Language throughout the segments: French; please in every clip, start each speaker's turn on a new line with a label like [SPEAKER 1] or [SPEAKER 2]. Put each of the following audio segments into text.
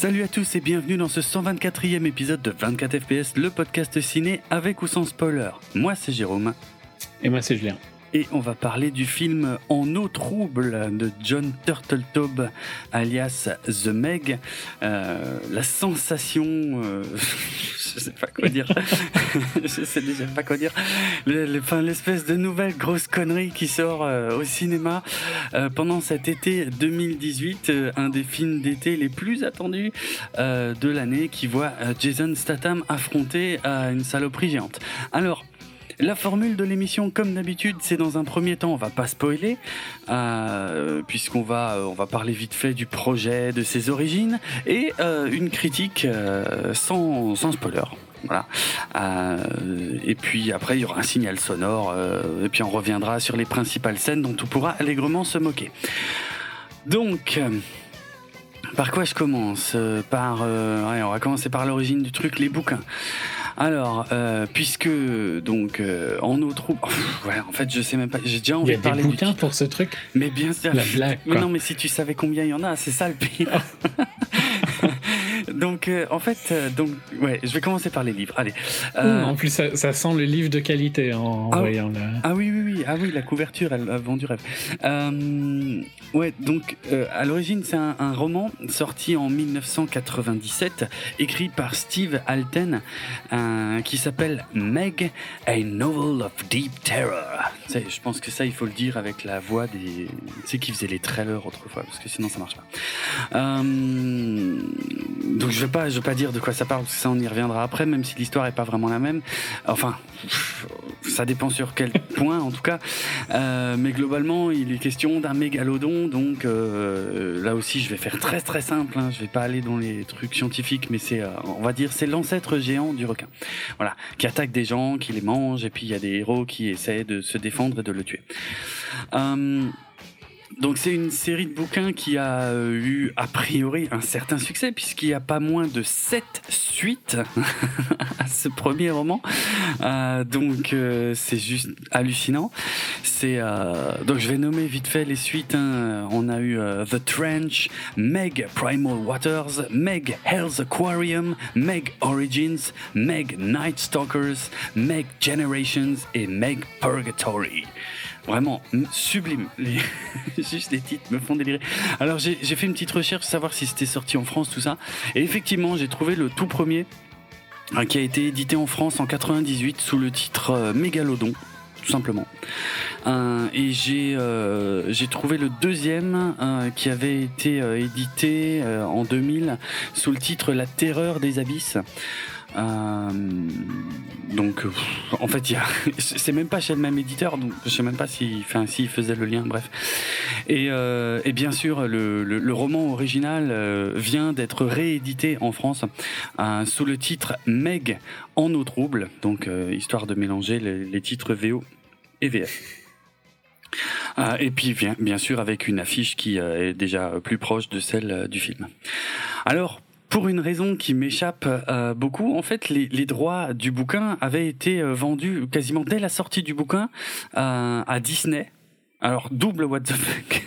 [SPEAKER 1] Salut à tous et bienvenue dans ce 124e épisode de 24 FPS, le podcast ciné avec ou sans spoiler. Moi c'est Jérôme.
[SPEAKER 2] Et moi c'est Julien.
[SPEAKER 1] Et on va parler du film En eau trouble de Jon Turteltaub, alias The Meg. La sensation... je sais pas quoi dire. Je sais déjà pas quoi dire. L'espèce de nouvelle grosse connerie qui sort au cinéma pendant cet été 2018. Un des films d'été les plus attendus de l'année qui voit Jason Statham affronter une saloperie géante. Alors... La formule de l'émission, comme d'habitude, c'est dans un premier temps, on va pas spoiler, puisqu'on va parler vite fait du projet, de ses origines, et une critique sans spoiler. Voilà. Et puis après, il y aura un signal sonore, et puis on reviendra sur les principales scènes dont on pourra allègrement se moquer. Donc... par quoi je commence ? On va commencer par l'origine du truc, les bouquins. Alors, puisque donc en eau trouble, en fait, je sais même pas. J'ai déjà envie de parler
[SPEAKER 2] du titre. Il y a des bouquins pour ce truc.
[SPEAKER 1] Mais bien sûr.
[SPEAKER 2] La blague.
[SPEAKER 1] Mais non, mais si tu savais combien il y en a, c'est ça le pire. Donc, en fait, je vais commencer par les livres. Allez.
[SPEAKER 2] En plus, ça sent le livre de qualité en voyant le.
[SPEAKER 1] Ah oui, la couverture, elle a vendu rêve. Donc, à l'origine, c'est un roman sorti en 1997, écrit par Steve Alten, qui s'appelle Meg, a Novel of Deep Terror. Je pense que ça, il faut le dire avec la voix des... Tu sais, qui faisaient les trailers autrefois, parce que sinon, ça marche pas. Donc je vais pas dire de quoi ça parle parce que ça on y reviendra après, même si l'histoire est pas vraiment la même. Enfin, ça dépend sur quel point en tout cas. Mais globalement, il est question d'un mégalodon. Donc là aussi, je vais faire très très simple. Je vais pas aller dans les trucs scientifiques, mais c'est, on va dire, c'est l'ancêtre géant du requin. Voilà, qui attaque des gens, qui les mange, et puis il y a des héros qui essaient de se défendre et de le tuer. Donc c'est une série de bouquins qui a eu a priori un certain succès puisqu'il y a pas moins de 7 suites à ce premier roman. Donc c'est juste hallucinant. Donc je vais nommer vite fait les suites. On a eu The Trench, Meg Primal Waters, Meg Hell's Aquarium, Meg Origins, Meg Night Stalkers, Meg Generations et Meg Purgatory. Vraiment sublime. Juste les titres me font délirer. Alors j'ai fait une petite recherche pour savoir si c'était sorti en France, tout ça. Et effectivement, j'ai trouvé le tout premier qui a été édité en France en 98 sous le titre Mégalodon, tout simplement. Et j'ai trouvé le deuxième qui avait été édité en 2000 sous le titre La Terreur des Abysses. Donc en fait c'est même pas chez le même éditeur, donc je sais même pas s'il faisait le lien, bref. Et bien sûr le roman original vient d'être réédité en France sous le titre Meg en eau trouble, donc histoire de mélanger les titres VO et VF. Et puis bien sûr avec une affiche qui est déjà plus proche de celle du film. Alors pour une raison qui m'échappe beaucoup, en fait, les droits du bouquin avaient été vendus quasiment dès la sortie du bouquin à Disney. Alors double what the fuck.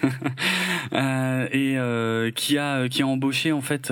[SPEAKER 1] Qui a embauché en fait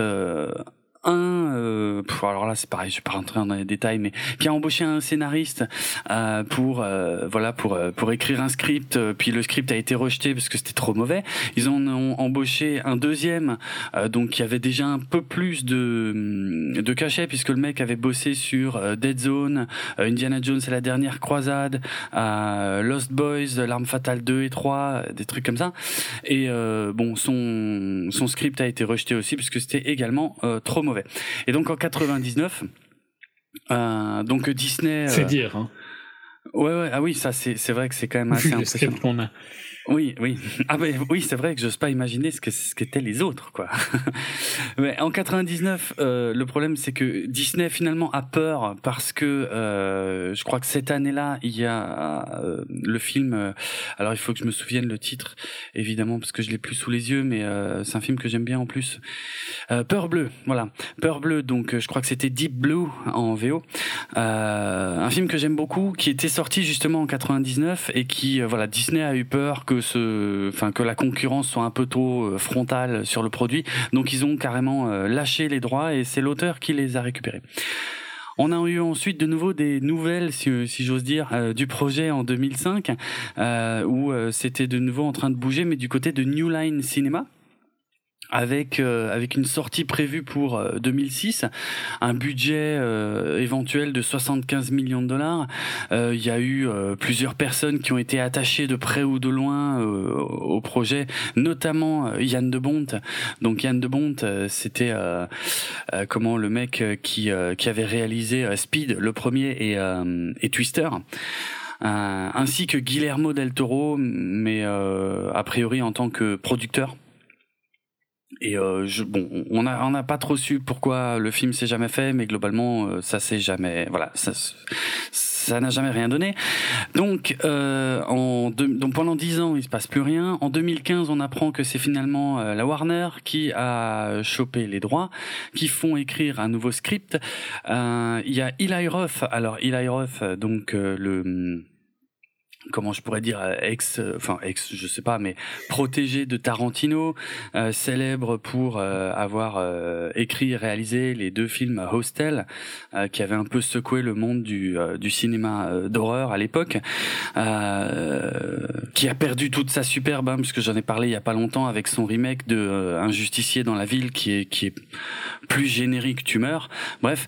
[SPEAKER 1] alors là c'est pareil, je vais pas rentrer dans les détails, mais qui a embauché un scénariste pour écrire un script, puis le script a été rejeté parce que c'était trop mauvais. Ils en ont embauché un deuxième, donc qui avait déjà un peu plus de cachet puisque le mec avait bossé sur Dead Zone, Indiana Jones et la dernière croisade, Lost Boys, L'Arme Fatale 2 et 3, des trucs comme ça. Et son script a été rejeté aussi parce que c'était également trop mauvais. Et donc en 99, donc Disney.
[SPEAKER 2] C'est dire. Hein.
[SPEAKER 1] Ouais. Ah oui, ça c'est vrai que c'est quand même assez impressionnant.
[SPEAKER 2] Le script qu'on a.
[SPEAKER 1] Oui. Ah ben oui, c'est vrai que j'ose pas imaginer ce qu'étaient les autres, quoi. Mais en 99, le problème c'est que Disney finalement a peur parce que je crois que cette année-là, il y a le film. Alors il faut que je me souvienne le titre, évidemment, parce que je l'ai plus sous les yeux, mais c'est un film que j'aime bien en plus. Peur bleue, voilà. Peur bleue. Donc je crois que c'était Deep Blue en VO. Un film que j'aime beaucoup, qui était sorti justement en 99 et qui, Disney a eu peur que que la concurrence soit un peu trop frontale sur le produit. Donc ils ont carrément lâché les droits et c'est l'auteur qui les a récupérés. On a eu ensuite de nouveau des nouvelles, si j'ose dire, du projet en 2005, où c'était de nouveau en train de bouger, mais du côté de New Line Cinema. Avec une sortie prévue pour 2006, un budget éventuel de 75 millions de dollars. Il y a eu plusieurs personnes qui ont été attachées de près ou de loin au projet, notamment Jan de Bont. Donc Jan de Bont, c'était le mec qui avait réalisé Speed, le premier, et Twister. Ainsi que Guillermo del Toro, mais a priori en tant que producteur. Et on n'a pas trop su pourquoi le film s'est jamais fait, mais globalement ça s'est jamais, voilà, ça n'a jamais rien donné. Donc donc pendant 10 ans il se passe plus rien. En 2015 on apprend que c'est finalement la Warner qui a chopé les droits, qui font écrire un nouveau script. Il y a Eli Roth. Alors Eli Roth, donc comment je pourrais dire, ex, je sais pas, mais protégé de Tarantino, célèbre pour avoir écrit et réalisé les 2 films Hostel, qui avaient un peu secoué le monde du cinéma d'horreur à l'époque, qui a perdu toute sa superbe, puisque j'en ai parlé il y a pas longtemps avec son remake de Un justicier dans la ville, qui est plus générique, tu meurs. Bref.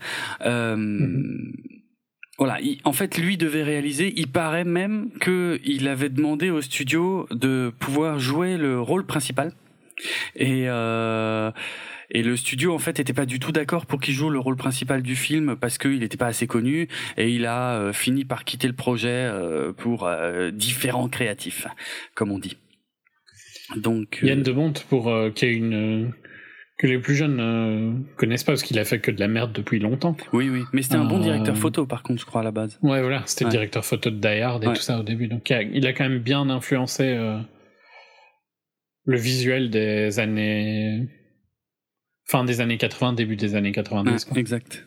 [SPEAKER 1] Voilà, en fait, lui devait réaliser. Il paraît même qu'il avait demandé au studio de pouvoir jouer le rôle principal. Et le studio, en fait, était pas du tout d'accord pour qu'il joue le rôle principal du film parce qu'il n'était pas assez connu. Et il a fini par quitter le projet pour différents créatifs, comme on dit. Donc
[SPEAKER 2] Jan de Bont, qui est que les plus jeunes connaissent pas parce qu'il a fait que de la merde depuis longtemps.
[SPEAKER 1] Oui, mais c'était un bon directeur photo par contre, je crois, à la base.
[SPEAKER 2] Ouais, voilà, c'était le directeur photo de Die Hard et tout ça au début. Donc il a quand même bien influencé le visuel des années... fin des années 80, début des années 90. Quoi.
[SPEAKER 1] Exact.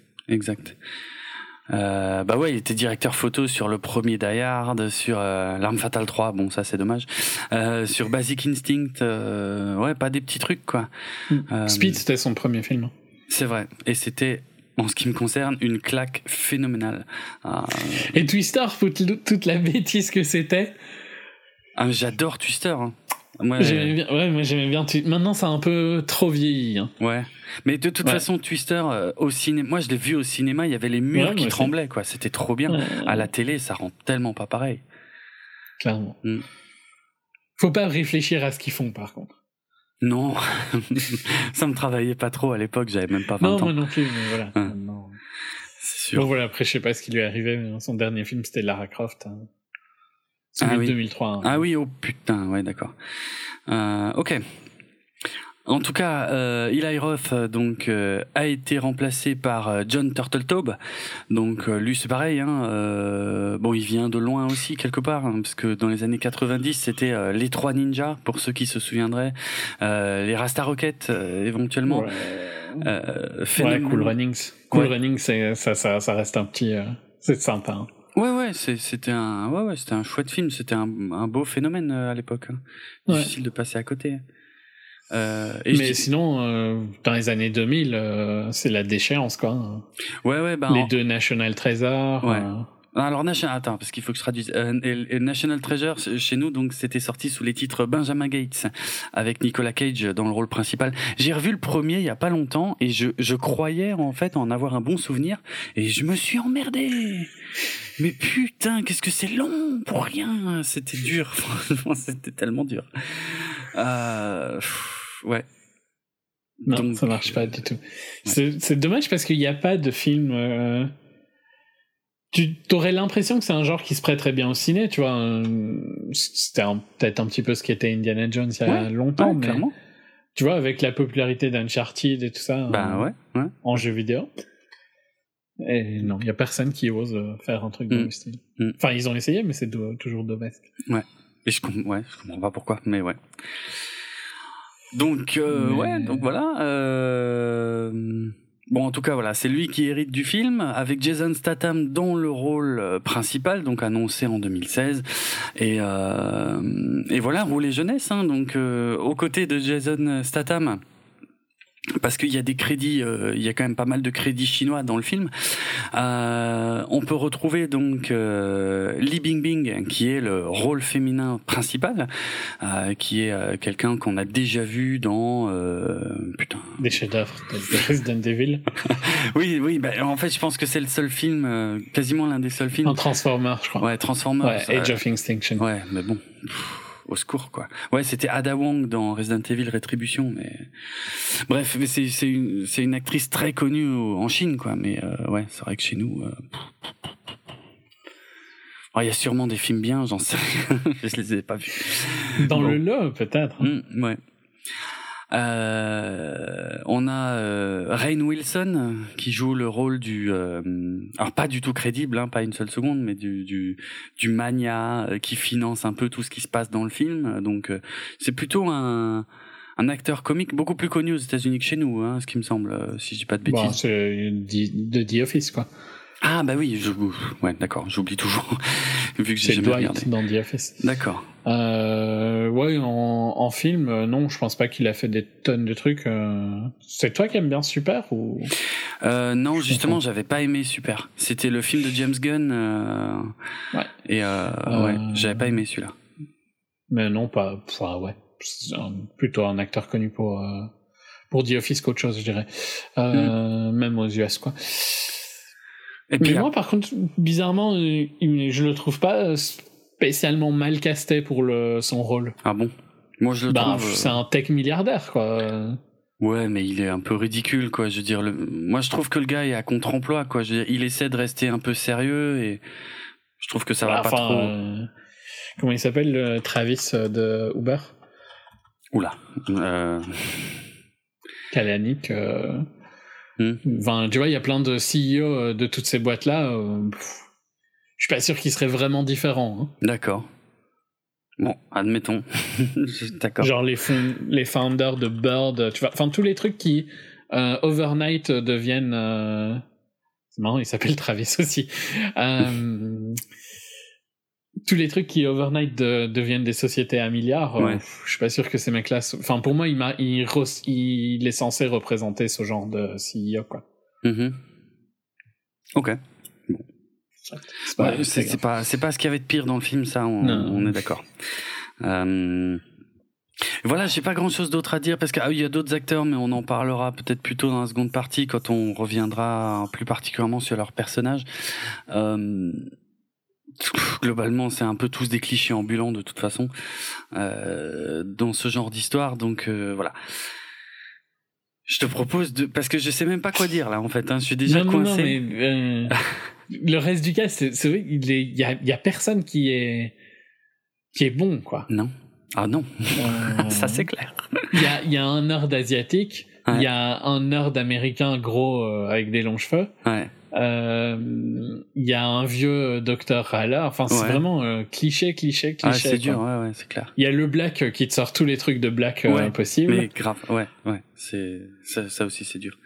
[SPEAKER 1] Il était directeur photo sur le premier Die Hard, sur L'Arme Fatale 3, bon ça c'est dommage, sur Basic Instinct, pas des petits trucs quoi.
[SPEAKER 2] Speed c'était son premier film.
[SPEAKER 1] C'est vrai, et c'était, en ce qui me concerne, une claque phénoménale.
[SPEAKER 2] Et Twister, toute la bêtise que c'était.
[SPEAKER 1] J'adore Twister.
[SPEAKER 2] Moi j'aimais bien. Maintenant, ça a un peu trop vieilli. Hein.
[SPEAKER 1] Ouais. Mais de toute façon, Twister, au cinéma, moi je l'ai vu au cinéma, il y avait les murs qui tremblaient, quoi. C'était trop bien. À la télé, ça rend tellement pas pareil.
[SPEAKER 2] Clairement. Faut pas réfléchir à ce qu'ils font, par contre.
[SPEAKER 1] Non. Ça me travaillait pas trop à l'époque, j'avais même pas 20 ans.
[SPEAKER 2] Non, moi non plus, mais voilà. Non.
[SPEAKER 1] C'est sûr.
[SPEAKER 2] Bon, voilà, après, je sais pas ce qui lui est arrivé, mais son dernier film, c'était Lara Croft. Celui de 2003.
[SPEAKER 1] Ah oui, oh putain, ouais, d'accord. Ok. En tout cas, Eli Roth a été remplacé par John Turteltaub. Donc lui c'est pareil, il vient de loin aussi quelque part, parce que dans les années 90 c'était les 3 ninjas pour ceux qui se souviendraient, les Rasta Rockets éventuellement.
[SPEAKER 2] Cool Runnings. Runnings, ça reste un petit, c'est sympa. Hein.
[SPEAKER 1] Ouais, c'était un chouette film, c'était un beau phénomène à l'époque. Difficile de passer à côté.
[SPEAKER 2] Mais sinon, dans les années 2000, c'est la déchéance, quoi. Les 2 National Treasure.
[SPEAKER 1] Ouais. Alors attends, parce qu'il faut que je traduise. National Treasure chez nous, donc c'était sorti sous les titres Benjamin Gates avec Nicolas Cage dans le rôle principal. J'ai revu le premier il y a pas longtemps et je croyais en fait en avoir un bon souvenir et je me suis emmerdé. Mais putain, qu'est-ce que c'est long pour rien. C'était dur, franchement, c'était tellement dur. Ouais.
[SPEAKER 2] Non, donc, ça marche pas du tout. Ouais. C'est dommage parce qu'il n'y a pas de film. Tu aurais l'impression que c'est un genre qui se prêterait bien au ciné, tu vois. C'était peut-être un petit peu ce qu'était Indiana Jones il y a longtemps, mais clairement. Tu vois, avec la popularité d'Uncharted et tout ça en jeu vidéo. Et non, il n'y a personne qui ose faire un truc dans le style. Enfin, ils ont essayé, mais c'est toujours domestique.
[SPEAKER 1] Ouais. Et je comprends pas pourquoi, mais ouais. Donc, donc voilà. Bon, en tout cas, voilà, c'est lui qui hérite du film, avec Jason Statham dans le rôle principal, donc annoncé en 2016. Et voilà, rouler jeunesse, hein, donc aux côtés de Jason Statham. Parce qu'il y a des crédits, il y a quand même pas mal de crédits chinois dans le film. On peut retrouver donc Li Bingbing, qui est le rôle féminin principal, qui est quelqu'un qu'on a déjà vu dans
[SPEAKER 2] des chefs-d'œuvre de Resident Evil.
[SPEAKER 1] oui, bah, en fait, je pense que c'est le seul film, quasiment l'un des seuls films.
[SPEAKER 2] Un Transformers, je crois.
[SPEAKER 1] Ouais, Transformers.
[SPEAKER 2] Ouais, Age of Extinction.
[SPEAKER 1] Ouais, mais bon. Au secours, quoi. Ouais, c'était Ada Wong dans Resident Evil Rétribution, mais bref, mais c'est une actrice très connue en Chine, quoi. Mais ouais, c'est vrai que chez nous, il y a sûrement des films bien, j'en sais rien. Je les ai pas vus.
[SPEAKER 2] Dans le lot, peut-être.
[SPEAKER 1] Ouais. On a Rainn Wilson qui joue le rôle du alors pas du tout crédible, hein, pas une seule seconde, mais du mania qui finance un peu tout ce qui se passe dans le film. Donc c'est plutôt un acteur comique beaucoup plus connu aux États-Unis que chez nous, hein, ce qui me semble, si je dis pas de bêtises.
[SPEAKER 2] Bon, c'est de The Office, quoi.
[SPEAKER 1] Ah bah oui, ouais, d'accord, j'oublie toujours vu que j'ai
[SPEAKER 2] jamais regardé. C'est Dwight dans The Office.
[SPEAKER 1] D'accord.
[SPEAKER 2] Ouais, en film, non, je pense pas qu'il a fait des tonnes de trucs. C'est toi qui aimes bien Super ou
[SPEAKER 1] non, justement, j'avais pas aimé Super. C'était le film de James Gunn.
[SPEAKER 2] Ouais.
[SPEAKER 1] Et ouais, j'avais pas aimé celui-là.
[SPEAKER 2] Mais non, pas. Enfin, ouais, c'est plutôt un acteur connu pour The Office qu'autre chose, je dirais. Même aux US, quoi. Et puis moi, par contre, bizarrement, je le trouve pas spécialement mal casté pour son rôle.
[SPEAKER 1] Ah bon? Moi, je le trouve.
[SPEAKER 2] C'est un tech milliardaire, quoi.
[SPEAKER 1] Ouais, mais il est un peu ridicule, quoi. Je veux dire, moi, je trouve que le gars est à contre-emploi, quoi. Je veux dire, il essaie de rester un peu sérieux et je trouve que ça va pas trop.
[SPEAKER 2] Comment il s'appelle, le Travis de Uber?
[SPEAKER 1] Oula.
[SPEAKER 2] Kalanick. Enfin, tu vois, il y a plein de CEO de toutes ces boîtes-là. Je suis pas sûr qu'ils seraient vraiment différents. Hein.
[SPEAKER 1] D'accord. Bon, admettons. D'accord.
[SPEAKER 2] Genre les founders de Bird, tu vois, enfin tous les trucs qui overnight deviennent. C'est marrant, il s'appelle Travis aussi. Tous les trucs qui overnight deviennent des sociétés à milliards. Je suis pas sûr que ces mecs-là. Enfin, pour moi, il est censé représenter ce genre de CEO, quoi.
[SPEAKER 1] Ok. Bon. C'est pas ce qu'il y avait de pire dans le film, ça. On est d'accord. Voilà, j'ai pas grand chose d'autre à dire parce qu'il y a d'autres acteurs, mais on en parlera peut-être plus tôt dans la seconde partie quand on reviendra plus particulièrement sur leurs personnages. Globalement, c'est un peu tous des clichés ambulants de toute façon dans ce genre d'histoire, donc voilà. Je te propose parce que je sais même pas quoi dire là en fait. Je suis déjà coincé.
[SPEAKER 2] Non, mais le reste du cas, c'est vrai, il y a personne qui est bon, quoi.
[SPEAKER 1] Non. Ah non. Ça c'est clair.
[SPEAKER 2] Il y a un nerd asiatique, il y a un nerd américain gros avec des longs cheveux.
[SPEAKER 1] Ouais.
[SPEAKER 2] Il y a un vieux docteur râleur. Enfin, c'est vraiment cliché.
[SPEAKER 1] Ah, c'est dur, ouais, c'est clair.
[SPEAKER 2] Il y a le black qui te sort tous les trucs de black possibles.
[SPEAKER 1] Mais grave, ouais. C'est ça aussi, c'est dur.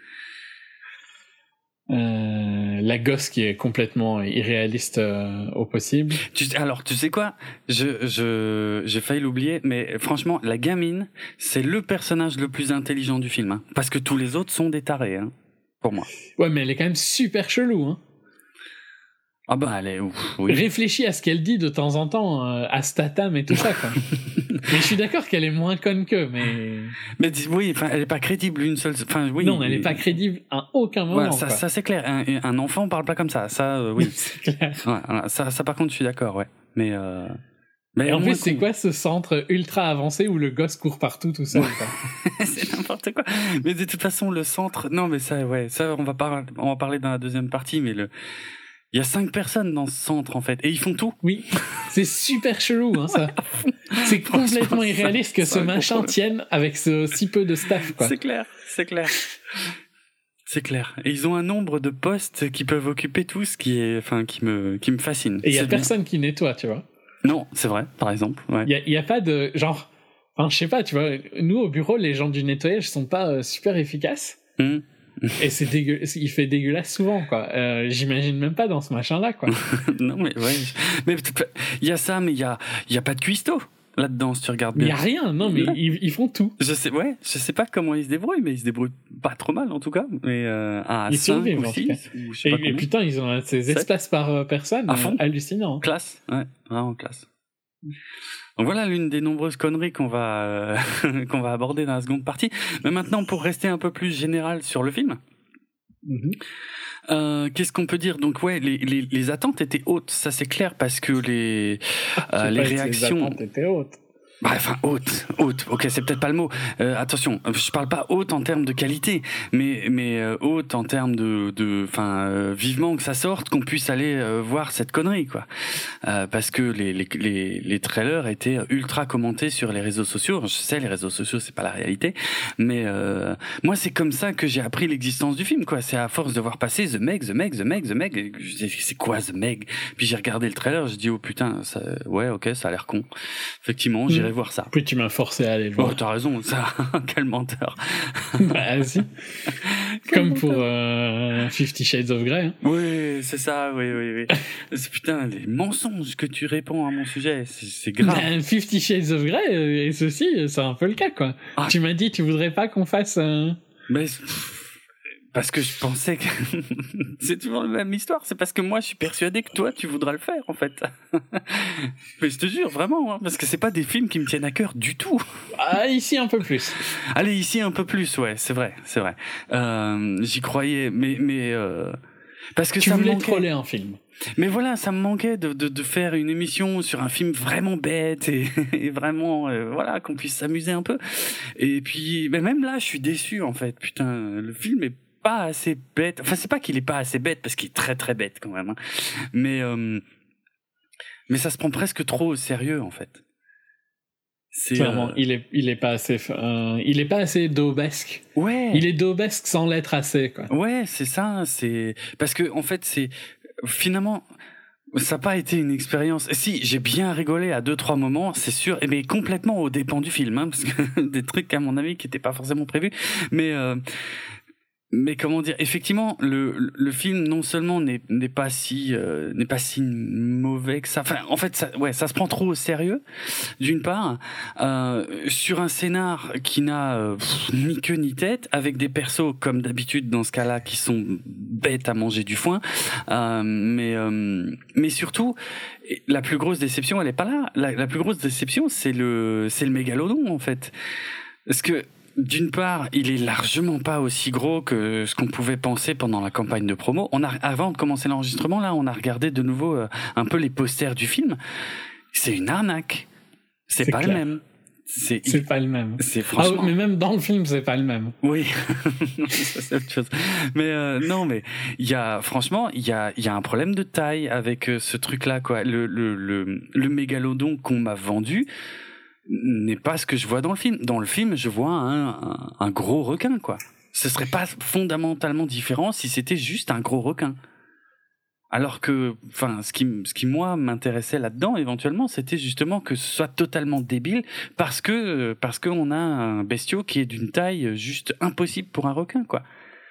[SPEAKER 2] La gosse qui est complètement irréaliste au possible.
[SPEAKER 1] Alors, tu sais quoi? J'ai failli l'oublier, mais franchement, la gamine, c'est le personnage le plus intelligent du film, hein, parce que tous les autres sont des tarés, hein. Pour moi.
[SPEAKER 2] Ouais, mais elle est quand même super chelou, hein.
[SPEAKER 1] Ah bah, elle est oui.
[SPEAKER 2] Réfléchis à ce qu'elle dit de temps en temps, à Statham et tout ça, quoi. Mais je suis d'accord qu'elle est moins conne qu'eux, mais...
[SPEAKER 1] Mais oui, enfin, elle est pas crédible une seule... Enfin, oui.
[SPEAKER 2] Non, elle est pas crédible à aucun moment,
[SPEAKER 1] ouais, ça c'est clair. Un enfant parle pas comme ça, oui.
[SPEAKER 2] C'est clair.
[SPEAKER 1] Ouais, ça par contre, je suis d'accord, ouais. Mais
[SPEAKER 2] et en plus, c'est quoi ce centre ultra avancé où le gosse court partout tout seul, quoi.
[SPEAKER 1] C'est n'importe quoi. Mais de toute façon, le centre... Non, mais ça, on va parler dans la deuxième partie, mais il y a 5 personnes dans ce centre, en fait. Et ils font tout.
[SPEAKER 2] Oui. C'est super chelou, hein, ça. C'est complètement irréaliste que ce machin tienne avec si peu de staff, quoi.
[SPEAKER 1] C'est clair. C'est clair. Et ils ont un nombre de postes qu'ils peuvent occuper tous qui me fascine.
[SPEAKER 2] Et il y a personne qui nettoie, tu vois.
[SPEAKER 1] Non, c'est vrai, par exemple. Ouais.
[SPEAKER 2] Il y a pas de genre, enfin je sais pas, tu vois, nous au bureau les gens du nettoyage sont pas super efficaces. Et c'est dégueulasse, il fait dégueulasse souvent, quoi. J'imagine même pas dans ce machin-là, quoi.
[SPEAKER 1] Non, mais ouais. Mais il y a ça, mais il y a pas de cuistot là-dedans, si tu regardes bien.
[SPEAKER 2] Il y a rien, non, mais ils font tout.
[SPEAKER 1] Je sais pas comment ils se débrouillent, mais ils se débrouillent pas trop mal, en tout cas. Mais,
[SPEAKER 2] ils survivent, ou 6, ou je sais pas combien. Et putain, ils ont ces espaces par personne. Hallucinant.
[SPEAKER 1] Classe, ouais, vraiment classe. Donc voilà l'une des nombreuses conneries qu'on va aborder dans la seconde partie. Mais maintenant, pour rester un peu plus général sur le film, qu'est-ce qu'on peut dire? Donc ouais, les attentes étaient hautes, ça c'est clair, parce que les réactions.
[SPEAKER 2] Les attentes étaient hautes.
[SPEAKER 1] Bah, enfin, haute. Ok, c'est peut-être pas le mot. Attention, je parle pas haute en termes de qualité, mais haute en termes vivement que ça sorte, qu'on puisse aller voir cette connerie, quoi. Parce que les trailers étaient ultra commentés sur les réseaux sociaux. Je sais, les réseaux sociaux, c'est pas la réalité, mais moi, c'est comme ça que j'ai appris l'existence du film, quoi. C'est à force de voir passer The Meg. Je dis, c'est quoi The Meg? Puis j'ai regardé le trailer, j'ai dit, oh putain, ouais, ok, ça a l'air con. Effectivement, j'irai voir ça.
[SPEAKER 2] Puis tu m'as forcé à aller le voir.
[SPEAKER 1] Oh, t'as raison, ça. Quel menteur.
[SPEAKER 2] Bah, si. Comme pour 50 Shades of Grey. Hein.
[SPEAKER 1] Oui, c'est ça, oui. Putain, les mensonges que tu réponds à mon sujet, c'est grave.
[SPEAKER 2] Bah, 50 Shades of Grey, et ceci, c'est un peu le cas, quoi. Ah. Tu m'as dit, tu voudrais pas qu'on fasse...
[SPEAKER 1] Mais... Parce que je pensais que c'est toujours la même histoire. C'est parce que moi, je suis persuadé que toi, tu voudras le faire, en fait. Mais je te jure, vraiment, hein, parce que c'est pas des films qui me tiennent à cœur du tout.
[SPEAKER 2] Ah, ici un peu plus.
[SPEAKER 1] Allez, ici un peu plus, ouais, c'est vrai. J'y croyais, mais parce que
[SPEAKER 2] tu
[SPEAKER 1] ça
[SPEAKER 2] voulais
[SPEAKER 1] me manquait.
[SPEAKER 2] Troller un film.
[SPEAKER 1] Mais voilà, ça me manquait de faire une émission sur un film vraiment bête et vraiment, voilà, qu'on puisse s'amuser un peu. Et puis, mais même là, je suis déçu, en fait. Putain, le film est pas assez bête. Enfin, c'est pas qu'il est pas assez bête, parce qu'il est très très bête quand même. Hein. Mais ça se prend presque trop au sérieux, en fait.
[SPEAKER 2] Clairement, il est pas assez daubesque.
[SPEAKER 1] Ouais.
[SPEAKER 2] Il est daubesque sans l'être assez, quoi.
[SPEAKER 1] Ouais, c'est ça. C'est parce que en fait, c'est finalement. Ça n'a pas été une expérience. Si, j'ai bien rigolé à 2-3 moments, c'est sûr, mais complètement aux dépens du film, hein, parce que des trucs à mon avis qui n'étaient pas forcément prévus. Mais comment dire, effectivement, le film non seulement n'est pas si mauvais que ça. Enfin, en fait, ça se prend trop au sérieux. D'une part, sur un scénar qui n'a ni queue ni tête, avec des persos comme d'habitude dans ce cas-là qui sont bêtes à manger du foin. Mais surtout, la plus grosse déception, elle est pas là. La plus grosse déception, c'est le mégalodon, en fait, parce que d'une part, il est largement pas aussi gros que ce qu'on pouvait penser pendant la campagne de promo. Avant de commencer l'enregistrement, là, on a regardé de nouveau un peu les posters du film. C'est une arnaque. C'est pas
[SPEAKER 2] clair.
[SPEAKER 1] Le même.
[SPEAKER 2] C'est pas le même.
[SPEAKER 1] C'est franchement.
[SPEAKER 2] Ah, mais même dans le film, c'est pas le même.
[SPEAKER 1] Oui, ça c'est autre chose. Mais non, mais il y a un problème de taille avec ce truc-là, quoi. Le mégalodon qu'on m'a vendu n'est pas ce que je vois dans le film. Dans le film, je vois un gros requin, quoi. Ce serait pas fondamentalement différent si c'était juste un gros requin. Alors que, enfin, ce qui moi m'intéressait là-dedans, éventuellement, c'était justement que ce soit totalement débile parce que on a un bestiau qui est d'une taille juste impossible pour un requin, quoi.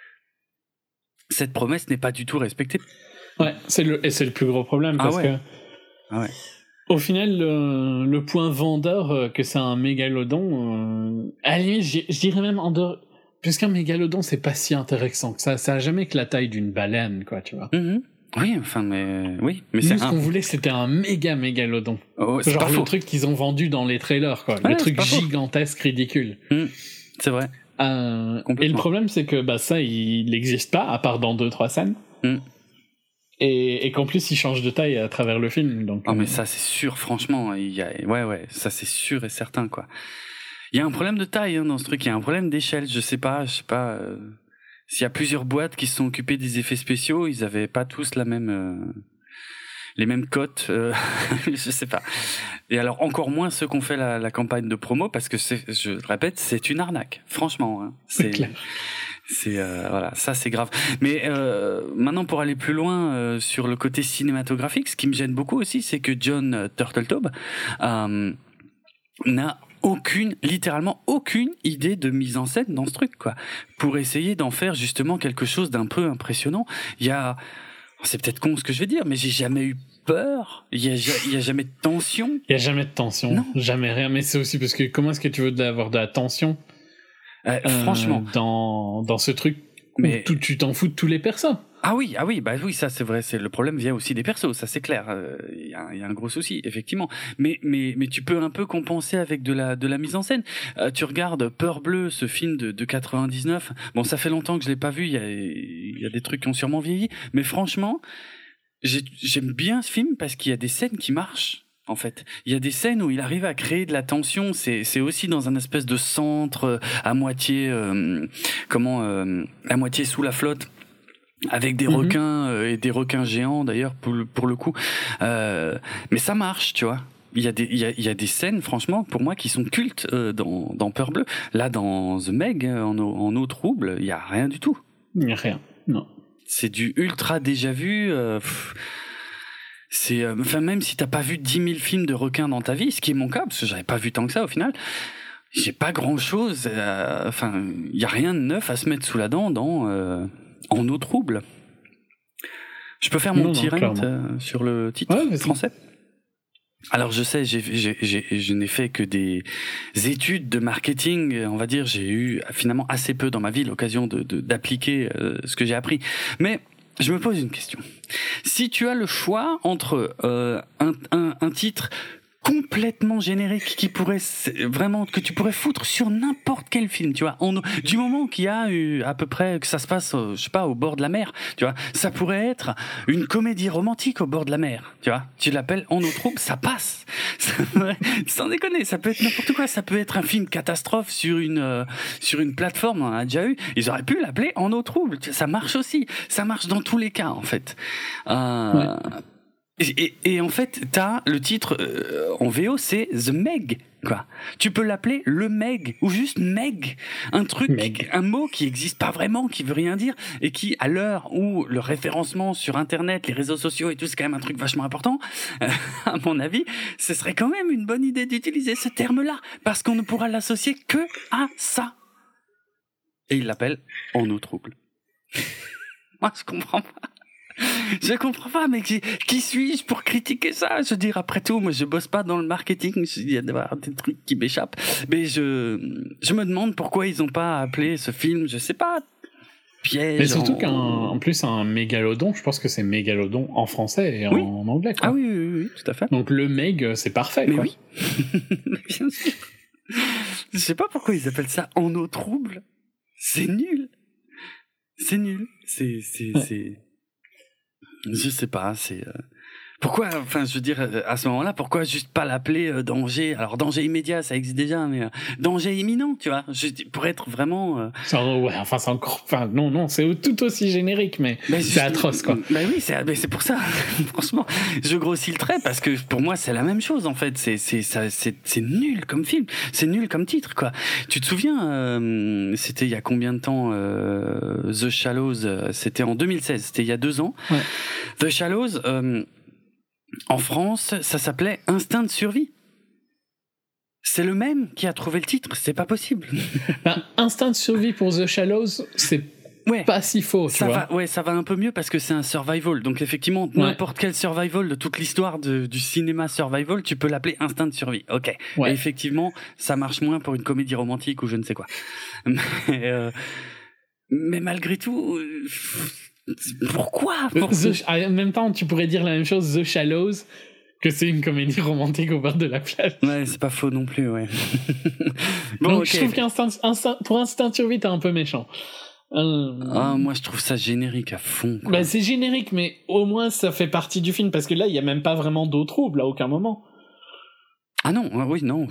[SPEAKER 1] Cette promesse n'est pas du tout respectée.
[SPEAKER 2] Ouais, c'est le plus gros problème parce que.
[SPEAKER 1] Ah ouais.
[SPEAKER 2] Au final, le point vendeur que c'est un mégalodon, à la limite, je dirais même en dehors, puisqu'un mégalodon, c'est pas si intéressant que ça a jamais que la taille d'une baleine, quoi, tu vois.
[SPEAKER 1] Mm-hmm. Oui, enfin, oui, mais
[SPEAKER 2] nous, ce qu'on voulait, c'était un mégalodon.
[SPEAKER 1] Oh,
[SPEAKER 2] genre le truc qu'ils ont vendu dans les trailers, quoi.
[SPEAKER 1] Ouais,
[SPEAKER 2] le truc gigantesque, ridicule.
[SPEAKER 1] C'est vrai.
[SPEAKER 2] Et le problème, c'est que ça, il n'existe pas, à part dans 2-3 scènes. Et qu'en plus il change de taille à travers le film, donc.
[SPEAKER 1] Ah mais ça c'est sûr, franchement, ouais, ça c'est sûr et certain, quoi. Il y a un problème de taille dans ce truc, il y a un problème d'échelle, je sais pas. S'il y a plusieurs boîtes qui se sont occupées des effets spéciaux, ils avaient pas tous les mêmes cotes, je sais pas. Et alors encore moins ceux qui ont fait la campagne de promo, parce que je le répète, c'est une arnaque, franchement. Hein.
[SPEAKER 2] C'est clair.
[SPEAKER 1] Voilà, ça c'est grave. Mais maintenant, pour aller plus loin sur le côté cinématographique, ce qui me gêne beaucoup aussi, c'est que John Turteltaub n'a littéralement aucune idée de mise en scène dans ce truc, quoi. Pour essayer d'en faire justement quelque chose d'un peu impressionnant. C'est peut-être con ce que je vais dire, mais j'ai jamais eu peur. Il y a jamais de tension.
[SPEAKER 2] Il y a jamais de tension. Non. Jamais rien. Mais c'est aussi parce que comment est-ce que tu veux avoir de la tension
[SPEAKER 1] franchement,
[SPEAKER 2] dans ce truc où tu t'en fous de tous les persos.
[SPEAKER 1] Ah oui, ça c'est vrai. Le problème vient aussi des persos, ça c'est clair. Il y a un gros souci, effectivement. Mais tu peux un peu compenser avec de la mise en scène. Tu regardes Peur bleue, ce film de 99. Bon, ça fait longtemps que je l'ai pas vu. Il y a des trucs qui ont sûrement vieilli. Mais franchement, j'aime bien ce film parce qu'il y a des scènes qui marchent. En fait, il y a des scènes où il arrive à créer de la tension. C'est aussi dans un espèce de centre à moitié, à moitié sous la flotte. Avec des requins et des requins géants d'ailleurs pour le coup, mais ça marche, tu vois. Il y a des scènes franchement pour moi qui sont cultes dans Peur bleue. Là dans The Meg en eau trouble, il y a rien du tout.
[SPEAKER 2] Il y a rien, non.
[SPEAKER 1] C'est du ultra déjà vu. C'est même si t'as pas vu 10 000 films de requins dans ta vie, ce qui est mon cas parce que j'avais pas vu tant que ça au final. J'ai pas grand chose. Il y a rien de neuf à se mettre sous la dent dans En eau trouble. Je peux faire mon petit rant sur le titre français. Alors je sais, je n'ai fait que des études de marketing, on va dire. J'ai eu finalement assez peu dans ma vie l'occasion d'appliquer ce que j'ai appris. Mais je me pose une question. Si tu as le choix entre un titre complètement générique qui pourrait vraiment que tu pourrais foutre sur n'importe quel film, tu vois, du moment qu'il y a à peu près que ça se passe je sais pas au bord de la mer, tu vois, ça pourrait être une comédie romantique au bord de la mer, tu vois, tu l'appelles En eau trouble, ça passe. Sans déconner, ça peut être n'importe quoi, ça peut être un film catastrophe sur une plateforme, on en a déjà eu, ils auraient pu l'appeler En eau trouble, ça marche aussi, ça marche dans tous les cas en fait. Et en fait, t'as le titre en VO, c'est The Meg, quoi. Tu peux l'appeler le Meg ou juste Meg, un truc, un mot qui existe pas vraiment, qui veut rien dire et qui, à l'heure où le référencement sur Internet, les réseaux sociaux et tout, c'est quand même un truc vachement important. À mon avis, ce serait quand même une bonne idée d'utiliser ce terme-là parce qu'on ne pourra l'associer que à ça. Et il l'appelle En eau trouble. Moi, je comprends pas. Je comprends pas, mais qui suis-je pour critiquer ça? Je veux dire, après tout, moi, je bosse pas dans le marketing. Il y a des trucs qui m'échappent. Mais je me demande pourquoi ils ont pas appelé ce film, je sais pas, Piège.
[SPEAKER 2] Mais surtout qu'en plus, un mégalodon, je pense que c'est mégalodon en français et en anglais, quoi.
[SPEAKER 1] Ah oui, tout à fait.
[SPEAKER 2] Donc le Meg, c'est parfait,
[SPEAKER 1] mais
[SPEAKER 2] quoi.
[SPEAKER 1] Oui. Bien sûr. Je sais pas pourquoi ils appellent ça En eau trouble. C'est nul. C'est nul. C'est... Je sais pas, pourquoi, enfin, je veux dire, à ce moment-là, pourquoi juste pas l'appeler danger? Alors, danger immédiat, ça existe déjà, mais danger imminent, tu vois, pour être vraiment...
[SPEAKER 2] c'est encore... Enfin, non, c'est tout aussi générique, mais c'est atroce, quoi.
[SPEAKER 1] Bah oui, c'est pour ça, franchement, je grossis le trait, parce que pour moi, c'est la même chose, en fait, c'est nul comme film, c'est nul comme titre, quoi. Tu te souviens, c'était il y a combien de temps, The Shallows, c'était en 2016, c'était il y a 2 ans.
[SPEAKER 2] Ouais.
[SPEAKER 1] The Shallows... en France, ça s'appelait Instinct de survie. C'est le même qui a trouvé le titre, c'est pas possible.
[SPEAKER 2] Instinct de survie pour The Shallows, c'est pas si faux, tu vois.
[SPEAKER 1] Ça va un peu mieux parce que c'est un survival. Donc effectivement, n'importe quel survival de toute l'histoire du cinéma survival, tu peux l'appeler Instinct de survie. Ok. Ouais. Et effectivement, ça marche moins pour une comédie romantique ou je ne sais quoi. Mais malgré tout... Pourquoi
[SPEAKER 2] en même temps, tu pourrais dire la même chose, The Shallows, que c'est une comédie romantique au bord de la plage.
[SPEAKER 1] Ouais, c'est pas faux non plus, ouais.
[SPEAKER 2] Donc, je trouve pour Instinct de survie, t'es un peu méchant.
[SPEAKER 1] Moi, je trouve ça générique à fond, quoi.
[SPEAKER 2] Bah, c'est générique, mais au moins, ça fait partie du film, parce que là, il y a même pas vraiment d'eau trouble, à aucun moment.
[SPEAKER 1] Ah non, oui, non.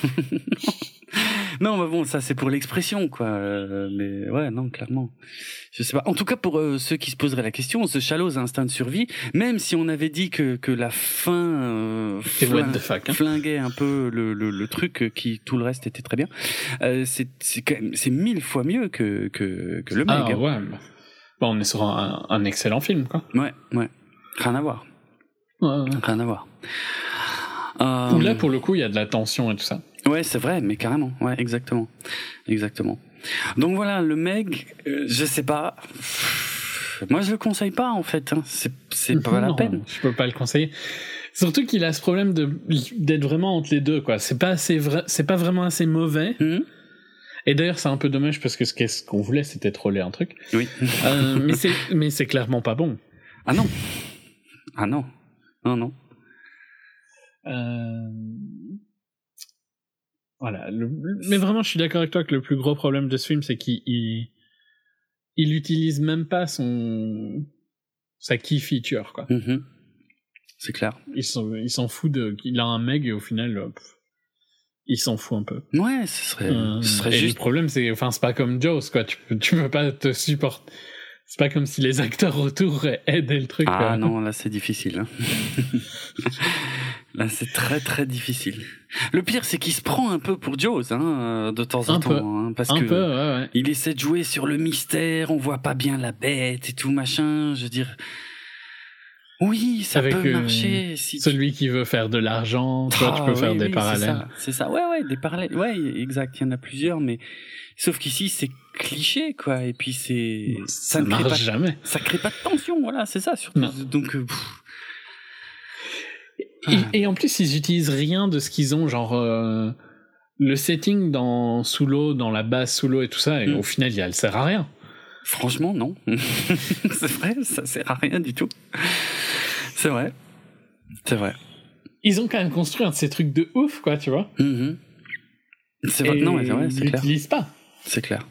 [SPEAKER 1] Non, mais bon, ça c'est pour l'expression, quoi. Mais ouais, non, clairement. Je sais pas. En tout cas, pour ceux qui se poseraient la question, The Shallows, Instinct de survie, même si on avait dit que la fin flinguait un peu le truc, qui tout le reste était très bien, c'est quand même, c'est 1000 fois mieux que le Meg.
[SPEAKER 2] Ah ouais. Bon, on est sur un excellent film, quoi.
[SPEAKER 1] Ouais. Rien à voir.
[SPEAKER 2] Ouais.
[SPEAKER 1] Rien à voir.
[SPEAKER 2] Là, pour le coup, il y a de la tension et tout ça.
[SPEAKER 1] Ouais, c'est vrai, mais carrément. Ouais, exactement. Donc voilà, le Meg, je sais pas. Moi, je le conseille pas, en fait. Hein. C'est pas la peine.
[SPEAKER 2] Je peux pas le conseiller. Surtout qu'il a ce problème d'être vraiment entre les deux, quoi. C'est pas vraiment assez mauvais. Et d'ailleurs, c'est un peu dommage parce que ce qu'on voulait, c'était troller un truc.
[SPEAKER 1] Oui.
[SPEAKER 2] Mais c'est clairement pas bon.
[SPEAKER 1] Ah non. Non.
[SPEAKER 2] Voilà. Mais vraiment, je suis d'accord avec toi que le plus gros problème de ce film, c'est qu'il utilise même pas sa key feature, quoi.
[SPEAKER 1] C'est clair.
[SPEAKER 2] Il s'en fout qu'il a un Meg et au final, il s'en fout un peu.
[SPEAKER 1] Ouais, ce serait
[SPEAKER 2] et
[SPEAKER 1] juste.
[SPEAKER 2] Le problème, c'est pas comme Jaws, quoi. Tu peux pas te supporter. C'est pas comme si les acteurs autour aidaient le truc.
[SPEAKER 1] Ah non, là c'est difficile. Hein. Là c'est très très difficile. Le pire c'est qu'il se prend un peu pour Jaws, hein, de temps en temps, hein, parce que
[SPEAKER 2] ouais.
[SPEAKER 1] Il essaie de jouer sur le mystère, on voit pas bien la bête et tout machin. Je veux dire, oui, ça peut marcher. Si
[SPEAKER 2] celui qui veut faire de l'argent, toi tu peux faire des parallèles.
[SPEAKER 1] C'est ça. Ouais, des parallèles. Ouais, exact. Il y en a plusieurs, mais sauf qu'ici c'est cliché, quoi. Et puis
[SPEAKER 2] ça ne marche jamais.
[SPEAKER 1] Ça crée pas de tension, voilà, c'est ça. Surtout. Donc.
[SPEAKER 2] Et en plus, ils utilisent rien de ce qu'ils ont, genre le setting sous l'eau, dans la base sous l'eau et tout ça. Et au final, elle sert à rien.
[SPEAKER 1] Franchement, non. C'est vrai, ça sert à rien du tout. C'est vrai.
[SPEAKER 2] Ils ont quand même construit un de ces trucs de ouf, quoi, tu vois.
[SPEAKER 1] C'est vrai, non, mais c'est vrai, c'est clair.
[SPEAKER 2] Ils l'utilisent pas.
[SPEAKER 1] C'est clair.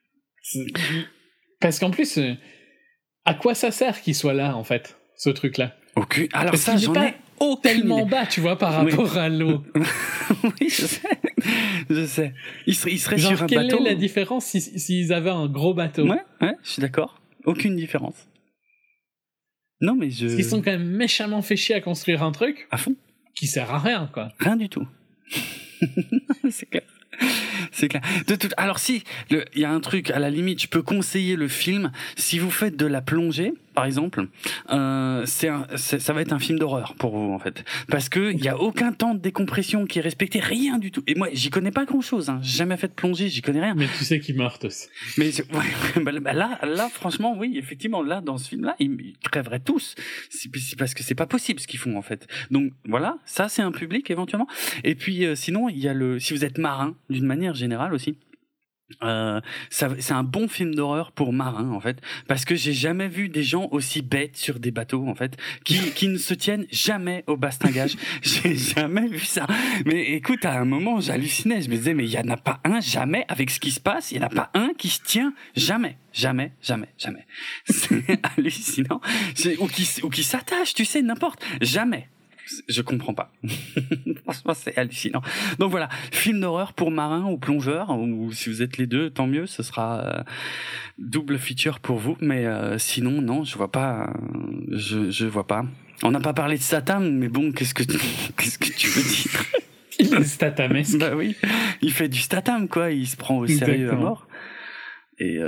[SPEAKER 2] Parce qu'en plus, à quoi ça sert qu'il soit là, en fait, ce truc-là?
[SPEAKER 1] Aucun. Alors parce ça, j'en ai
[SPEAKER 2] tellement bas, tu vois, par rapport à l'eau.
[SPEAKER 1] Oui, je sais. Il serait
[SPEAKER 2] genre,
[SPEAKER 1] sur un
[SPEAKER 2] quelle
[SPEAKER 1] bateau.
[SPEAKER 2] Quelle est la différence s'ils avaient un gros bateau?
[SPEAKER 1] Ouais, je suis d'accord. Aucune différence. Non, mais
[SPEAKER 2] Parce qu'ils sont quand même méchamment fait chier à construire un truc.
[SPEAKER 1] À fond.
[SPEAKER 2] Qui sert à rien, quoi.
[SPEAKER 1] Rien du tout. C'est clair. C'est clair. Alors si, il y a un truc, à la limite, je peux conseiller le film. Si vous faites de la plongée, par exemple, ça va être un film d'horreur pour vous, en fait. Parce que il y a aucun temps de décompression qui est respecté, rien du tout. Et moi, j'y connais pas grand-chose, hein. J'ai jamais fait de plongée, j'y connais rien.
[SPEAKER 2] Mais tu sais qu'ils meurent aussi.
[SPEAKER 1] Mais là, franchement, oui, effectivement, là, dans ce film-là, ils crèveraient tous. C'est parce que c'est pas possible ce qu'ils font, en fait. Donc, voilà, ça, c'est un public, éventuellement. Et puis, sinon, il y a si vous êtes marin, d'une manière générale aussi, c'est un bon film d'horreur pour marins, en fait, parce que j'ai jamais vu des gens aussi bêtes sur des bateaux, en fait, qui ne se tiennent jamais au bastingage. J'ai jamais vu ça. Mais écoute, à un moment, j'hallucinais, je me disais, mais il y en a pas un jamais, avec ce qui se passe, il y en a pas un qui se tient jamais. C'est hallucinant. Ou qui s'attache, tu sais, n'importe. Jamais. Je comprends pas. Franchement, c'est hallucinant. Donc voilà, film d'horreur pour marins ou plongeurs, ou si vous êtes les deux, tant mieux, ce sera double feature pour vous. Mais sinon, non, je vois pas. Je vois pas. On n'a pas parlé de Statham, mais bon, qu'est-ce que tu veux dire?
[SPEAKER 2] Il est Stathamesque.
[SPEAKER 1] Bah oui, il fait du Statham, quoi. Il se prend au sérieux à mort. Et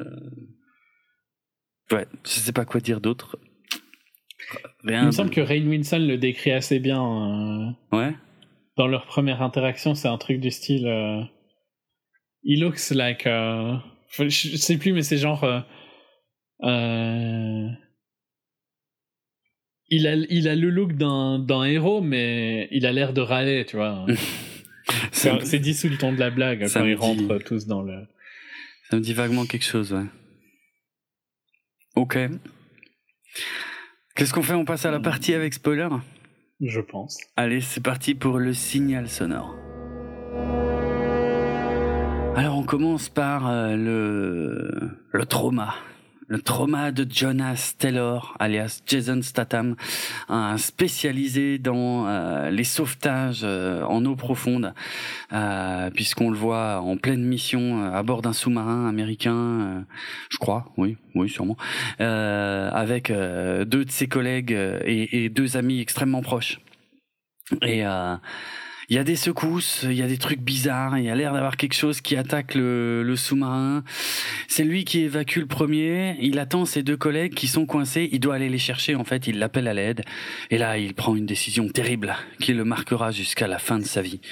[SPEAKER 1] ouais, je sais pas quoi dire d'autre.
[SPEAKER 2] Il me semble que Rainn Wilson le décrit assez bien.
[SPEAKER 1] Ouais.
[SPEAKER 2] Dans leur première interaction, c'est un truc du style. He looks like. Je sais plus, mais c'est genre. Il a le look d'un héros, mais il a l'air de râler, tu vois. C'est dit sous le ton de la blague quand ils rentrent tous dans le.
[SPEAKER 1] Ça me dit vaguement quelque chose, ouais. Ok. Qu'est-ce qu'on fait? On passe à la partie avec spoiler?
[SPEAKER 2] Je pense.
[SPEAKER 1] Allez, c'est parti pour le signal sonore. Alors, on commence par le trauma. Le trauma de Jonas Taylor, alias Jason Statham, un spécialisé dans les sauvetages en eau profonde, puisqu'on le voit en pleine mission à bord d'un sous-marin américain, je crois, oui, sûrement, avec deux de ses collègues et deux amis extrêmement proches. Et Il y a des secousses, il y a des trucs bizarres, il y a l'air d'avoir quelque chose qui attaque le sous-marin. C'est lui qui évacue le premier, il attend ses 2 collègues qui sont coincés, il doit aller les chercher, en fait, il l'appelle à l'aide. Et là, il prend une décision terrible qui le marquera jusqu'à la fin de sa vie.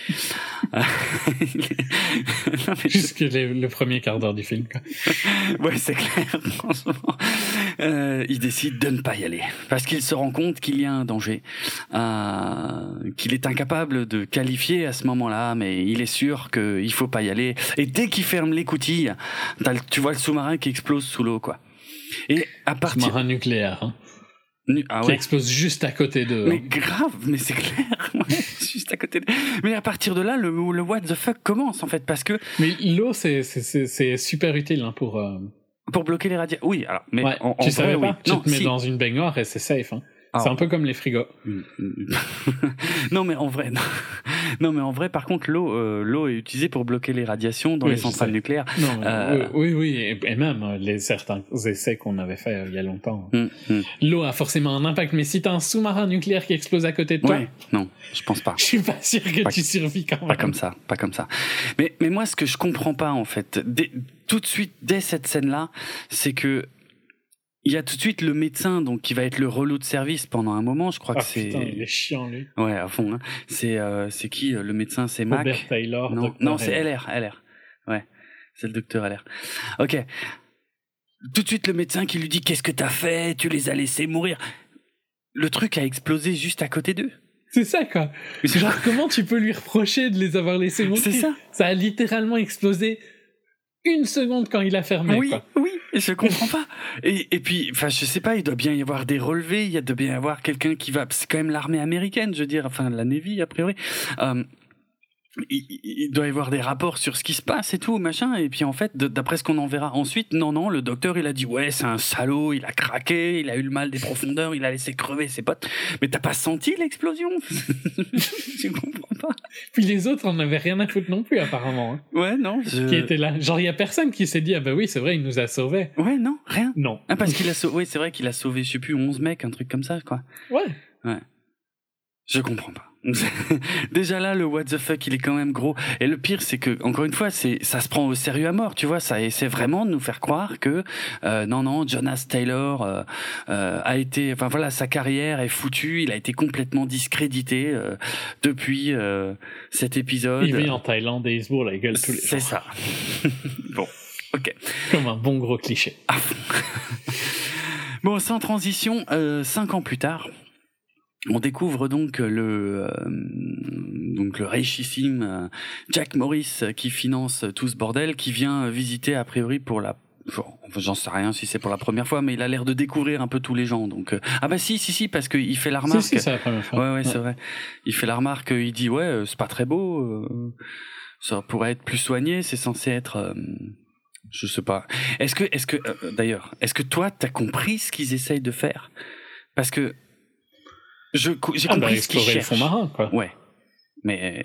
[SPEAKER 2] Jusque le premier quart d'heure du film, quoi.
[SPEAKER 1] Ouais, c'est clair, franchement. Il décide de ne pas y aller parce qu'il se rend compte qu'il y a un danger, qu'il est incapable de qualifier à ce moment-là, mais il est sûr qu'il faut pas y aller. Et dès qu'il ferme l'écoutille, tu vois le sous-marin qui explose sous l'eau, quoi. Et à partir
[SPEAKER 2] sous-marin nucléaire, hein.
[SPEAKER 1] Qui
[SPEAKER 2] explose juste à côté d'eux.
[SPEAKER 1] Mais grave, mais c'est clair, juste à côté. Mais à partir de là, le what the fuck commence en fait, parce que.
[SPEAKER 2] Mais l'eau, c'est super utile hein, pour
[SPEAKER 1] bloquer les radiations. Oui, alors. Mais
[SPEAKER 2] ouais, tu savais pas. Tu te mets dans une baignoire et c'est safe. Hein. C'est un peu comme les frigos.
[SPEAKER 1] Non, mais en vrai, non, mais en vrai, par contre, l'eau est utilisée pour bloquer les radiations dans les centrales nucléaires.
[SPEAKER 2] Non, oui, et même certains essais qu'on avait fait il y a longtemps. L'eau a forcément un impact, mais si t'as un sous-marin nucléaire qui explose à côté de toi,
[SPEAKER 1] non, je pense pas.
[SPEAKER 2] Je suis pas sûr que tu survis quand même.
[SPEAKER 1] Pas comme ça. Mais moi, ce que je comprends pas en fait, tout de suite dès cette scène-là, c'est que il y a tout de suite le médecin donc qui va être le relou de service pendant un moment, je crois que c'est.
[SPEAKER 2] Putain, il est chiant lui.
[SPEAKER 1] Ouais, à fond. Hein. C'est qui le médecin, c'est Mac.
[SPEAKER 2] Robert Taylor.
[SPEAKER 1] Non, c'est LR. Ouais, c'est le docteur LR. Ok. Tout de suite le médecin qui lui dit qu'est-ce que t'as fait, tu les as laissés mourir. Le truc a explosé juste à côté d'eux.
[SPEAKER 2] C'est ça quoi. Genre comment tu peux lui reprocher de les avoir laissés mourir?
[SPEAKER 1] C'est ça.
[SPEAKER 2] Ça a littéralement explosé 1 seconde quand il a fermé.
[SPEAKER 1] Oui,
[SPEAKER 2] quoi.
[SPEAKER 1] oui, je comprends pas. Et puis, enfin, je sais pas, il doit bien y avoir des relevés, il doit bien y avoir quelqu'un qui va. C'est quand même l'armée américaine, je veux dire, enfin la Navy a priori. Il doit y avoir des rapports sur ce qui se passe et tout, machin. Et puis en fait, d'après ce qu'on en verra ensuite, non, le docteur il a dit ouais, c'est un salaud, il a craqué, il a eu le mal des profondeurs, il a laissé crever ses potes. Mais t'as pas senti l'explosion? Je comprends pas.
[SPEAKER 2] Puis les autres en avaient rien à foutre non plus apparemment. Hein.
[SPEAKER 1] Ouais, non.
[SPEAKER 2] Qui était là. Genre il y a personne qui s'est dit ah bah oui c'est vrai il nous a sauvés.
[SPEAKER 1] Ouais, non, rien.
[SPEAKER 2] Non.
[SPEAKER 1] Ah parce qu'il a sauvé. Oui, c'est vrai qu'il a sauvé, je sais plus 11 mecs, un truc comme ça, quoi.
[SPEAKER 2] Ouais.
[SPEAKER 1] Je comprends pas. Déjà là, le what the fuck, il est quand même gros. Et le pire, c'est que, encore une fois, ça se prend au sérieux à mort, tu vois. Ça essaie vraiment de nous faire croire que, non, Jonas Taylor a été, enfin voilà, sa carrière est foutue. Il a été complètement discrédité depuis cet épisode.
[SPEAKER 2] Il vit en Thaïlande et il se bourre la gueule tous les jours.
[SPEAKER 1] C'est ça. Bon, ok.
[SPEAKER 2] Comme un bon gros cliché.
[SPEAKER 1] Ah. Bon, sans transition, 5 ans plus tard. On découvre donc le richissime Jack Morris qui finance tout ce bordel, qui vient visiter a priori pour la... J'en sais rien si c'est pour la première fois, mais il a l'air de découvrir un peu tous les gens. Donc ah bah si parce qu'il fait la remarque.
[SPEAKER 2] Si, c'est la première fois.
[SPEAKER 1] Ouais, c'est vrai. Il fait la remarque, il dit ouais, c'est pas très beau. Ça pourrait être plus soigné. C'est censé être. Je sais pas. Est-ce que d'ailleurs, est-ce que toi t'as compris ce qu'ils essayent de faire? Parce que j'ai compris ce qu'ils cherchent.
[SPEAKER 2] Le fond marin, quoi.
[SPEAKER 1] Ouais. Mais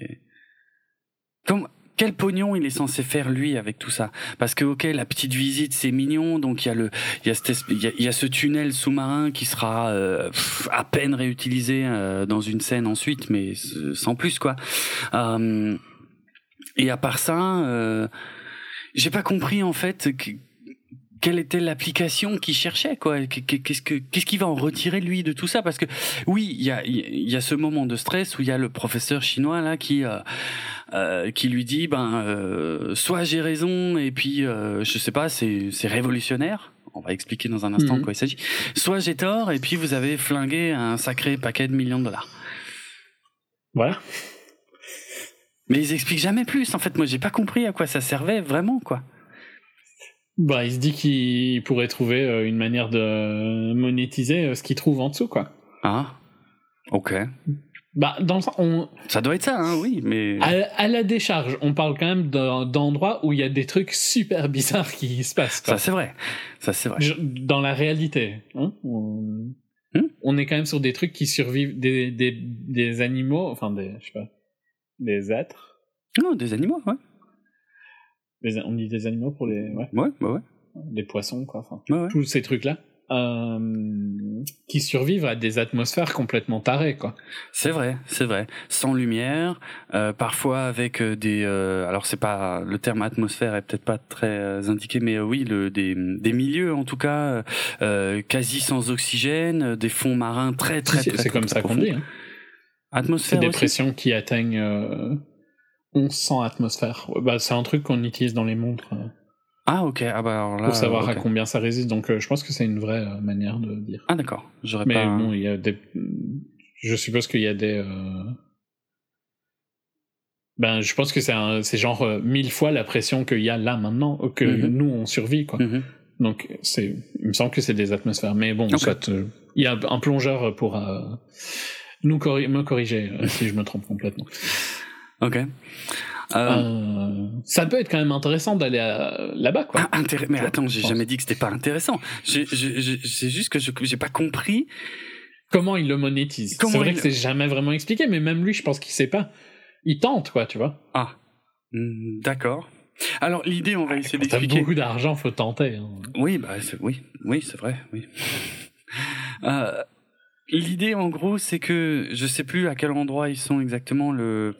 [SPEAKER 1] quel pognon il est censé faire lui avec tout ça? Parce que ok, la petite visite c'est mignon, donc il y a ce tunnel sous-marin qui sera à peine réutilisé dans une scène ensuite, mais sans plus quoi. Et à part ça, j'ai pas compris en fait quelle était l'application qu'il cherchait quoi. Qu'est-ce qu'il va en retirer lui de tout ça? Parce que oui, il y a ce moment de stress où il y a le professeur chinois là qui lui dit soit j'ai raison et puis je sais pas, c'est révolutionnaire. On va expliquer dans un instant de quoi il s'agit. Soit j'ai tort et puis vous avez flingué un sacré paquet de millions de dollars.
[SPEAKER 2] Voilà.
[SPEAKER 1] Mais ils expliquent jamais plus. En fait, moi j'ai pas compris à quoi ça servait vraiment quoi.
[SPEAKER 2] Bah, il se dit qu'il pourrait trouver une manière de monétiser ce qu'il trouve en dessous, quoi.
[SPEAKER 1] Ah, ok.
[SPEAKER 2] Bah, dans le sens,
[SPEAKER 1] ça doit être ça, hein, oui, mais...
[SPEAKER 2] À la décharge, on parle quand même d'endroits où il y a des trucs super bizarres qui se passent, quoi.
[SPEAKER 1] Ça, c'est vrai.
[SPEAKER 2] Dans la réalité, hein, on est quand même sur des trucs qui survivent, des animaux, enfin, je sais pas, des êtres.
[SPEAKER 1] Non, des animaux, ouais.
[SPEAKER 2] On dit des animaux pour les...
[SPEAKER 1] Ouais.
[SPEAKER 2] Les poissons, quoi. Enfin,
[SPEAKER 1] ouais.
[SPEAKER 2] tous ces trucs-là. qui survivent à des atmosphères complètement tarées, quoi.
[SPEAKER 1] C'est vrai. Sans lumière, parfois avec des. Alors c'est pas le terme atmosphère est peut-être pas très indiqué, mais oui, des milieux en tout cas quasi sans oxygène, des fonds marins très.
[SPEAKER 2] C'est comme ça qu'on dit. Hein.
[SPEAKER 1] Atmosphère.
[SPEAKER 2] C'est des pressions qui atteignent 1100 atmosphères. Bah, c'est un truc qu'on utilise dans les montres.
[SPEAKER 1] Ah ok, ah bah alors là,
[SPEAKER 2] pour savoir à combien ça résiste, donc je pense que c'est une vraie manière de dire.
[SPEAKER 1] Ah d'accord, j'aurais
[SPEAKER 2] mais
[SPEAKER 1] pas...
[SPEAKER 2] bon, il y a des... Je suppose qu'il y a des... Ben, je pense que c'est genre 1000 fois la pression qu'il y a là maintenant, que nous on survit, quoi. Donc il me semble que c'est des atmosphères, mais bon, soit il y a un plongeur pour me corriger si je me trompe complètement.
[SPEAKER 1] Ok.
[SPEAKER 2] Ça peut être quand même intéressant d'aller là-bas, quoi.
[SPEAKER 1] Mais attends, j'ai jamais dit que c'était pas intéressant. C'est juste que j'ai pas compris
[SPEAKER 2] comment il le monétise. C'est vrai que c'est jamais vraiment expliqué, mais même lui, je pense qu'il sait pas. Il tente, quoi, tu vois.
[SPEAKER 1] Ah, d'accord. Alors l'idée, on va essayer d'expliquer.
[SPEAKER 2] Quand t'as beaucoup d'argent, faut tenter. Hein.
[SPEAKER 1] Oui, bah oui, c'est vrai, oui. L'idée, en gros, c'est que je sais plus à quel endroit ils sont exactement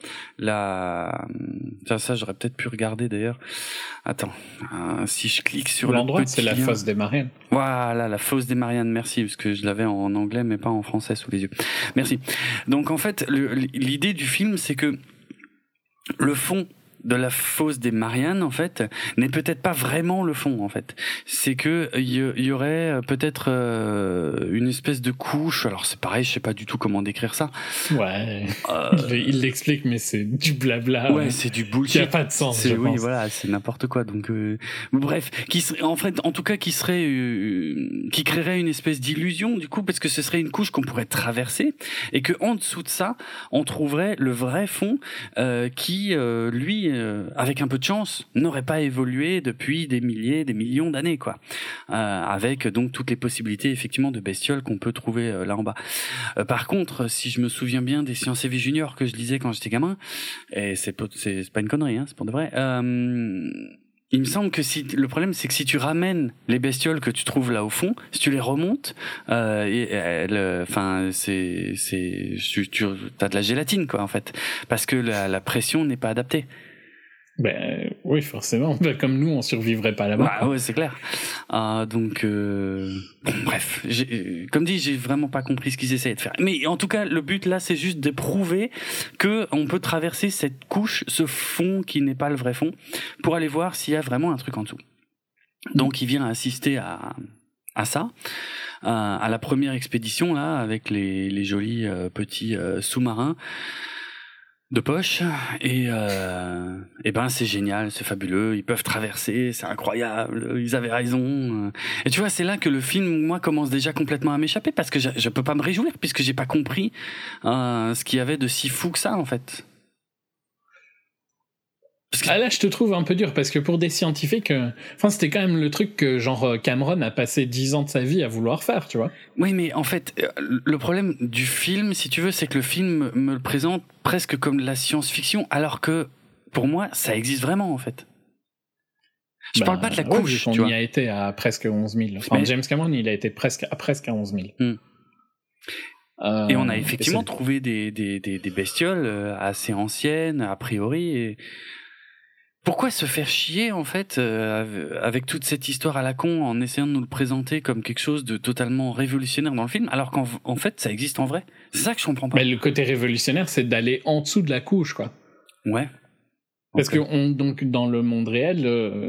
[SPEAKER 1] ça j'aurais peut-être pu regarder d'ailleurs. Attends, si je clique sur
[SPEAKER 2] l'endroit, c'est la fosse des Mariannes.
[SPEAKER 1] Voilà, la fosse des Mariannes. Merci, parce que je l'avais en anglais mais pas en français sous les yeux. Merci. Donc en fait, l'idée du film, c'est que le fond de la fosse des Mariannes, en fait, n'est peut-être pas vraiment le fond, en fait. C'est que il y aurait peut-être une espèce de couche. Alors c'est pareil, je sais pas du tout comment décrire ça.
[SPEAKER 2] Ouais. Il l'explique, mais c'est du blabla.
[SPEAKER 1] Ouais, c'est du bullshit.
[SPEAKER 2] Qui a pas de sens. Je pense.
[SPEAKER 1] Voilà, c'est n'importe quoi. Donc, bref, qui serait, en fait, en tout cas, qui créerait une espèce d'illusion, du coup, parce que ce serait une couche qu'on pourrait traverser et que en dessous de ça, on trouverait le vrai fond qui, lui, avec un peu de chance, n'aurait pas évolué depuis des milliers, des millions d'années, quoi. Avec donc toutes les possibilités, effectivement, de bestioles qu'on peut trouver là en bas. Par contre, si je me souviens bien des Science et Vie Junior que je lisais quand j'étais gamin, et c'est pas une connerie, hein, c'est pour de vrai. Il me semble que le problème, c'est que si tu ramènes les bestioles que tu trouves là au fond, si tu les remontes, t'as de la gélatine, quoi, en fait, parce que la pression n'est pas adaptée.
[SPEAKER 2] Ben oui, forcément. Ben, comme nous, on survivrait pas là-bas.
[SPEAKER 1] Ouais, c'est clair. Donc, bon, bref, comme dit, j'ai vraiment pas compris ce qu'ils essayaient de faire. Mais en tout cas, le but là, c'est juste de prouver que on peut traverser cette couche, ce fond qui n'est pas le vrai fond, pour aller voir s'il y a vraiment un truc en dessous. Donc, il vient assister à ça, à la première expédition là, avec les jolis petits sous-marins de poche, et ben c'est génial, c'est fabuleux, ils peuvent traverser, c'est incroyable, ils avaient raison. Et tu vois, c'est là que le film, moi, commence déjà complètement à m'échapper, parce que je peux pas me réjouir puisque j'ai pas compris ce qu'il y avait de si fou que ça, en fait.
[SPEAKER 2] Là, je te trouve un peu dur, parce que pour des scientifiques, c'était quand même le truc que genre Cameron a passé 10 ans de sa vie à vouloir faire, tu vois.
[SPEAKER 1] Oui, mais en fait, le problème du film, si tu veux, c'est que le film me le présente presque comme de la science-fiction, alors que, pour moi, ça existe vraiment, en fait. Je parle pas de la couche,
[SPEAKER 2] tu vois. On y a été à presque 11 000. Enfin, James Cameron, il a été presque à 11 000.
[SPEAKER 1] Et on a effectivement trouvé des bestioles assez anciennes, a priori, et... Pourquoi se faire chier, en fait, avec toute cette histoire à la con, en essayant de nous le présenter comme quelque chose de totalement révolutionnaire dans le film, alors qu'en fait, ça existe en vrai? C'est ça que je comprends pas.
[SPEAKER 2] Mais le côté révolutionnaire, c'est d'aller en dessous de la couche, quoi.
[SPEAKER 1] Ouais.
[SPEAKER 2] Parce que donc, dans le monde réel,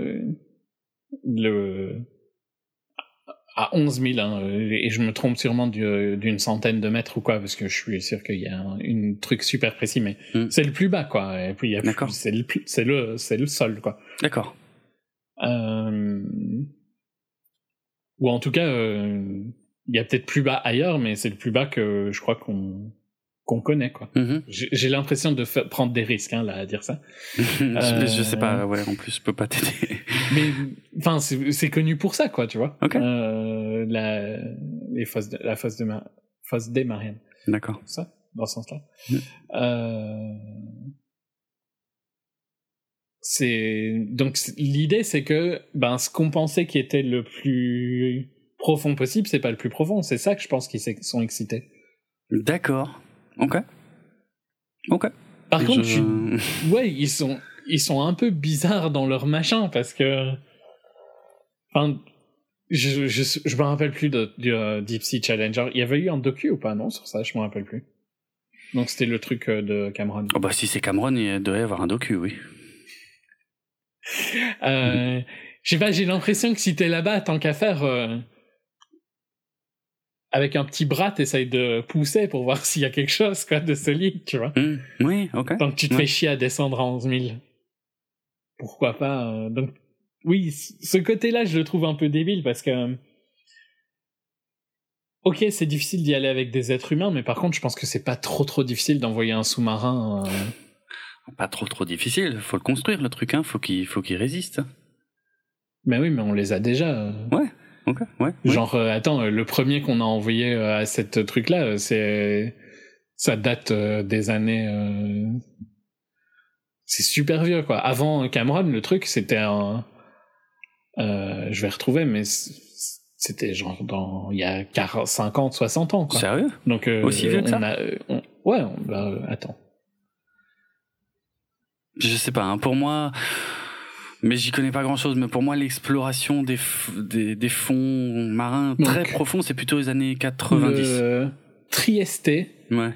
[SPEAKER 2] à 11 000, hein, et je me trompe sûrement d'une centaine de mètres ou quoi, parce que je suis sûr qu'il y a un truc super précis, mais c'est le plus bas, quoi. Et puis c'est le sol, quoi.
[SPEAKER 1] D'accord.
[SPEAKER 2] Ou en tout cas, il y a peut-être plus bas ailleurs, mais c'est le plus bas que je crois qu'on connaît, quoi. J'ai l'impression de prendre des risques, hein, là, à dire ça.
[SPEAKER 1] Je sais pas, ouais, en plus, je peux pas t'aider.
[SPEAKER 2] Mais, enfin, c'est connu pour ça, quoi, tu vois.
[SPEAKER 1] Ok.
[SPEAKER 2] La fosse des Mariannes.
[SPEAKER 1] D'accord.
[SPEAKER 2] Ça, dans ce sens-là. Donc, l'idée, c'est que, ce qu'on pensait qui était le plus profond possible, c'est pas le plus profond. C'est ça que je pense qu'ils sont excités.
[SPEAKER 1] D'accord. Ok.
[SPEAKER 2] Par contre, ouais, ils sont un peu bizarres dans leur machin parce que, enfin, je me rappelle plus du Deep Sea Challenger. Il y avait eu un docu ou pas, non, sur ça, je me rappelle plus. Donc c'était le truc de Cameron.
[SPEAKER 1] Oh bah si c'est Cameron, il doit y avoir un docu, oui.
[SPEAKER 2] Je sais pas, j'ai l'impression que si t'es là-bas, tant qu'à faire, avec un petit bras, t'essayes de pousser pour voir s'il y a quelque chose, quoi, de solide, tu vois.
[SPEAKER 1] Oui, ok.
[SPEAKER 2] Tant que tu te fais chier à descendre à 11 000. Pourquoi pas donc, oui, ce côté-là, je le trouve un peu débile parce que... Ok, c'est difficile d'y aller avec des êtres humains, mais par contre, je pense que c'est pas trop difficile d'envoyer un sous-marin...
[SPEAKER 1] Pas trop difficile, faut le construire, le truc, hein. Faut qu'il résiste.
[SPEAKER 2] Ben oui, mais on les a déjà.
[SPEAKER 1] Ouais. Ok, ouais.
[SPEAKER 2] Genre, attends, le premier qu'on a envoyé à cette truc-là, ça date des années... C'est super vieux, quoi. Avant Cameron, le truc, c'était un... je vais retrouver, mais c'était genre il y a 50, 60 ans, quoi.
[SPEAKER 1] Sérieux?
[SPEAKER 2] Donc,
[SPEAKER 1] aussi vieux que ça?
[SPEAKER 2] Attends.
[SPEAKER 1] Je sais pas, hein, pour moi... Mais j'y connais pas grand-chose, mais pour moi, l'exploration des fonds marins très profonds, c'est plutôt les années 90.
[SPEAKER 2] Trieste.
[SPEAKER 1] Ouais.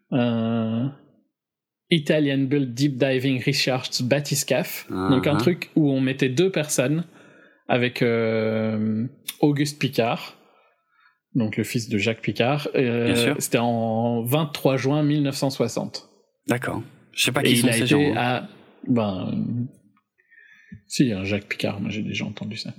[SPEAKER 2] Italian Build Deep Diving Research Bathyscaphe. Donc un truc où on mettait 2 personnes avec Auguste Piccard, donc le fils de Jacques Piccard.
[SPEAKER 1] Bien sûr.
[SPEAKER 2] C'était en 23 juin 1960.
[SPEAKER 1] D'accord. Je sais pas qui sont ces gens.
[SPEAKER 2] Il a été si, un Jacques Piccard, moi j'ai déjà entendu ça.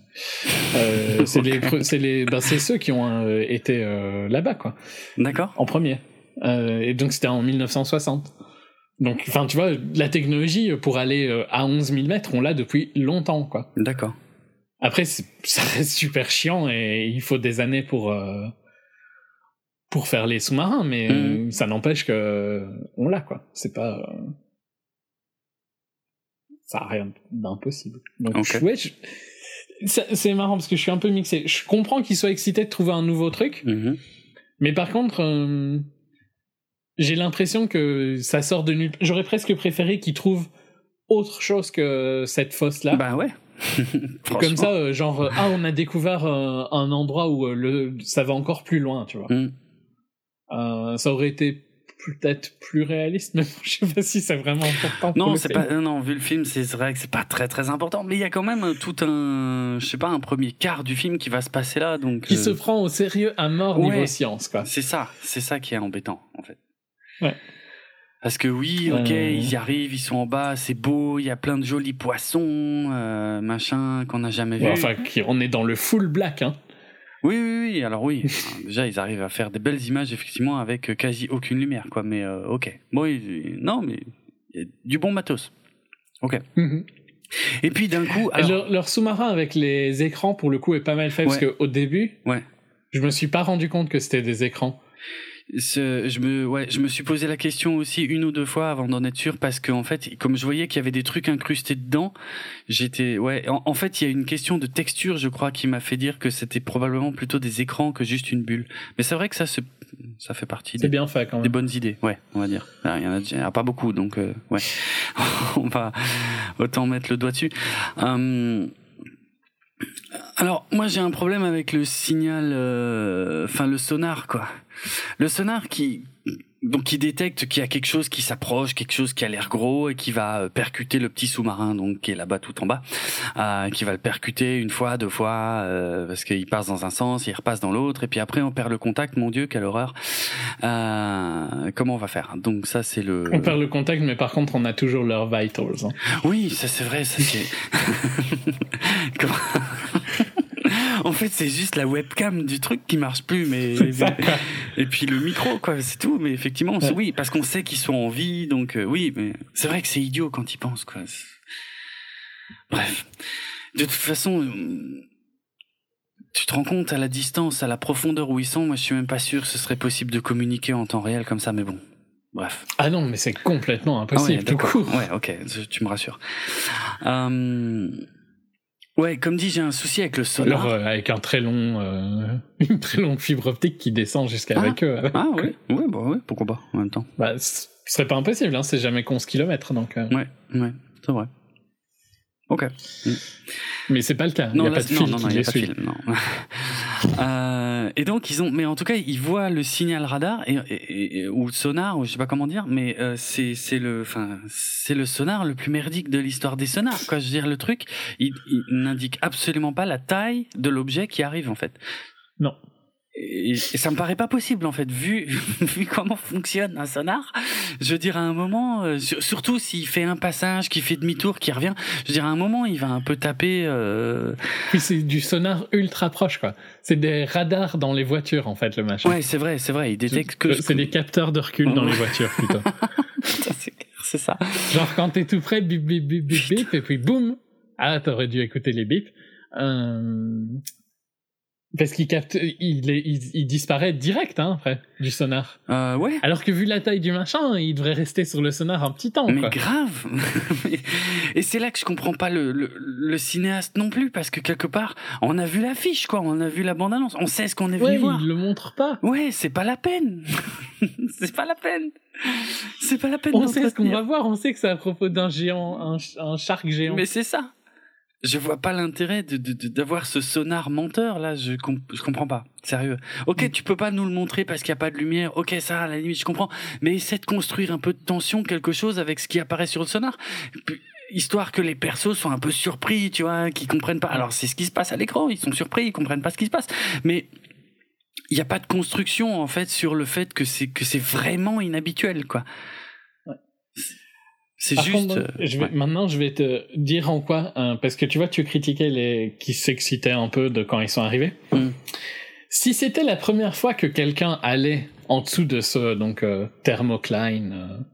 [SPEAKER 2] C'est ceux qui ont été là-bas, quoi.
[SPEAKER 1] D'accord.
[SPEAKER 2] En premier. Et donc c'était en 1960. Donc, enfin, tu vois, la technologie pour aller à 11 000 mètres, on l'a depuis longtemps, quoi.
[SPEAKER 1] D'accord.
[SPEAKER 2] Après, ça reste super chiant et il faut des années pour faire les sous-marins, mais ça n'empêche que on l'a, quoi. C'est pas... ça n'a rien d'impossible. Donc, c'est marrant parce que je suis un peu mixé. Je comprends qu'ils soient excités de trouver un nouveau truc, mais par contre, j'ai l'impression que ça sort de nulle... J'aurais presque préféré qu'ils trouvent autre chose que cette fosse-là.
[SPEAKER 1] Bah ouais.
[SPEAKER 2] Comme ça, genre, on a découvert un endroit où ça va encore plus loin, tu vois. Ça aurait été peut-être plus réaliste, mais je sais pas si c'est vraiment important.
[SPEAKER 1] Non, c'est pas. Non, vu le film, c'est vrai que c'est pas très important, mais il y a quand même tout un, je sais pas, un premier quart du film qui va se passer là, donc.
[SPEAKER 2] Qui se prend au sérieux à mort niveau science, quoi.
[SPEAKER 1] C'est ça qui est embêtant, en fait.
[SPEAKER 2] Ouais.
[SPEAKER 1] Parce que oui, ok, ils y arrivent, ils sont en bas, c'est beau, il y a plein de jolis poissons, machin, qu'on n'a jamais vu.
[SPEAKER 2] Enfin, on est dans le full black, hein.
[SPEAKER 1] Oui, alors oui. Déjà, ils arrivent à faire des belles images, effectivement, avec quasi aucune lumière, quoi, mais ok. Bon, non, mais il y a du bon matos. Ok. Et puis, d'un coup...
[SPEAKER 2] Alors... Leur sous-marin avec les écrans, pour le coup, est pas mal fait, parce qu'au début, je me suis pas rendu compte que c'était des écrans.
[SPEAKER 1] Je me suis posé la question aussi 1 ou 2 fois avant d'en être sûr, parce que en fait, comme je voyais qu'il y avait des trucs incrustés dedans, j'étais en fait il y a une question de texture, je crois, qui m'a fait dire que c'était probablement plutôt des écrans que juste une bulle. Mais c'est vrai que ça fait partie
[SPEAKER 2] bien fait, quand même.
[SPEAKER 1] Des bonnes idées, on va dire. Il y en a pas beaucoup, donc on va autant mettre le doigt dessus. Alors, moi, j'ai un problème avec le signal, le sonar, quoi. Le sonar qui détecte qu'il y a quelque chose qui s'approche, quelque chose qui a l'air gros et qui va percuter le petit sous-marin, donc, qui est là-bas tout en bas, qui va le percuter 1 fois, 2 fois, parce qu'il passe dans un sens, il repasse dans l'autre, et puis après, on perd le contact, mon Dieu, quelle horreur. Comment on va faire? Donc, ça, c'est
[SPEAKER 2] On perd le contact, mais par contre, on a toujours leurs vitals, hein.
[SPEAKER 1] Oui, ça, c'est vrai, ça, c'est... En fait, c'est juste la webcam du truc qui marche plus, mais et puis le micro, quoi, c'est tout. Mais effectivement, oui, parce qu'on sait qu'ils sont en vie, donc oui, mais c'est vrai que c'est idiot quand ils pensent, quoi. Bref, de toute façon, tu te rends compte à la distance, à la profondeur où ils sont. Moi, je suis même pas sûr que ce serait possible de communiquer en temps réel comme ça, mais bon. Bref.
[SPEAKER 2] Ah non, mais c'est complètement impossible, tout court.
[SPEAKER 1] Ouais, ok, tu me rassures. Ouais, comme dit, j'ai un souci avec le sonar.
[SPEAKER 2] Alors, avec une très longue fibre optique qui descend jusqu'avec eux.
[SPEAKER 1] Oui, pourquoi pas, en même temps.
[SPEAKER 2] Bah, ce serait pas impossible, hein, c'est jamais 11 km, donc...
[SPEAKER 1] Ouais, c'est vrai. Ok.
[SPEAKER 2] Mais c'est pas le cas, il n'y a pas de fil qui les suit.
[SPEAKER 1] Et donc, mais en tout cas, ils voient le signal radar, ou le sonar, ou je sais pas comment dire, mais c'est le sonar le plus merdique de l'histoire des sonars, quoi. Je veux dire, le truc, il n'indique absolument pas la taille de l'objet qui arrive, en fait.
[SPEAKER 2] Non.
[SPEAKER 1] Et ça me paraît pas possible, en fait, vu comment fonctionne un sonar. Je veux dire, à un moment, surtout s'il fait un passage, qu'il fait demi-tour, qu'il revient, je veux dire, à un moment, il va un peu taper...
[SPEAKER 2] Puis c'est du sonar ultra proche, quoi. C'est des radars dans les voitures, en fait, le machin.
[SPEAKER 1] Ouais, c'est vrai, il détecte que...
[SPEAKER 2] C'est des capteurs de recul dans les voitures, plutôt.
[SPEAKER 1] C'est ça.
[SPEAKER 2] Genre, quand t'es tout près, bip, bip, bip, bip, bip, et puis boum. Ah, t'aurais dû écouter les bips. Parce qu'il capte, il disparaît direct, hein, après, du sonar.
[SPEAKER 1] Ouais.
[SPEAKER 2] Alors que vu la taille du machin, il devrait rester sur le sonar un petit temps,
[SPEAKER 1] mais
[SPEAKER 2] quoi.
[SPEAKER 1] Grave. Et c'est là que je comprends pas le cinéaste non plus, parce que quelque part, on a vu l'affiche, quoi, on a vu la bande-annonce, on sait ce qu'on est venu voir.
[SPEAKER 2] Il le montre pas.
[SPEAKER 1] Ouais, c'est pas la peine. C'est pas la peine.
[SPEAKER 2] On sait ce qu'on va voir, on sait que c'est à propos d'un géant, un shark géant.
[SPEAKER 1] Mais c'est ça. Je vois pas l'intérêt d'avoir ce sonar menteur, là, je comprends pas. Sérieux. Ok, tu peux pas nous le montrer parce qu'il y a pas de lumière. Ok, ça, à la limite, je comprends. Mais essaie de construire un peu de tension, quelque chose avec ce qui apparaît sur le sonar. Histoire que les persos soient un peu surpris, tu vois, qu'ils comprennent pas. Alors, c'est ce qui se passe à l'écran. Ils sont surpris, ils comprennent pas ce qui se passe. Mais, il y a pas de construction, en fait, sur le fait que c'est vraiment inhabituel, quoi. C'est
[SPEAKER 2] Par
[SPEAKER 1] juste.
[SPEAKER 2] Contre, maintenant, je vais te dire en quoi, parce que tu vois, tu critiquais les qui s'excitaient un peu de quand ils sont arrivés. Si c'était la première fois que quelqu'un allait en dessous de ce thermocline,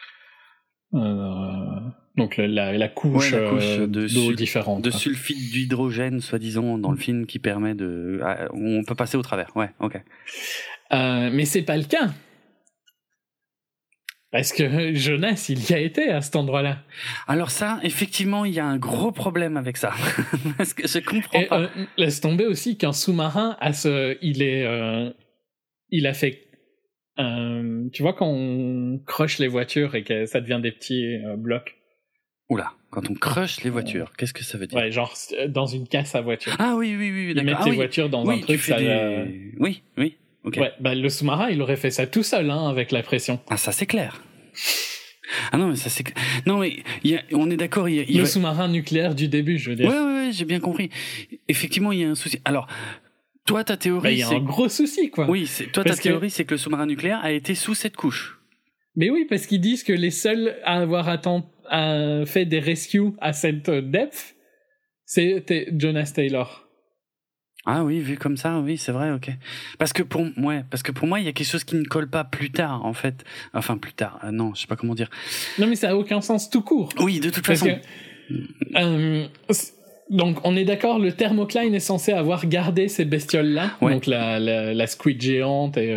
[SPEAKER 2] donc la couche, d'eau différente,
[SPEAKER 1] de sulfite d'hydrogène, soi-disant, dans le film, qui permet où on peut passer au travers. Ouais, ok.
[SPEAKER 2] Mais c'est pas le cas. Parce que Jonas, il y a été à cet endroit-là.
[SPEAKER 1] Alors ça, effectivement, il y a un gros problème avec ça. Parce que je comprends pas.
[SPEAKER 2] Laisse tomber aussi qu'un sous-marin il a fait... tu vois quand on crush les voitures et que ça devient des petits blocs.
[SPEAKER 1] Oula, quand on crush les voitures, qu'est-ce que ça veut dire?
[SPEAKER 2] Ouais, genre dans une casse à voiture.
[SPEAKER 1] Ah oui, d'accord.
[SPEAKER 2] Ils mettent tes voitures dans un truc, ça...
[SPEAKER 1] Oui, ok.
[SPEAKER 2] Ouais, le sous-marin, il aurait fait ça tout seul, hein, avec la pression.
[SPEAKER 1] Ah, ça c'est clair. Ah non, mais ça c'est... Non, mais on est d'accord...
[SPEAKER 2] Le sous-marin nucléaire du début, je veux dire.
[SPEAKER 1] Ouais, j'ai bien compris. Effectivement, il y a un souci. Alors, toi, ta théorie...
[SPEAKER 2] il y a un gros souci, quoi.
[SPEAKER 1] Oui, ta théorie, c'est que le sous-marin nucléaire a été sous cette couche.
[SPEAKER 2] Mais oui, parce qu'ils disent que les seuls à avoir fait des rescues à cette depth, c'était Jonas Taylor.
[SPEAKER 1] Ah oui, vu comme ça, oui, c'est vrai, ok. Parce que pour moi, il y a quelque chose qui ne colle pas plus tard, en fait. Enfin, plus tard, non, je sais pas comment dire.
[SPEAKER 2] Non, mais ça a aucun sens tout court.
[SPEAKER 1] Oui, de toute façon.
[SPEAKER 2] Donc, on est d'accord, le thermocline est censé avoir gardé ces bestioles-là. Ouais. Donc, la squid géante et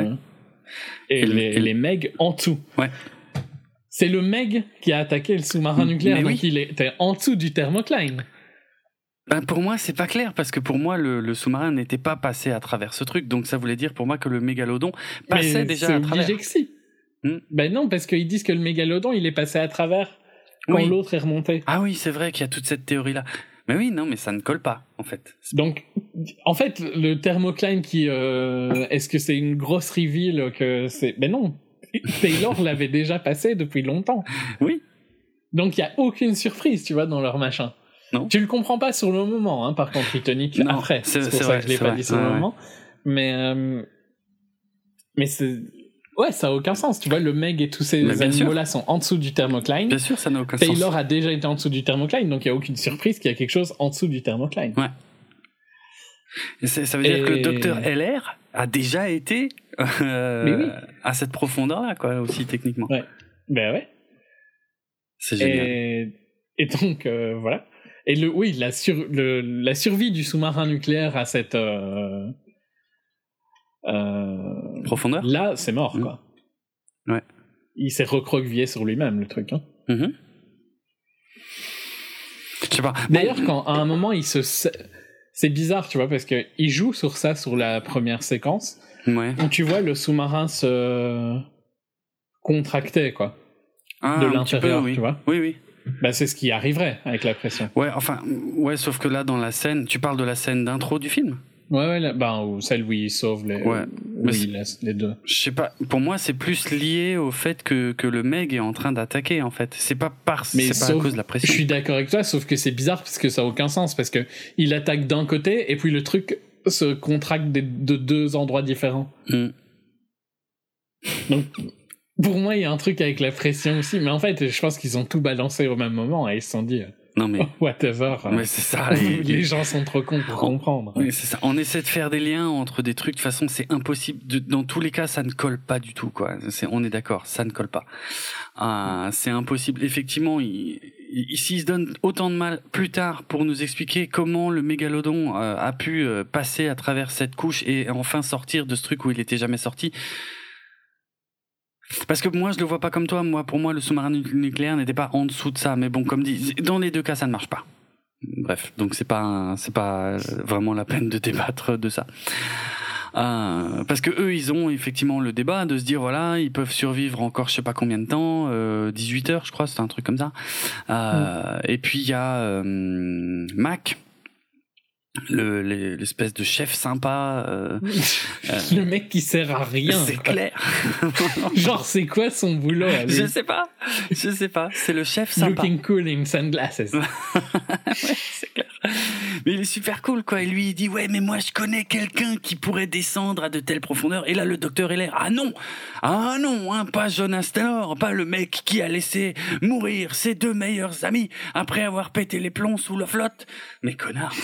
[SPEAKER 2] les Meg en dessous.
[SPEAKER 1] Ouais.
[SPEAKER 2] C'est le Meg qui a attaqué le sous-marin nucléaire, donc il était en dessous du thermocline.
[SPEAKER 1] Pour moi, c'est pas clair, parce que pour moi, le sous-marin n'était pas passé à travers ce truc, donc ça voulait dire pour moi que le mégalodon passait déjà à travers.
[SPEAKER 2] C'est obligé que si. Ben non, parce qu'ils disent que le mégalodon, il est passé à travers quand l'autre est remonté.
[SPEAKER 1] Ah oui, c'est vrai qu'il y a toute cette théorie-là. Mais oui, non, mais ça ne colle pas, en fait.
[SPEAKER 2] Donc, en fait, le thermocline qui... est-ce que c'est une grosse reveal que c'est... Ben non, Taylor l'avait déjà passé depuis longtemps.
[SPEAKER 1] Oui.
[SPEAKER 2] Donc, il n'y a aucune surprise, tu vois, dans leur machin.
[SPEAKER 1] Non.
[SPEAKER 2] Tu le comprends pas sur le moment, hein, par contre, Kryptonic, après. C'est pour ça que je l'ai pas dit sur le moment. Mais c'est... Ouais, ça a aucun sens. Tu vois, le Meg et tous ces animaux-là sont en dessous du thermocline.
[SPEAKER 1] Bien sûr, ça n'a aucun sens.
[SPEAKER 2] Taylor a déjà été en dessous du thermocline, donc il n'y a aucune surprise qu'il y a quelque chose en dessous du thermocline.
[SPEAKER 1] Ouais. Et ça veut dire que le docteur LR a déjà été à cette profondeur-là, quoi, aussi techniquement.
[SPEAKER 2] Ouais. Ben ouais.
[SPEAKER 1] C'est génial.
[SPEAKER 2] Et donc, voilà. Et la survie du sous-marin nucléaire à cette
[SPEAKER 1] profondeur.
[SPEAKER 2] Là, c'est mort, quoi.
[SPEAKER 1] Ouais.
[SPEAKER 2] Il s'est recroquevillé sur lui-même, le truc. Hein.
[SPEAKER 1] Je sais pas.
[SPEAKER 2] D'ailleurs, quand à un moment c'est bizarre, tu vois, parce que il joue sur ça sur la première séquence.
[SPEAKER 1] Ouais.
[SPEAKER 2] Où tu vois le sous-marin se contracter, quoi. De l'intérieur,
[SPEAKER 1] oui.
[SPEAKER 2] tu vois.
[SPEAKER 1] Oui.
[SPEAKER 2] Bah, c'est ce qui arriverait avec la pression.
[SPEAKER 1] Ouais, sauf que là, dans la scène, tu parles de la scène d'intro du film?
[SPEAKER 2] Ouais, ou celle où il sauve les, où il laisse les deux.
[SPEAKER 1] Je sais pas, pour moi, c'est plus lié au fait que le Meg est en train d'attaquer, en fait. C'est pas pas à cause de la pression.
[SPEAKER 2] Je suis d'accord avec toi, sauf que c'est bizarre parce que ça a aucun sens, parce que il attaque d'un côté et puis le truc se contracte de deux endroits différents. Donc, pour moi, il y a un truc avec la pression aussi, mais en fait, je pense qu'ils ont tout balancé au même moment et ils se sont dit
[SPEAKER 1] non mais
[SPEAKER 2] whatever.
[SPEAKER 1] Mais c'est ça.
[SPEAKER 2] Les gens sont trop cons pour comprendre.
[SPEAKER 1] Oui, c'est ça. On essaie de faire des liens entre des trucs. De toute façon, c'est impossible. Dans tous les cas, ça ne colle pas du tout, quoi. On est d'accord, ça ne colle pas. C'est impossible. Effectivement, s'il se donne autant de mal plus tard pour nous expliquer comment le mégalodon a pu passer à travers cette couche et enfin sortir de ce truc où il était jamais sorti. Parce que moi, je le vois pas comme toi. Pour moi, le sous-marin nucléaire n'était pas en dessous de ça. Mais bon, comme dit, dans les deux cas, ça ne marche pas. Bref, donc c'est pas vraiment la peine de débattre de ça. Parce que eux, ils ont effectivement le débat de se dire voilà, ils peuvent survivre encore je sais pas combien de temps, 18 heures, je crois, c'est un truc comme ça. Et puis il y a Mac. L'espèce de chef sympa
[SPEAKER 2] le mec qui sert à rien,
[SPEAKER 1] c'est clair.
[SPEAKER 2] Genre c'est quoi son boulot
[SPEAKER 1] je sais pas c'est le chef sympa,
[SPEAKER 2] looking cool in sunglasses.
[SPEAKER 1] Ouais, c'est clair, mais il est super cool, quoi. Et lui il dit ouais, mais moi je connais quelqu'un qui pourrait descendre à de telles profondeurs. Et là le docteur est là, ah non hein, pas Jonas Taylor, pas le mec qui a laissé mourir ses deux meilleurs amis après avoir pété les plombs sous la flotte. Mais connard.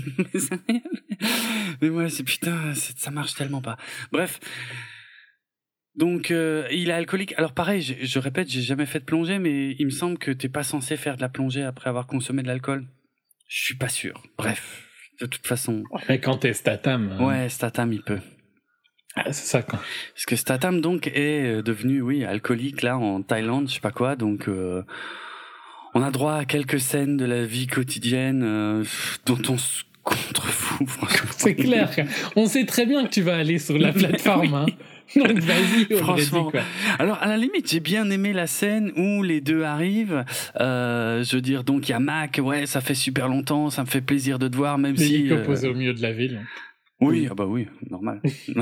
[SPEAKER 1] Mais ouais, ça marche tellement pas. Bref. Donc il est alcoolique. Alors pareil, je répète, j'ai jamais fait de plongée, mais il me semble que t'es pas censé faire de la plongée après avoir consommé de l'alcool. Je suis pas sûr. Bref, de toute façon.
[SPEAKER 2] Mais quand t'es Statham.
[SPEAKER 1] Ouais, Statham il peut.
[SPEAKER 2] C'est ça, quoi.
[SPEAKER 1] Parce que Statham donc est devenu alcoolique là en Thaïlande, je sais pas quoi, donc on a droit à quelques scènes de la vie quotidienne dont on se contrefout, franchement.
[SPEAKER 2] C'est clair. On sait très bien que tu vas aller sur la plateforme. Hein. Donc vas-y,
[SPEAKER 1] franchement.
[SPEAKER 2] Quoi.
[SPEAKER 1] Alors à la limite, j'ai bien aimé la scène où les deux arrivent. Je veux dire, donc il y a Mac. Ouais, ça fait super longtemps. Ça me fait plaisir de te voir, même si.
[SPEAKER 2] Posé au milieu de la ville.
[SPEAKER 1] Oui, oui, normal.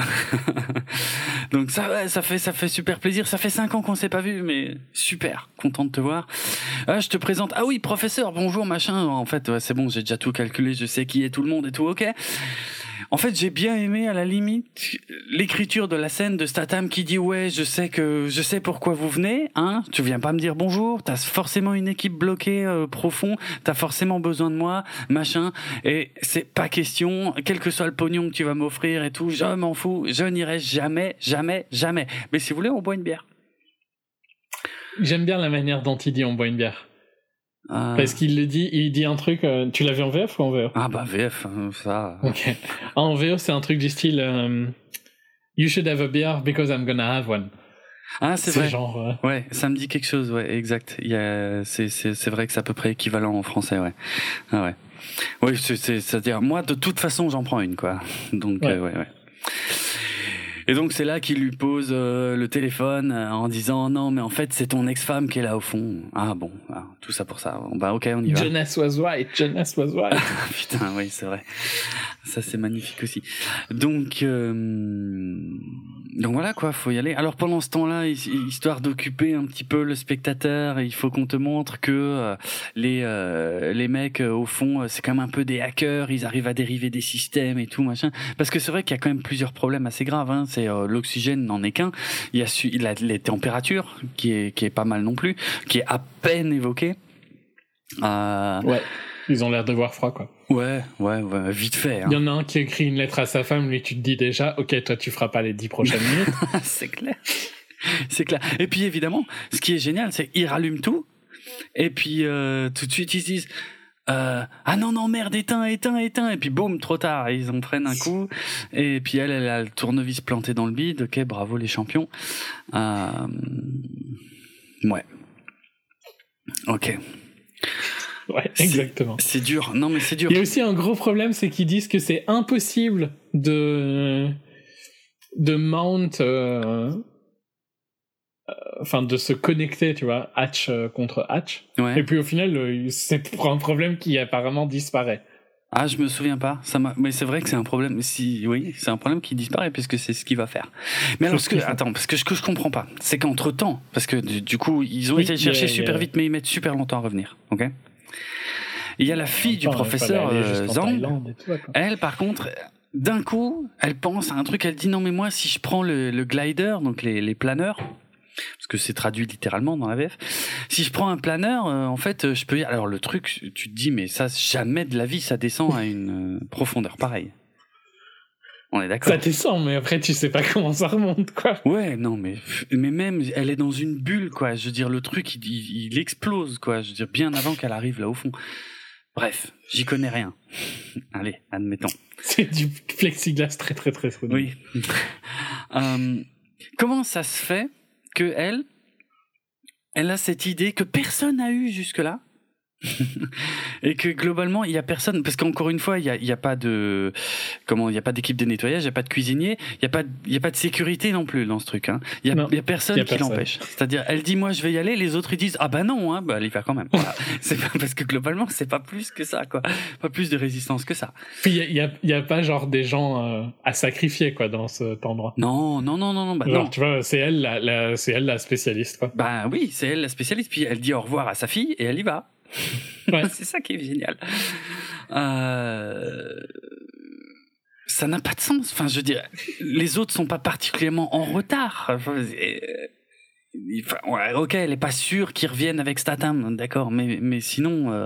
[SPEAKER 1] Donc ça fait super plaisir. Ça fait 5 ans qu'on s'est pas vu, mais super content de te voir. Je te présente. Ah oui, professeur, bonjour, machin. En fait, c'est bon, j'ai déjà tout calculé. Je sais qui est tout le monde et tout. Ok. En fait, j'ai bien aimé, à la limite, l'écriture de la scène de Statham qui dit ouais, je sais pourquoi vous venez, hein. Tu viens pas me dire bonjour. T'as forcément une équipe bloquée profond. T'as forcément besoin de moi, machin. Et c'est pas question. Quel que soit le pognon que tu vas m'offrir et tout, je m'en fous. Je n'irai jamais. Mais si vous voulez, on boit une bière.
[SPEAKER 2] J'aime bien la manière dont il dit on boit une bière. Parce qu'il il dit un truc. Tu l'as vu en VF ou en VO?
[SPEAKER 1] Ah bah VF, ça.
[SPEAKER 2] Ok. En VO, c'est un truc du style You should have a beer because I'm gonna have one.
[SPEAKER 1] Ah, c'est vrai.
[SPEAKER 2] Genre.
[SPEAKER 1] Ouais, ça me dit quelque chose. Ouais, exact. C'est vrai que c'est à peu près équivalent en français. Ouais. Ah ouais. Oui, c'est-à-dire moi de toute façon j'en prends une, quoi. Donc ouais. Et donc c'est là qu'il lui pose le téléphone en disant non mais en fait c'est ton ex-femme qui est là au fond. Ah bon, tout ça pour ça. Bah ok, on y va.
[SPEAKER 2] Jonas was right.
[SPEAKER 1] Putain, oui, c'est vrai. Ça c'est magnifique aussi. Donc voilà, quoi, faut y aller. Alors pendant ce temps-là, histoire d'occuper un petit peu le spectateur, il faut qu'on te montre que les mecs au fond, c'est quand même un peu des hackers, ils arrivent à dériver des systèmes et tout machin. Parce que c'est vrai qu'il y a quand même plusieurs problèmes assez graves, hein. C'est l'oxygène n'en est qu'un. Il y a les températures qui est pas mal non plus, qui est à peine évoqué.
[SPEAKER 2] Ouais. Ils ont l'air de voir froid, quoi.
[SPEAKER 1] Ouais, vite fait. Hein.
[SPEAKER 2] Il y en a un qui écrit une lettre à sa femme, lui tu te dis déjà, ok, toi tu feras pas les 10 prochaines minutes.
[SPEAKER 1] C'est clair. Et puis évidemment, ce qui est génial, c'est qu'ils rallument tout, et puis tout de suite ils se disent ah non merde, éteins, et puis boum, trop tard, ils en prennent un coup, et puis elle a le tournevis planté dans le bide. Ok, bravo les champions. Ouais. Ok.
[SPEAKER 2] Ouais, exactement.
[SPEAKER 1] C'est dur. Non, mais c'est dur.
[SPEAKER 2] Il y a aussi un gros problème, c'est qu'ils disent que c'est impossible de mount, de se connecter, tu vois, hatch contre hatch.
[SPEAKER 1] Ouais.
[SPEAKER 2] Et puis au final, c'est pour un problème qui apparemment disparaît.
[SPEAKER 1] Ah, je me souviens pas. Mais c'est vrai que c'est un problème. Oui, c'est un problème qui disparaît puisque c'est ce qu'il va faire. Mais alors, parce que ce que je comprends pas, c'est qu'entre temps, parce que du coup, ils ont été chercher super vite, mais ils mettent super longtemps à revenir. Ok. Il y a la fille du professeur Zhang. Elle, par contre, d'un coup, elle pense à un truc. Elle dit non, mais moi, si je prends le glider, donc les planeurs. Parce que c'est traduit littéralement dans la VF. Si je prends un planeur, en fait, je peux... Alors le truc, tu te dis, mais ça, jamais de la vie, ça descend à une profondeur pareille. On est d'accord.
[SPEAKER 2] Ça descend, mais après, tu sais pas comment ça remonte, quoi.
[SPEAKER 1] Ouais, non, mais même, elle est dans une bulle, quoi. Je veux dire, le truc, il explose, quoi. Je veux dire, bien avant qu'elle arrive là au fond. Bref, j'y connais rien. Allez, admettons.
[SPEAKER 2] C'est du plexiglas très, très, très solide.
[SPEAKER 1] Oui. Comment ça se fait que elle a cette idée que personne n'a eue jusque-là et que globalement il y a personne, parce qu'encore une fois il y a pas de il y a pas d'équipe de nettoyage, il y a pas de cuisinier, il y a pas de sécurité non plus dans ce truc, hein. Il y a personne qui l'empêche. C'est-à-dire elle dit moi je vais y aller, les autres ils disent ah bah non, hein, bah elle y va quand même. Voilà. C'est pas parce que globalement c'est pas plus que ça, quoi, pas plus de résistance que ça.
[SPEAKER 2] Puis il y a pas genre des gens à sacrifier, quoi, dans cet endroit.
[SPEAKER 1] Non, bah genre, non.
[SPEAKER 2] Tu vois, c'est elle la spécialiste, quoi.
[SPEAKER 1] Bah oui, c'est elle la spécialiste, puis elle dit au revoir à sa fille et elle y va. Ouais. C'est ça qui est génial. Ça n'a pas de sens. Enfin, je veux dire, les autres sont pas particulièrement en retard. Ouais, ok, elle est pas sûre qu'ils reviennent avec Statham, d'accord, mais sinon,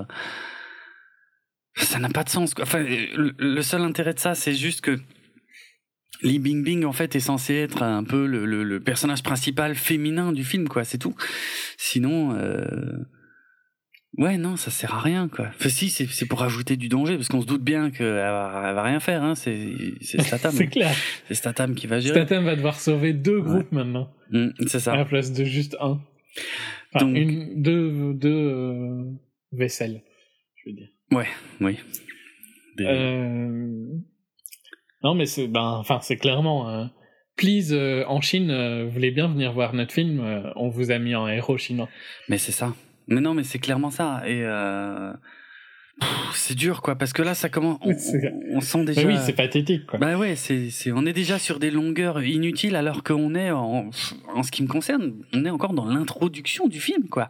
[SPEAKER 1] ça n'a pas de sens, quoi. Enfin, le seul intérêt de ça, c'est juste que Li Bingbing, en fait, est censé être un peu le personnage principal féminin du film, quoi, c'est tout. Sinon, ouais, non, ça sert à rien, quoi. Enfin, si, c'est pour ajouter du danger, parce qu'on se doute bien qu'elle va rien faire, hein. C'est Statham.
[SPEAKER 2] C'est clair.
[SPEAKER 1] C'est Statham qui va gérer.
[SPEAKER 2] Statham va devoir sauver 2 groupes maintenant.
[SPEAKER 1] C'est ça.
[SPEAKER 2] À la place de juste un. Enfin,
[SPEAKER 1] donc...
[SPEAKER 2] deux vaisselles, je veux dire.
[SPEAKER 1] Ouais, oui.
[SPEAKER 2] Non, mais c'est clairement, please, en Chine, voulez bien venir voir notre film, on vous a mis en héros chinois.
[SPEAKER 1] Mais c'est ça. Mais non, mais c'est clairement ça. Et c'est dur, quoi, parce que là, ça commence. On sent déjà.
[SPEAKER 2] Bah oui, c'est pathétique, quoi.
[SPEAKER 1] Bah ouais, on est déjà sur des longueurs inutiles, alors qu'on est en ce qui me concerne, on est encore dans l'introduction du film, quoi.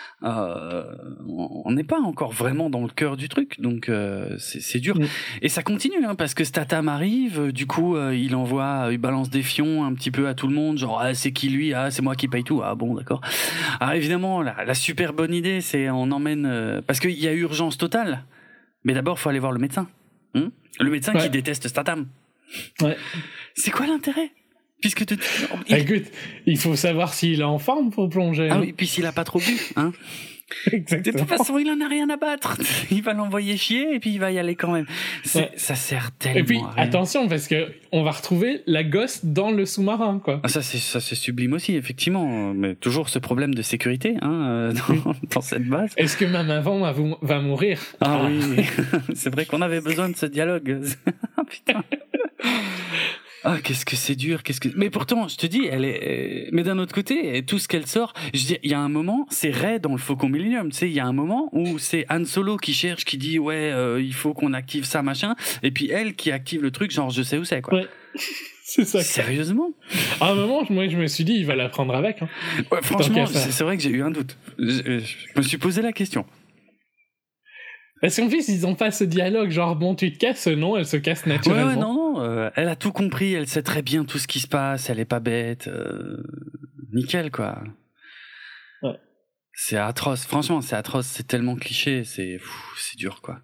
[SPEAKER 1] On n'est pas encore vraiment dans le cœur du truc, donc c'est dur. Et ça continue, hein, parce que Statham arrive, du coup il balance des fions un petit peu à tout le monde, genre c'est qui lui, c'est moi qui paye tout, bon d'accord. Alors évidemment la super bonne idée, c'est on emmène parce qu'il y a urgence totale, mais d'abord faut aller voir le médecin, le médecin qui déteste Statham. Ouais. C'est quoi l'intérêt? Puisque
[SPEAKER 2] écoute, il faut savoir s'il est en forme pour plonger.
[SPEAKER 1] Ah oui, puis s'il a pas trop bu, hein.
[SPEAKER 2] Exactement.
[SPEAKER 1] De toute façon, il en a rien à battre. Il va l'envoyer chier et puis il va y aller quand même. Ça sert tellement
[SPEAKER 2] et puis,
[SPEAKER 1] à rien.
[SPEAKER 2] Attention, parce que on va retrouver la gosse dans le sous-marin, quoi.
[SPEAKER 1] Ça c'est sublime aussi, effectivement. Mais toujours ce problème de sécurité, hein, dans cette base.
[SPEAKER 2] Est-ce que ma maman va mourir?
[SPEAKER 1] Ah oui. C'est vrai qu'on avait besoin de ce dialogue. Putain. Ah, qu'est-ce que c'est dur, mais pourtant, je te dis, mais d'un autre côté, tout ce qu'elle sort, je dis, il y a un moment, c'est Rey dans le Faucon Millenium, tu sais, il y a un moment où c'est Han Solo qui cherche, qui dit, ouais, il faut qu'on active ça, machin, et puis elle qui active le truc, genre, je sais où c'est, quoi.
[SPEAKER 2] Ouais. C'est ça.
[SPEAKER 1] Sérieusement?
[SPEAKER 2] À un moment, moi, je me suis dit, il va la prendre avec, hein.
[SPEAKER 1] Ouais, franchement, c'est vrai que j'ai eu un doute. Je me suis posé la question.
[SPEAKER 2] Parce qu'en plus, ils ont pas ce dialogue, genre, bon, tu te casses, non, elle se casse naturellement.
[SPEAKER 1] Ouais, non, elle a tout compris, elle sait très bien tout ce qui se passe, elle est pas bête, nickel, quoi.
[SPEAKER 2] Ouais.
[SPEAKER 1] C'est atroce, franchement, c'est atroce, c'est tellement cliché, c'est dur, quoi.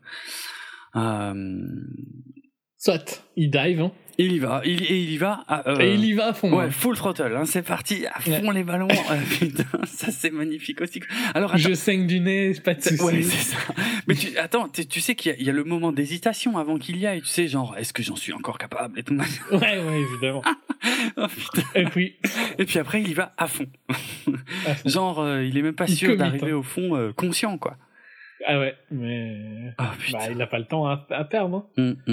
[SPEAKER 2] Soit, il dive, hein.
[SPEAKER 1] Il y va, il y va.
[SPEAKER 2] Et il y va à fond.
[SPEAKER 1] Ouais, full throttle, hein, c'est parti, à fond les ballons. Putain, ça c'est magnifique aussi. Alors,
[SPEAKER 2] je saigne du nez, pas de soucis.
[SPEAKER 1] Ouais, c'est ça. Mais tu sais qu'il y a le moment d'hésitation avant qu'il y aille, tu sais, genre, est-ce que j'en suis encore capable et tout.
[SPEAKER 2] Ouais, évidemment.
[SPEAKER 1] Oh, putain.
[SPEAKER 2] Et puis
[SPEAKER 1] après, il y va à fond. Genre, il est même pas sûr d'arriver au fond conscient, quoi.
[SPEAKER 2] Ah ouais, mais il n'a pas le temps à perdre.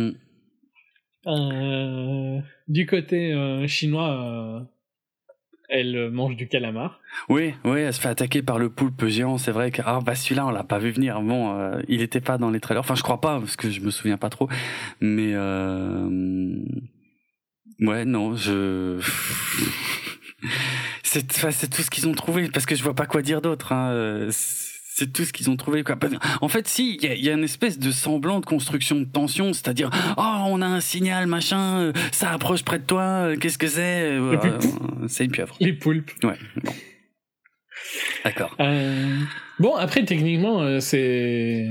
[SPEAKER 2] Du côté chinois, elle mange du calamar.
[SPEAKER 1] Oui, elle se fait attaquer par le poulpe géant. C'est vrai que celui-là on l'a pas vu venir. Bon, il était pas dans les trailers. Enfin, je crois pas parce que je me souviens pas trop. Mais ouais, non, c'est tout ce qu'ils ont trouvé parce que je vois pas quoi dire d'autre. C'est tout ce qu'ils ont trouvé, quoi. En fait, si, il y a une espèce de semblant de construction de tension, c'est-à-dire, on a un signal, machin, ça approche près de toi, qu'est-ce que c'est c'est une pieuvre.
[SPEAKER 2] Les poulpes.
[SPEAKER 1] Ouais, bon. D'accord.
[SPEAKER 2] Bon, après, techniquement, c'est...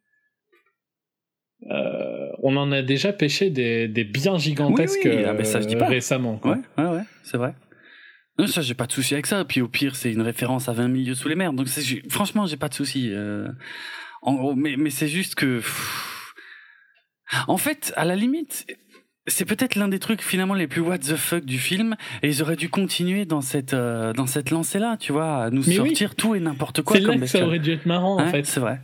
[SPEAKER 2] on en a déjà pêché des bien gigantesques
[SPEAKER 1] ça, je dis pas.
[SPEAKER 2] Récemment. Quoi.
[SPEAKER 1] Ouais, c'est vrai. Non, ça, j'ai pas de souci avec ça. Puis au pire, c'est une référence à 20 milieux sous les mers. Donc franchement, j'ai pas de souci. En gros, mais c'est juste que... En fait, à la limite, c'est peut-être l'un des trucs finalement les plus what the fuck du film. Et ils auraient dû continuer dans cette lancée-là, tu vois, à nous sortir tout et n'importe quoi.
[SPEAKER 2] C'est là que ça aurait dû être marrant, en fait.
[SPEAKER 1] C'est vrai.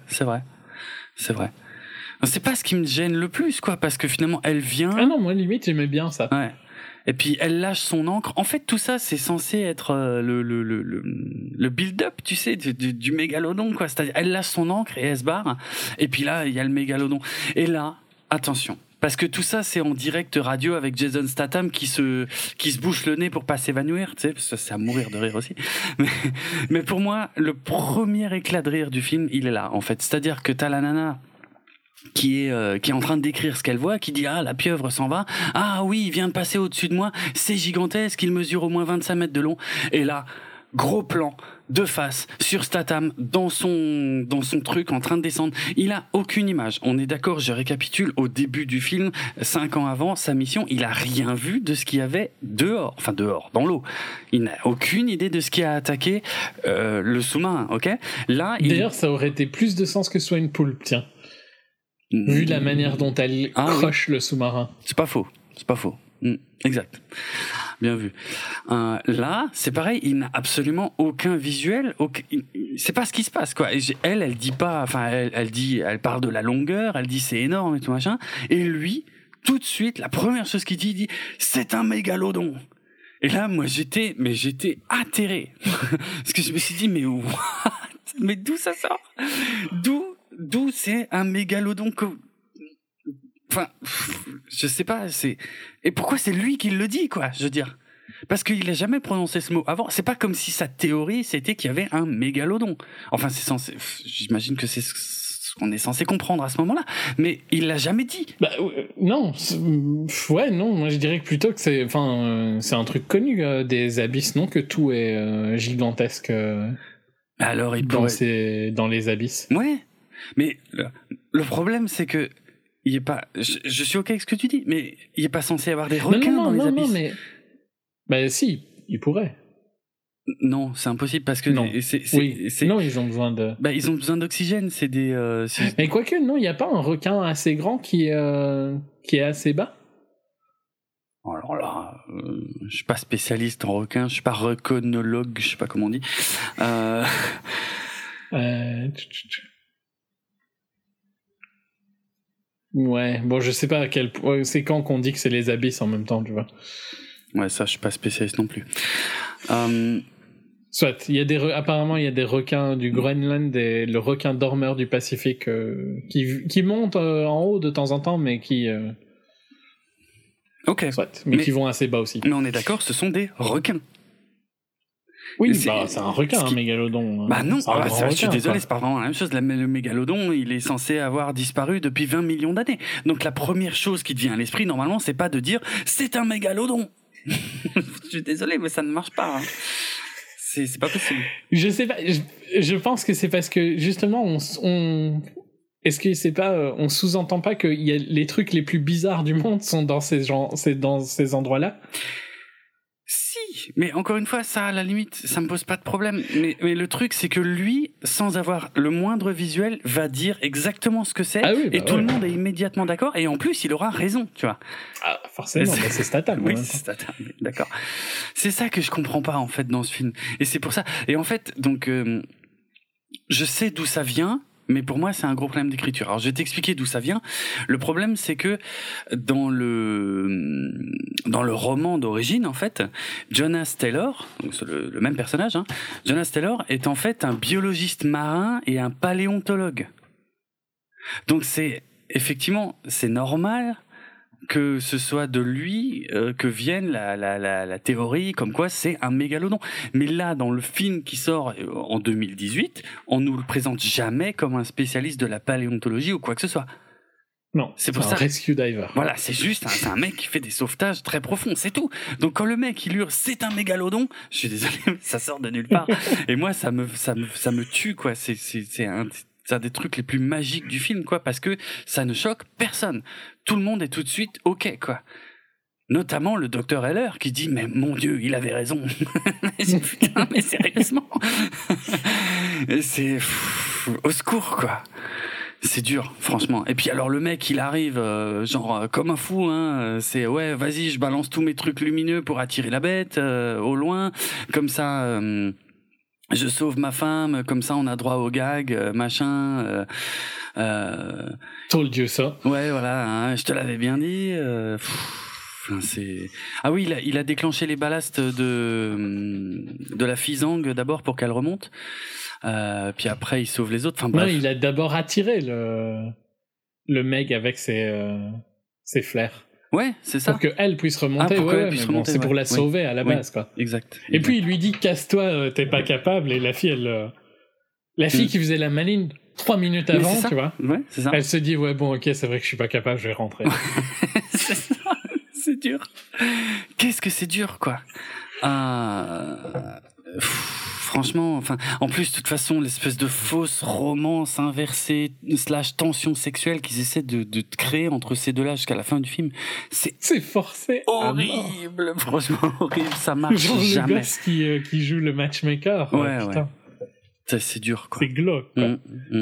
[SPEAKER 1] C'est pas ce qui me gêne le plus, quoi, parce que finalement, elle vient...
[SPEAKER 2] Ah non, moi, limite, j'aimais bien ça.
[SPEAKER 1] Ouais. Et puis elle lâche son encre. En fait, tout ça, c'est censé être le build-up, tu sais, du mégalodon, quoi. C'est-à-dire, elle lâche son encre et elle se barre. Et puis là, il y a le mégalodon. Et là, attention, parce que tout ça, c'est en direct radio avec Jason Statham qui se bouche le nez pour pas s'évanouir, tu sais, parce que c'est à mourir de rire aussi. Mais pour moi, le premier éclat de rire du film, il est là, en fait. C'est-à-dire que t'as la nana qui est en train de décrire ce qu'elle voit, qui dit la pieuvre s'en va, oui, il vient de passer au-dessus de moi, c'est gigantesque, il mesure au moins 25 mètres de long, et là, gros plan de face sur Statham dans son truc en train de descendre. Il a aucune image. On est d'accord, je récapitule, au début du film, 5 ans avant sa mission, il a rien vu de ce qu'il y avait dehors, dans l'eau. Il n'a aucune idée de ce qui a attaqué le sous-marin, ok ? Là,
[SPEAKER 2] d'ailleurs, ça aurait été plus de sens que ce soit une poulpe, tiens. Vu la manière dont elle croche le sous-marin.
[SPEAKER 1] C'est pas faux. Exact. Bien vu. Là, c'est pareil, il n'a absolument aucun visuel. C'est pas ce qui se passe, quoi. Elle dit pas, elle parle de la longueur, elle dit c'est énorme et tout machin. Et lui, tout de suite, la première chose qu'il dit, il dit c'est un mégalodon. Et là, moi, j'étais atterré. Parce que je me suis dit, mais what? Mais d'où ça sort? D'où c'est un mégalodon Enfin, je sais pas, et pourquoi c'est lui qui le dit, quoi, je veux dire. Parce qu'il a jamais prononcé ce mot avant. C'est pas comme si sa théorie, c'était qu'il y avait un mégalodon. Enfin, j'imagine que c'est ce qu'on est censé comprendre à ce moment-là. Mais il l'a jamais dit.
[SPEAKER 2] Non. Non, moi je dirais que plutôt que c'est un truc connu des abysses, non? Que tout est gigantesque.
[SPEAKER 1] Alors,
[SPEAKER 2] dans les abysses.
[SPEAKER 1] Ouais. Mais le problème, c'est que il est pas. Je suis ok avec ce que tu dis, mais il est pas censé y avoir des requins dans les abysses. Non,
[SPEAKER 2] mais si, il pourrait.
[SPEAKER 1] Non, c'est impossible parce que
[SPEAKER 2] non. Non, ils ont besoin de.
[SPEAKER 1] Ils ont besoin d'oxygène. C'est des.
[SPEAKER 2] Mais quoique, non, il n'y a pas un requin assez grand qui est assez bas.
[SPEAKER 1] Alors là, je suis pas spécialiste en requins, je suis pas reconnologue, je sais pas comment on dit.
[SPEAKER 2] Ouais, bon, je sais pas à quel point. C'est quand qu'on dit que c'est les abysses en même temps, tu vois.
[SPEAKER 1] Ouais, ça, je suis pas spécialiste non plus.
[SPEAKER 2] Soit, apparemment, il y a des requins du Groenland et le requin dormeur du Pacifique qui montent en haut de temps en temps, mais qui.
[SPEAKER 1] Ok.
[SPEAKER 2] Soit, mais qui vont assez bas aussi.
[SPEAKER 1] Mais on est d'accord, ce sont des requins.
[SPEAKER 2] Oui, c'est un requin, un mégalodon.
[SPEAKER 1] Non, je suis désolé,
[SPEAKER 2] quoi.
[SPEAKER 1] c'est pas vraiment la même chose. Le mégalodon, il est censé avoir disparu depuis 20 millions d'années. Donc la première chose qui te vient à l'esprit, normalement, c'est pas de dire « c'est un mégalodon ». Je suis désolé, mais ça ne marche pas. Hein. C'est pas possible.
[SPEAKER 2] Je sais pas, je pense que c'est parce que, justement, est-ce que c'est pas, on sous-entend pas que les trucs les plus bizarres du monde sont dans ces endroits-là?
[SPEAKER 1] Si, mais encore une fois, ça, à la limite, ça me pose pas de problème. Mais le truc, c'est que lui, sans avoir le moindre visuel, va dire exactement ce que c'est. Et tout le monde est immédiatement d'accord. Et en plus, il aura raison, tu vois.
[SPEAKER 2] Ah, forcément, c'est Statham.
[SPEAKER 1] Oui, c'est Statham, d'accord. C'est ça que je comprends pas, en fait, dans ce film. Et c'est pour ça. Et en fait, donc, je sais d'où ça vient. mais pour moi c'est un gros problème d'écriture. Alors je vais t'expliquer d'où ça vient. Le problème c'est que dans le roman d'origine en fait, Jonas Taylor, donc c'est le même personnage, hein, Jonas Taylor est en fait un biologiste marin et un paléontologue. Donc c'est normal que ce soit de lui que vienne la théorie comme quoi c'est un mégalodon. Mais là, dans le film qui sort en 2018, on nous le présente jamais comme un spécialiste de la paléontologie ou quoi que ce soit.
[SPEAKER 2] Non, c'est pour ça. Un rescue diver.
[SPEAKER 1] Voilà, c'est juste, c'est un mec qui fait des sauvetages très profonds, c'est tout. Donc quand le mec il hurle c'est un mégalodon, je suis désolé, mais ça sort de nulle part. Et moi ça me tue quoi. C'est un des trucs les plus magiques du film, quoi, parce que ça ne choque personne. Tout le monde est tout de suite ok, quoi. Notamment le docteur Heller qui dit mais mon Dieu, il avait raison. Putain, mais sérieusement, c'est au secours, quoi. C'est dur, franchement. Et puis alors le mec, il arrive comme un fou, hein. C'est ouais, vas-y, je balance tous mes trucs lumineux pour attirer la bête au loin, comme ça. Je sauve ma femme, comme ça on a droit au gag, machin.
[SPEAKER 2] Told you ça.
[SPEAKER 1] Ouais, voilà, hein, je te l'avais bien dit. Ah oui, il a déclenché les ballasts de la Fizang d'abord pour qu'elle remonte. Puis après il sauve les autres. Enfin bref.
[SPEAKER 2] Non, il a d'abord attiré le mec avec ses flares.
[SPEAKER 1] Ouais, c'est ça.
[SPEAKER 2] Pour qu'elle puisse remonter. C'est pour la sauver à la base, quoi.
[SPEAKER 1] Exact.
[SPEAKER 2] Et puis il lui dit casse-toi, t'es pas capable. Et la fille, la fille qui faisait la maligne 3 minutes avant, tu vois.
[SPEAKER 1] Ouais, c'est ça.
[SPEAKER 2] Elle se dit ouais bon ok, c'est vrai que je suis pas capable, je vais rentrer.
[SPEAKER 1] C'est ça. C'est dur. Qu'est-ce que c'est dur, quoi. Franchement, enfin, en plus, de toute façon, l'espèce de fausse romance inversée / tension sexuelle qu'ils essaient de créer entre ces deux-là jusqu'à la fin du film,
[SPEAKER 2] c'est forcé.
[SPEAKER 1] Horrible, franchement horrible, ça marche jamais.
[SPEAKER 2] Le gosse qui joue le matchmaker.
[SPEAKER 1] Ouais, putain. Ouais. C'est dur, quoi.
[SPEAKER 2] C'est glauque, quoi.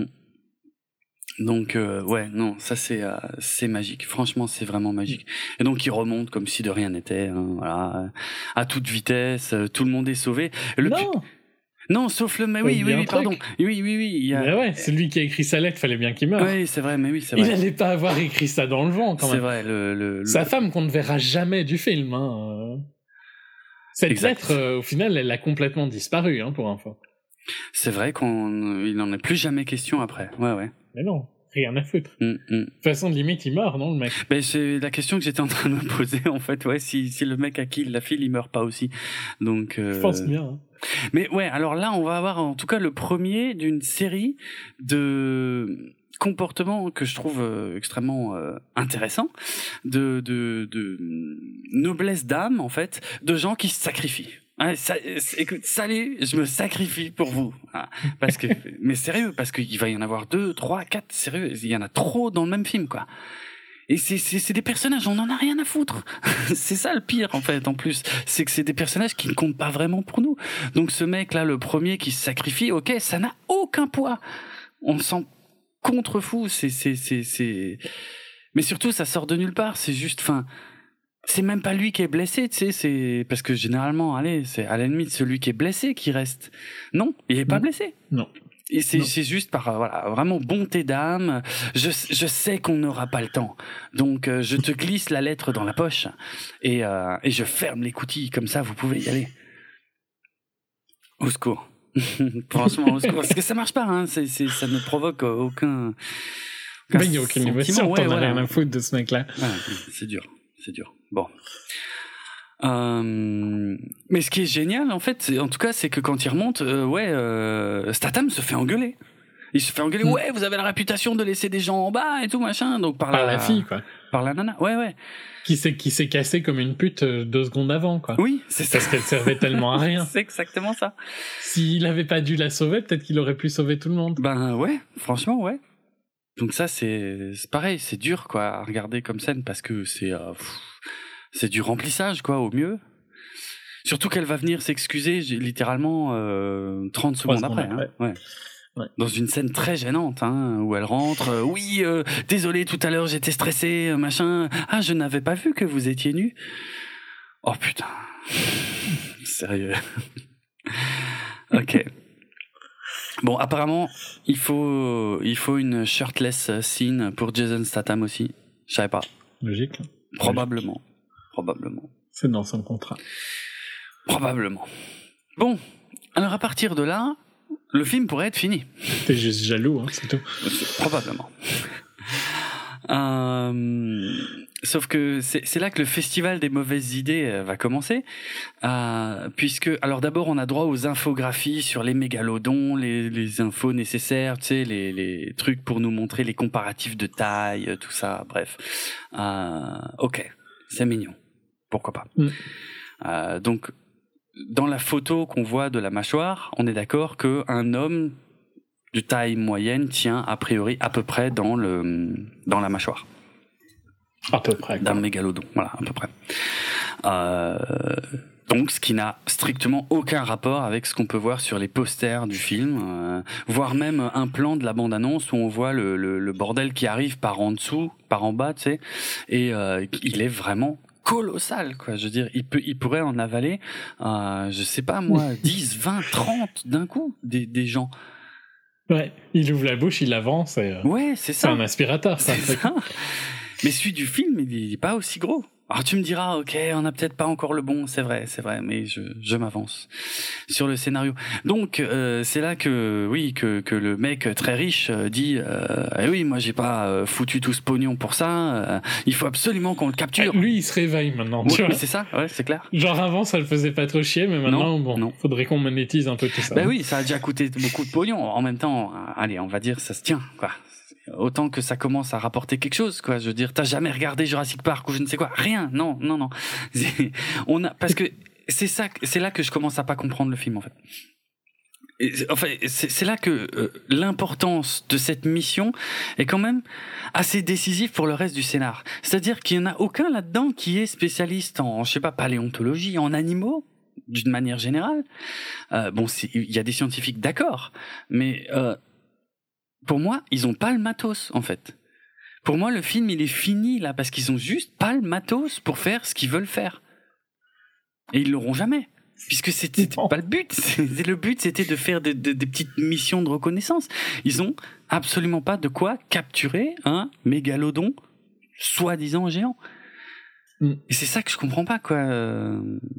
[SPEAKER 1] Donc ouais, non, ça c'est magique. Franchement, c'est vraiment magique. Et donc il remonte comme si de rien n'était, hein, voilà, à toute vitesse, tout le monde est sauvé. Non, sauf le mais oui, pardon. Oui,
[SPEAKER 2] mais ouais, c'est lui qui a écrit sa lettre, fallait bien qu'il meure.
[SPEAKER 1] Oui, c'est vrai, mais oui, c'est vrai.
[SPEAKER 2] Il allait pas avoir écrit ça dans le vent, quand même.
[SPEAKER 1] C'est vrai,
[SPEAKER 2] sa femme qu'on ne verra jamais du film, hein. Cette lettre, au final, elle a complètement disparu, hein, pour info.
[SPEAKER 1] C'est vrai qu'il n'en est plus jamais question après. Ouais.
[SPEAKER 2] Mais non, rien à foutre. De toute façon, limite, il meurt, non, le mec?
[SPEAKER 1] Ben, c'est la question que j'étais en train de me poser, en fait, ouais, si le mec à qui il la file, il meurt pas aussi. Donc,
[SPEAKER 2] je pense bien, hein.
[SPEAKER 1] Mais ouais, alors là, on va avoir en tout cas le premier d'une série de comportements que je trouve extrêmement intéressants, de noblesse d'âme, en fait, de gens qui se sacrifient. Ah, écoute, salut, je me sacrifie pour vous. Ah, parce que, mais sérieux, parce qu'il va y en avoir 2, 3, 4, sérieux, il y en a trop dans le même film, quoi. Et c'est des personnages, on en a rien à foutre. C'est ça le pire, en fait, en plus. C'est que c'est des personnages qui ne comptent pas vraiment pour nous. Donc ce mec-là, le premier qui se sacrifie, ok, ça n'a aucun poids. On s'en contrefout, mais surtout, ça sort de nulle part, c'est juste, c'est même pas lui qui est blessé, tu sais, c'est parce que généralement, c'est à la limite celui qui est blessé qui reste. Non, il est pas blessé.
[SPEAKER 2] Non.
[SPEAKER 1] Et c'est juste par vraiment bonté d'âme. Je sais qu'on n'aura pas le temps, donc je te glisse la lettre dans la poche et je ferme l'écoutille, comme ça vous pouvez y aller. Au secours. Franchement, au secours, parce que ça marche pas, hein. Ça ne provoque aucun.
[SPEAKER 2] Il n'y a aucune émotion. T'en as rien à foutre de ce mec-là.
[SPEAKER 1] Ouais, c'est dur. Bon. Mais ce qui est génial, en fait, en tout cas, c'est que quand il remonte, Statham se fait engueuler. Il se fait engueuler. Ouais, vous avez la réputation de laisser des gens en bas et tout machin. Donc par
[SPEAKER 2] la fille, quoi.
[SPEAKER 1] Par la nana. Ouais.
[SPEAKER 2] Qui s'est cassé comme une pute 2 secondes avant, quoi.
[SPEAKER 1] Oui, c'est ça.
[SPEAKER 2] Parce qu'elle servait tellement à rien.
[SPEAKER 1] C'est exactement ça.
[SPEAKER 2] S'il avait pas dû la sauver, peut-être qu'il aurait pu sauver tout le monde.
[SPEAKER 1] Ben ouais, franchement, ouais. Donc ça, c'est pareil, c'est dur, quoi, à regarder comme scène parce que c'est du remplissage, quoi, au mieux. Surtout qu'elle va venir s'excuser littéralement 30 secondes après. Hein. Ouais. Dans une scène très gênante, hein, où elle rentre. Oui, désolé, tout à l'heure j'étais stressée, machin. Ah, je n'avais pas vu que vous étiez nus. Oh putain. Sérieux. Ok. Bon, apparemment, il faut une shirtless scene pour Jason Statham aussi. Je savais pas.
[SPEAKER 2] Logique.
[SPEAKER 1] Probablement.
[SPEAKER 2] C'est dans son contrat.
[SPEAKER 1] Probablement. Bon, alors à partir de là, le film pourrait être fini.
[SPEAKER 2] T'es juste jaloux, hein, c'est tout.
[SPEAKER 1] Probablement. Sauf que c'est là que le festival des mauvaises idées va commencer, puisque alors d'abord on a droit aux infographies sur les mégalodons, les infos nécessaires, tu sais, les trucs pour nous montrer les comparatifs de taille, tout ça, bref. Ok, c'est mignon, pourquoi pas. Donc dans la photo qu'on voit de la mâchoire, on est d'accord que un homme de taille moyenne tient a priori à peu près dans la mâchoire.
[SPEAKER 2] À peu près.
[SPEAKER 1] D'un mégalodon, voilà, à peu près. Donc, ce qui n'a strictement aucun rapport avec ce qu'on peut voir sur les posters du film, voire même un plan de la bande-annonce où on voit le bordel qui arrive par en dessous, par en bas, tu sais, et il est vraiment colossal, quoi. Je veux dire, il pourrait en avaler, je sais pas moi, 10, 20, 30 d'un coup, des gens.
[SPEAKER 2] Ouais, il ouvre la bouche, il avance.
[SPEAKER 1] Ouais, c'est ça.
[SPEAKER 2] C'est un aspirateur, ça.
[SPEAKER 1] C'est ça. Mais celui du film, il est pas aussi gros. Alors tu me diras, ok, on n'a peut-être pas encore le bon, c'est vrai, mais je m'avance sur le scénario. Donc c'est là que le mec très riche dit, eh oui, moi j'ai pas foutu tout ce pognon pour ça. Il faut absolument qu'on le capture.
[SPEAKER 2] Lui, il se réveille maintenant.
[SPEAKER 1] Ouais, mais c'est ça, ouais, c'est clair.
[SPEAKER 2] Genre avant, ça le faisait pas trop chier, mais maintenant, non. Faudrait qu'on monétise un peu tout ça.
[SPEAKER 1] Ben oui, ça a déjà coûté beaucoup de pognon. En même temps, allez, on va dire, ça se tient, quoi. Autant que ça commence à rapporter quelque chose, quoi. Je veux dire, t'as jamais regardé Jurassic Park ou je ne sais quoi, rien, non. Parce que c'est là que je commence à pas comprendre le film, en fait. C'est là que l'importance de cette mission est quand même assez décisive pour le reste du scénar. C'est-à-dire qu'il y en a aucun là-dedans qui est spécialiste en, je sais pas, paléontologie, en animaux, d'une manière générale. Bon, il y a des scientifiques, d'accord, mais pour moi, ils ont pas le matos, en fait. Pour moi, le film, il est fini, là, parce qu'ils ont juste pas le matos pour faire ce qu'ils veulent faire. Et ils l'auront jamais. Puisque c'était pas le but. Le but, c'était de faire des petites missions de reconnaissance. Ils ont absolument pas de quoi capturer un mégalodon soi-disant géant. Et c'est ça que je comprends pas, quoi.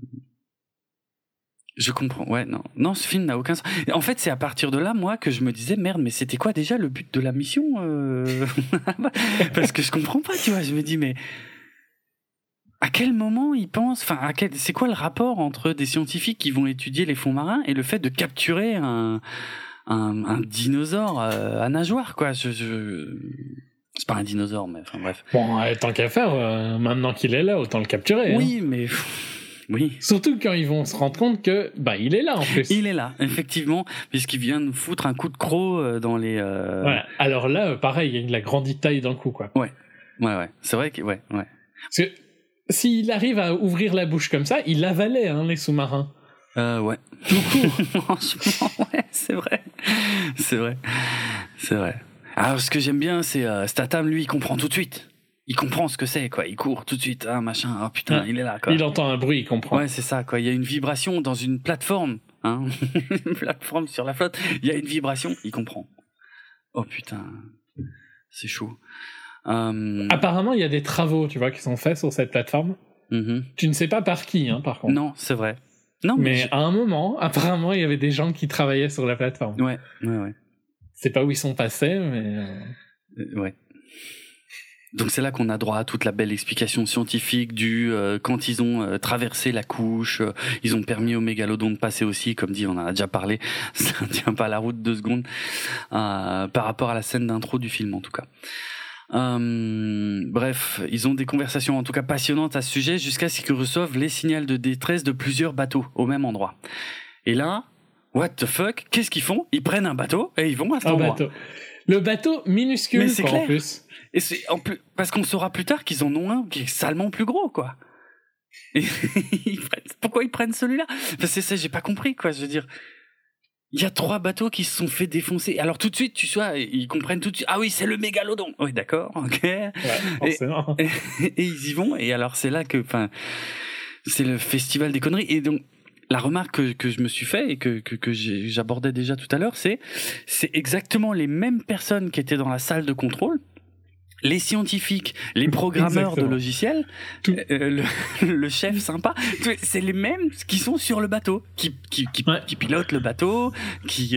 [SPEAKER 1] Je comprends, ouais, non, ce film n'a aucun sens. En fait, c'est à partir de là, moi, que je me disais, merde, mais c'était quoi déjà le but de la mission Parce que je comprends pas, tu vois, je me dis, mais à quel moment ils pensent, c'est quoi le rapport entre des scientifiques qui vont étudier les fonds marins et le fait de capturer un dinosaure à nageoire, quoi. C'est pas un dinosaure, mais enfin bref.
[SPEAKER 2] Bon, tant qu'à faire, maintenant qu'il est là, autant le capturer.
[SPEAKER 1] Oui, mais... Oui.
[SPEAKER 2] Surtout quand ils vont se rendre compte que il est là en plus.
[SPEAKER 1] Il est là, effectivement, puisqu'il vient nous foutre un coup de croc dans les.
[SPEAKER 2] Ouais. Alors là, pareil, il a la grande taille d'un coup, quoi.
[SPEAKER 1] Ouais. C'est vrai que ouais.
[SPEAKER 2] Parce que s'il arrive à ouvrir la bouche comme ça, il avalait les sous-marins.
[SPEAKER 1] Ouais. Tout court. Franchement, ouais, c'est vrai. Alors ce que j'aime bien, c'est Statham, lui, il comprend tout de suite. Il comprend ce que c'est, quoi. Il court tout de suite, machin. Oh putain, il est là, quoi.
[SPEAKER 2] Il entend un bruit, il comprend.
[SPEAKER 1] Ouais, c'est ça, quoi. Il y a une vibration dans une plateforme, hein. Une plateforme sur la flotte. Il y a une vibration, il comprend. Oh putain, c'est chaud.
[SPEAKER 2] Apparemment, il y a des travaux, tu vois, qui sont faits sur cette plateforme.
[SPEAKER 1] Mm-hmm.
[SPEAKER 2] Tu ne sais pas par qui, par contre.
[SPEAKER 1] Non, c'est vrai. Non,
[SPEAKER 2] mais à un moment, apparemment, il y avait des gens qui travaillaient sur la plateforme.
[SPEAKER 1] Ouais.
[SPEAKER 2] C'est pas où ils sont passés, mais...
[SPEAKER 1] Ouais. Donc c'est là qu'on a droit à toute la belle explication scientifique quand ils ont traversé la couche, ils ont permis au mégalodon de passer aussi, comme dit, on en a déjà parlé, ça ne tient pas la route 2 secondes, par rapport à la scène d'intro du film en tout cas. Bref, ils ont des conversations en tout cas passionnantes à ce sujet jusqu'à ce qu'ils reçoivent les signaux de détresse de plusieurs bateaux au même endroit. Et là, what the fuck, qu'est-ce qu'ils font ? Ils prennent un bateau et ils vont à cet endroit.
[SPEAKER 2] Bateau. Le bateau minuscule,
[SPEAKER 1] mais c'est clair.
[SPEAKER 2] En plus.
[SPEAKER 1] Et c'est parce qu'on saura plus tard qu'ils en ont un qui est salement plus gros, quoi. Et pourquoi ils prennent celui-là ? C'est ça, j'ai pas compris, quoi. Je veux dire, il y a 3 bateaux qui se sont fait défoncer. Alors tout de suite, tu vois, ils comprennent tout de suite. Ah oui, c'est le mégalodon. Oui, d'accord, ok.
[SPEAKER 2] Ouais, forcément.
[SPEAKER 1] Et ils y vont. Et alors c'est là que, c'est le festival des conneries. Et donc la remarque que je me suis fait et que j'abordais déjà tout à l'heure, c'est exactement les mêmes personnes qui étaient dans la salle de contrôle, les scientifiques, les programmeurs de logiciels, le chef sympa, c'est les mêmes qui sont sur le bateau, qui pilotent le bateau, qui...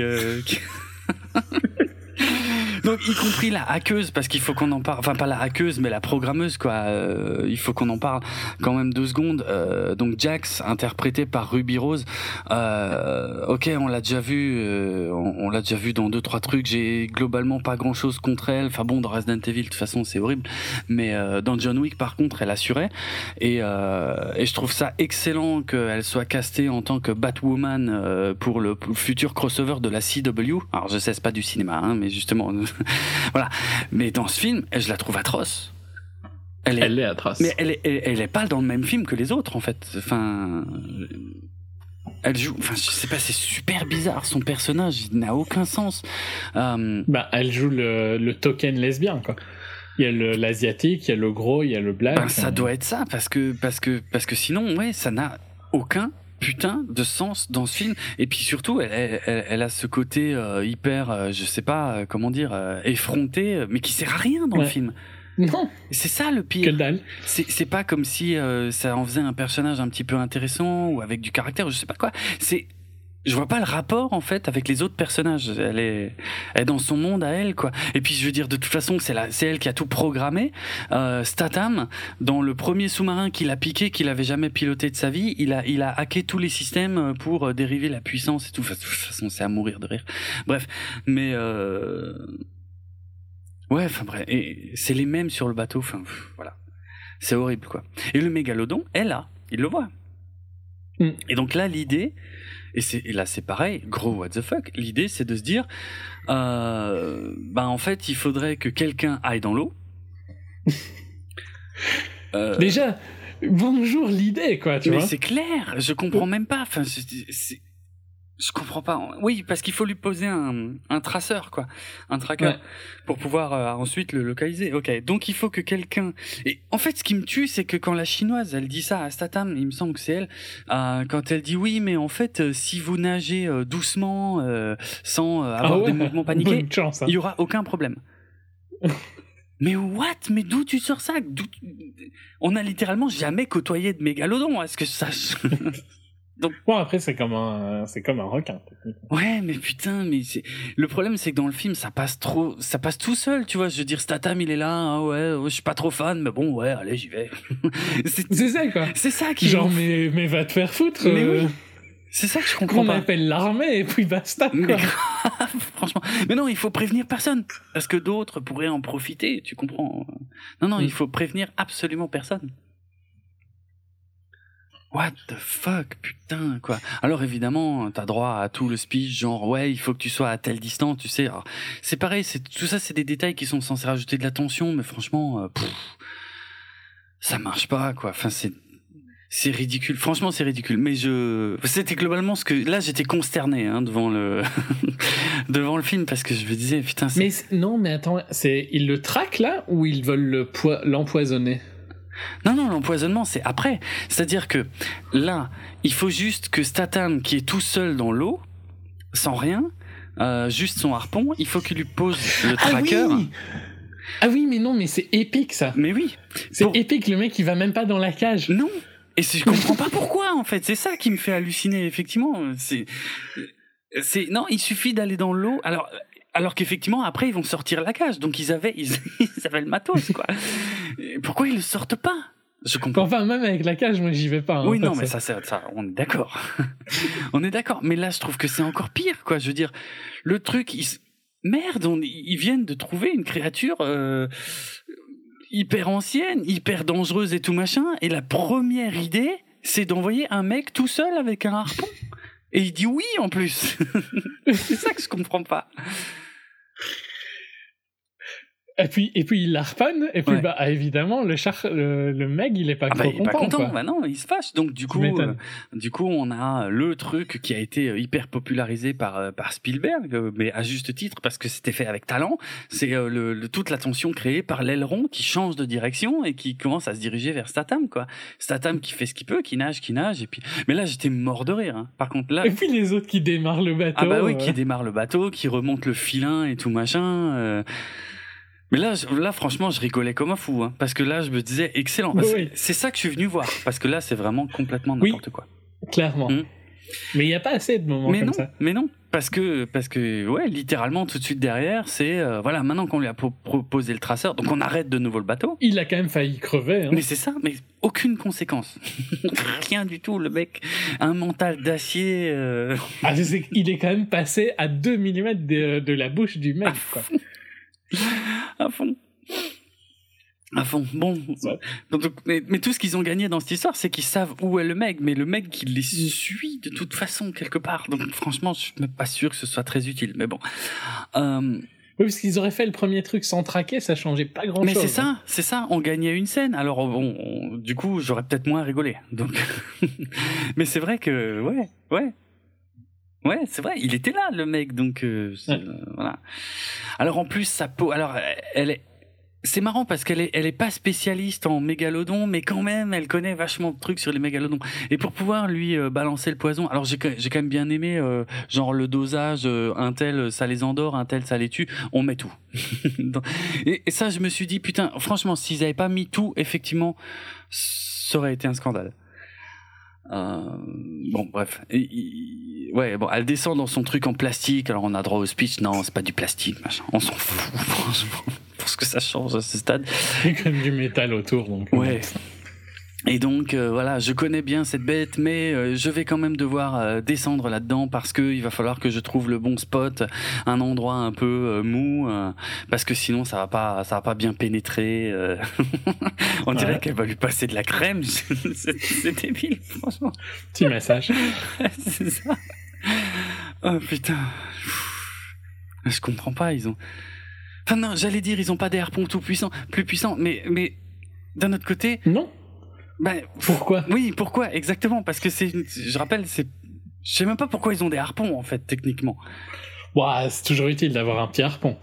[SPEAKER 1] Donc, y compris la hackeuse, parce qu'il faut qu'on en parle, enfin pas la hackeuse, mais la programmeuse, quoi. Il faut qu'on en parle quand même 2 secondes. Donc Jax, interprété par Ruby Rose. Ok, on l'a déjà vu, on l'a déjà vu dans 2-3 trucs. J'ai globalement pas grand chose contre elle. Enfin bon, dans Resident Evil, de toute façon, c'est horrible. Mais dans John Wick, par contre, elle assurait. Et je trouve ça excellent qu'elle soit castée en tant que Batwoman pour le futur crossover de la CW. Alors je sais, c'est pas du cinéma, hein, mais justement. Voilà. Mais dans ce film, je la trouve atroce.
[SPEAKER 2] Elle est atroce.
[SPEAKER 1] Mais elle est pas dans le même film que les autres, en fait. Enfin, elle joue. Enfin, je sais pas, c'est super bizarre. Son personnage n'a aucun sens.
[SPEAKER 2] Elle joue le token lesbien, quoi. Il y a l'asiatique, il y a le gros, il y a le black.
[SPEAKER 1] Ça doit être ça, parce que sinon, ouais, ça n'a aucun putain de sens dans ce film. Et puis surtout, elle a ce côté hyper, je sais pas comment dire, effronté, mais qui sert à rien dans le film.
[SPEAKER 2] Non.
[SPEAKER 1] C'est ça le pire.
[SPEAKER 2] Que dalle.
[SPEAKER 1] C'est pas comme si ça en faisait un personnage un petit peu intéressant ou avec du caractère, je sais pas quoi. Je vois pas le rapport en fait avec les autres personnages. Elle est dans son monde à elle, quoi. Et puis je veux dire, de toute façon, c'est elle qui a tout programmé. Statham, dans le premier sous-marin qu'il a piqué, qu'il avait jamais piloté de sa vie, il a hacké tous les systèmes pour dériver la puissance et tout. Enfin, de toute façon, c'est à mourir de rire. Bref, mais ouais, enfin bref, et c'est les mêmes sur le bateau. Enfin, voilà, c'est horrible, quoi. Et le mégalodon est là, il le voit. Et donc là, l'idée. Et là, c'est pareil, gros what the fuck. L'idée, c'est de se dire, en fait, il faudrait que quelqu'un aille dans l'eau.
[SPEAKER 2] Déjà, bonjour l'idée, quoi, tu vois.
[SPEAKER 1] Mais c'est clair, je comprends même pas. Enfin, je comprends pas. Oui, parce qu'il faut lui poser un traceur, quoi, un tracker, pour pouvoir ensuite le localiser. Ok, donc il faut que quelqu'un. Et en fait, ce qui me tue, c'est que quand la chinoise, elle dit ça à Statham, il me semble que c'est elle, quand elle dit oui, mais en fait, si vous nagez doucement, sans avoir des mouvements paniqués, il y aura aucun problème. Mais what? Mais d'où tu sors ça? On a littéralement jamais côtoyé de mégalodon. Est-ce que ça?
[SPEAKER 2] Donc bon, après c'est comme un requin.
[SPEAKER 1] Ouais, mais putain, le problème, c'est que dans le film ça passe tout seul, tu vois. Je veux dire, Statham, il est là, je suis pas trop fan, mais bon, ouais, allez, j'y vais.
[SPEAKER 2] c'est ça, quoi.
[SPEAKER 1] C'est ça qui
[SPEAKER 2] genre mais va te faire foutre.
[SPEAKER 1] Mais oui. C'est ça que je comprends pas.
[SPEAKER 2] On appelle l'armée et puis basta, quoi.
[SPEAKER 1] Mais franchement, mais non, il faut prévenir personne parce que d'autres pourraient en profiter, tu comprends. Non, il faut prévenir absolument personne. What the fuck, putain, quoi. Alors évidemment, t'as droit à tout le speech, genre ouais, il faut que tu sois à telle distance, tu sais. Alors, c'est pareil, tout ça, c'est des détails qui sont censés rajouter de la tension, mais franchement, ça marche pas, quoi. Enfin, c'est ridicule. Franchement, c'est ridicule. Mais c'était globalement là, j'étais consterné devant le devant le film parce que je me disais putain.
[SPEAKER 2] Mais non, mais attends, ils le traquent là ou ils veulent l'empoisonner?
[SPEAKER 1] Non, l'empoisonnement, c'est après. C'est-à-dire que là, il faut juste que Statham, qui est tout seul dans l'eau, sans rien, juste son harpon, il faut qu'il lui pose le tracker.
[SPEAKER 2] Ah oui, mais non, mais c'est épique, ça.
[SPEAKER 1] Mais oui.
[SPEAKER 2] C'est épique, le mec, il va même pas dans la cage.
[SPEAKER 1] Non. Et je comprends pas pourquoi, en fait. C'est ça qui me fait halluciner, effectivement. Non, il suffit d'aller dans l'eau. Alors qu'effectivement, après, ils vont sortir la cage. Donc, ils avaient le matos, quoi. Pourquoi ils le sortent pas? Je comprends.
[SPEAKER 2] Enfin, même avec la cage, moi, j'y vais pas.
[SPEAKER 1] Oui, non, mais ça, on est d'accord. On est d'accord. Mais là, je trouve que c'est encore pire, quoi. Je veux dire, le truc, merde, ils viennent de trouver une créature hyper ancienne, hyper dangereuse et tout machin. Et la première idée, c'est d'envoyer un mec tout seul avec un harpon. Et il dit oui, en plus. C'est ça que je comprends pas.
[SPEAKER 2] Et puis il l'harponne, et puis évidemment, le Meg, il est pas trop content.
[SPEAKER 1] Il est pas content, bah non, il se fâche. Donc du coup, on a le truc qui a été hyper popularisé par Spielberg, mais à juste titre, parce que c'était fait avec talent. C'est toute la tension créée par l'aileron qui change de direction et qui commence à se diriger vers Statham, quoi. Statham qui fait ce qu'il peut, qui nage, et puis... Mais là, j'étais mort de rire, hein. Par contre, là...
[SPEAKER 2] Et puis les autres qui démarrent le bateau.
[SPEAKER 1] Ah bah oui, qui démarrent le bateau, qui remontent le filin et tout machin... Mais là, franchement, je rigolais comme un fou, hein, parce que là, je me disais, excellent. Oui. C'est ça que je suis venu voir, parce que là, c'est vraiment complètement n'importe quoi.
[SPEAKER 2] Clairement. Mais il n'y a pas assez de moments comme ça.
[SPEAKER 1] Mais non, parce que, ouais, littéralement, tout de suite derrière, c'est, voilà, maintenant qu'on lui a proposé le traceur, donc on arrête de nouveau le bateau.
[SPEAKER 2] Il a quand même failli crever. Hein.
[SPEAKER 1] Mais c'est ça, mais aucune conséquence. Rien du tout, le mec, un mental d'acier.
[SPEAKER 2] Il est quand même passé à 2 mm de la bouche du mec, quoi.
[SPEAKER 1] À fond. Bon. Donc, mais tout ce qu'ils ont gagné dans cette histoire, c'est qu'ils savent où est le Meg, mais le Meg, il les suit de toute façon quelque part. Donc franchement, je suis même pas sûr que ce soit très utile. Mais bon.
[SPEAKER 2] Oui, parce qu'ils auraient fait le premier truc sans traquer, ça changeait pas grand-chose.
[SPEAKER 1] Mais c'est ça. On gagnait une scène. Alors du coup, j'aurais peut-être moins rigolé. Donc, mais c'est vrai que ouais, c'est vrai, il était là, le mec, donc voilà. Alors en plus, sa peau, alors c'est marrant parce qu'elle est pas spécialiste en mégalodons, mais quand même, elle connaît vachement de trucs sur les mégalodons. Et pour pouvoir lui balancer le poison, alors j'ai quand même bien aimé, genre le dosage, un tel ça les endort, un tel ça les tue, on met tout. et ça, je me suis dit, putain, franchement, s'ils avaient pas mis tout, effectivement, ça aurait été un scandale. Bon, bref. Elle descend dans son truc en plastique. Alors on a droit au speech. Non, c'est pas du plastique, machin. On s'en fout, franchement, pour ce que ça change à ce stade.
[SPEAKER 2] Il y a quand même du métal autour, donc.
[SPEAKER 1] Ouais. Et donc voilà, je connais bien cette bête, mais je vais quand même devoir descendre là-dedans parce que il va falloir que je trouve le bon spot, un endroit un peu mou, parce que sinon ça va pas bien pénétrer. On dirait qu'elle va lui passer de la crème. C'est débile, franchement.
[SPEAKER 2] Petit massage.
[SPEAKER 1] C'est ça. Oh putain. Je comprends pas, ils ont. Enfin non, j'allais dire ils ont pas des harpons plus puissants, mais d'un autre côté.
[SPEAKER 2] Non.
[SPEAKER 1] Pourquoi ? Oui, pourquoi ? Exactement, parce que je rappelle, je sais même pas pourquoi ils ont des harpons, en fait, techniquement.
[SPEAKER 2] Ouais, c'est toujours utile d'avoir un petit harpon.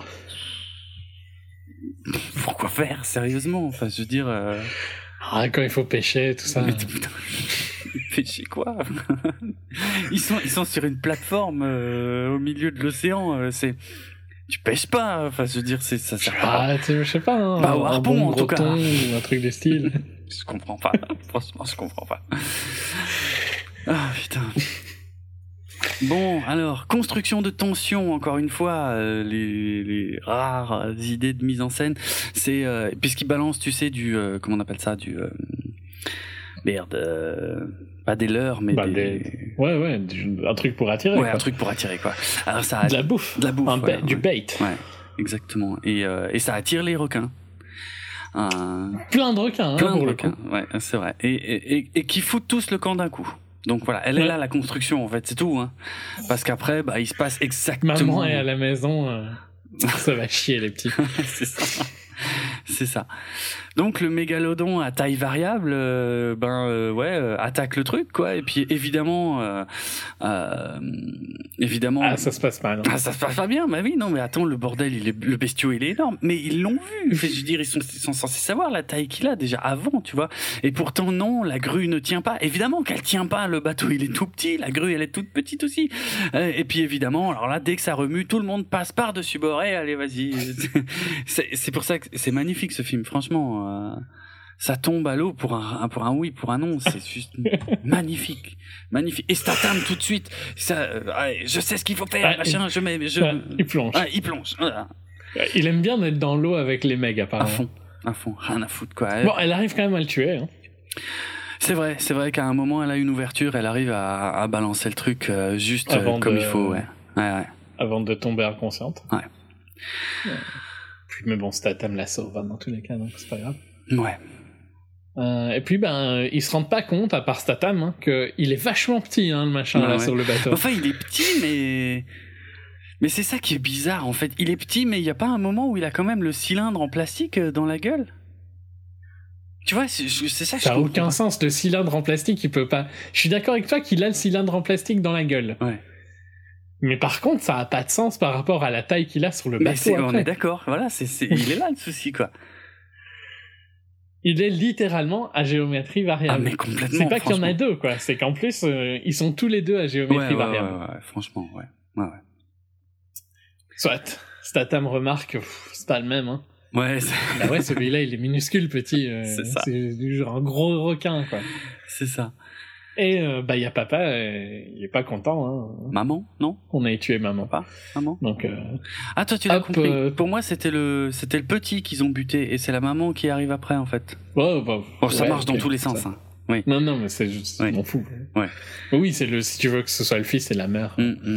[SPEAKER 1] Pourquoi faire, sérieusement ? Enfin, je veux dire...
[SPEAKER 2] quand il faut pêcher, tout ça.
[SPEAKER 1] Mais pêcher quoi ? Ils sont sur une plateforme au milieu de l'océan, tu pêches pas, enfin, je veux dire, ça sert pas...
[SPEAKER 2] je sais pas, hein,
[SPEAKER 1] au harpon, en tout cas.
[SPEAKER 2] Ou un truc de style.
[SPEAKER 1] Je comprends pas. Franchement, je comprends pas. Ah, putain. Bon, alors, construction de tension, encore une fois, les rares idées de mise en scène, c'est, puisqu'il balance, tu sais, comment on appelle ça, pas des leurres, mais
[SPEAKER 2] Ouais, un truc pour attirer.
[SPEAKER 1] Ouais, quoi. Un truc pour attirer, quoi. Alors, ça
[SPEAKER 2] de la bouffe. Du bait.
[SPEAKER 1] Ouais, exactement. Et ça attire les requins.
[SPEAKER 2] Plein de requins,
[SPEAKER 1] plein de requins, ouais, c'est vrai. Et qui foutent tous le camp d'un coup. Donc voilà, elle est là, la construction, en fait, c'est tout, hein. Parce qu'après, il se passe exactement...
[SPEAKER 2] Maman est à la maison, ça va chier, les petits.
[SPEAKER 1] C'est ça. C'est ça. Donc le mégalodon à taille variable, attaque le truc, quoi. Et puis évidemment,
[SPEAKER 2] ça se passe mal.
[SPEAKER 1] Ça se passe pas bien. Bah oui, non, mais attends, le bordel, le bestiau, il est énorme. Mais ils l'ont vu. Je veux dire, ils sont censés savoir la taille qu'il a déjà avant, tu vois. Et pourtant non, la grue ne tient pas. Évidemment qu'elle tient pas. Le bateau, il est tout petit. La grue, elle est toute petite aussi. Et puis évidemment, alors là, dès que ça remue, tout le monde passe par-dessus bord. Et allez, vas-y. C'est pour ça que c'est magnifique ce film, franchement. Ça tombe à l'eau pour un oui, pour un non, c'est juste magnifique. Et Statham tout de suite, je sais ce qu'il faut faire, machin,
[SPEAKER 2] il plonge.
[SPEAKER 1] Il plonge. Voilà.
[SPEAKER 2] Il aime bien être dans l'eau avec les mecs, apparemment.
[SPEAKER 1] À fond, rien à foutre, quoi.
[SPEAKER 2] Bon, elle arrive quand même à le tuer, hein.
[SPEAKER 1] C'est vrai qu'à un moment, elle a une ouverture, elle arrive à balancer le truc juste comme il faut, ouais.
[SPEAKER 2] Avant de tomber inconsciente.
[SPEAKER 1] Ouais.
[SPEAKER 2] Mais bon, Statham la sauve dans tous les cas, donc c'est pas grave.
[SPEAKER 1] Ouais.
[SPEAKER 2] Et puis ils se rendent pas compte, à part Statham, qu'il est vachement petit, hein, le machin, sur le bateau.
[SPEAKER 1] Enfin, il est petit, Mais c'est ça qui est bizarre, en fait. Il est petit, mais il n'y a pas un moment où il a quand même le cylindre en plastique dans la gueule? Tu vois, c'est ça que
[SPEAKER 2] ça n'a aucun sens, le cylindre en plastique, il peut pas... Je suis d'accord avec toi qu'il a le cylindre en plastique dans la gueule.
[SPEAKER 1] Ouais.
[SPEAKER 2] Mais par contre, ça n'a pas de sens par rapport à la taille qu'il a sur le bateau.
[SPEAKER 1] On est d'accord, voilà, il est là le souci, quoi.
[SPEAKER 2] Il est littéralement à géométrie variable.
[SPEAKER 1] Ah, mais complètement.
[SPEAKER 2] C'est pas qu'il y en a deux, quoi. C'est qu'en plus, ils sont tous les deux à géométrie variable.
[SPEAKER 1] Ouais, franchement, ouais.
[SPEAKER 2] Soit, Statham remarque, c'est pas le même, hein.
[SPEAKER 1] Ouais.
[SPEAKER 2] Bah ouais, celui-là, il est minuscule, petit.
[SPEAKER 1] C'est ça.
[SPEAKER 2] C'est du genre un gros requin, quoi.
[SPEAKER 1] C'est ça.
[SPEAKER 2] Et il y a papa, il est pas content, hein.
[SPEAKER 1] Maman, non?
[SPEAKER 2] On a tué maman.
[SPEAKER 1] Pas maman.
[SPEAKER 2] Donc.
[SPEAKER 1] Ah, toi, tu l'as compris. Pour moi, c'était le petit qu'ils ont buté, et c'est la maman qui arrive après, en fait. Ça marche dans tous les sens. Hein. Oui.
[SPEAKER 2] Non, mais c'est juste, je m'en fous.
[SPEAKER 1] Ouais.
[SPEAKER 2] Oui, si tu veux que ce soit le fils et la mère.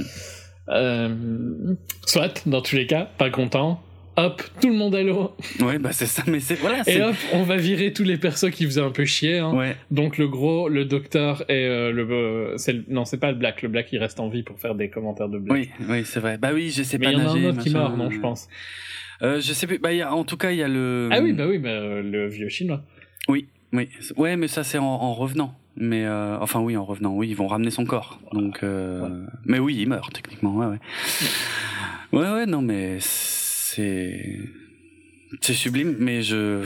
[SPEAKER 2] Soit, dans tous les cas, pas content. Hop, tout le monde à l'eau.
[SPEAKER 1] Ouais, bah c'est ça, mais voilà.
[SPEAKER 2] Et hop, on va virer tous les persos qui faisaient un peu chier. Hein.
[SPEAKER 1] Ouais.
[SPEAKER 2] Donc le docteur et non, c'est pas le Black. Le Black, il reste en vie pour faire des commentaires de Black.
[SPEAKER 1] Oui, c'est vrai. Bah oui, je sais pas
[SPEAKER 2] nager. Mais il y en a un autre qui meurt, non, je pense.
[SPEAKER 1] Je sais plus. Bah en tout cas, il y a le.
[SPEAKER 2] Ah oui, le vieux chinois.
[SPEAKER 1] Oui. Ouais, mais ça c'est en revenant. Mais enfin oui, en revenant. Oui, ils vont ramener son corps. Donc. Mais oui, il meurt techniquement. Ouais, non, mais. C'est sublime, mais je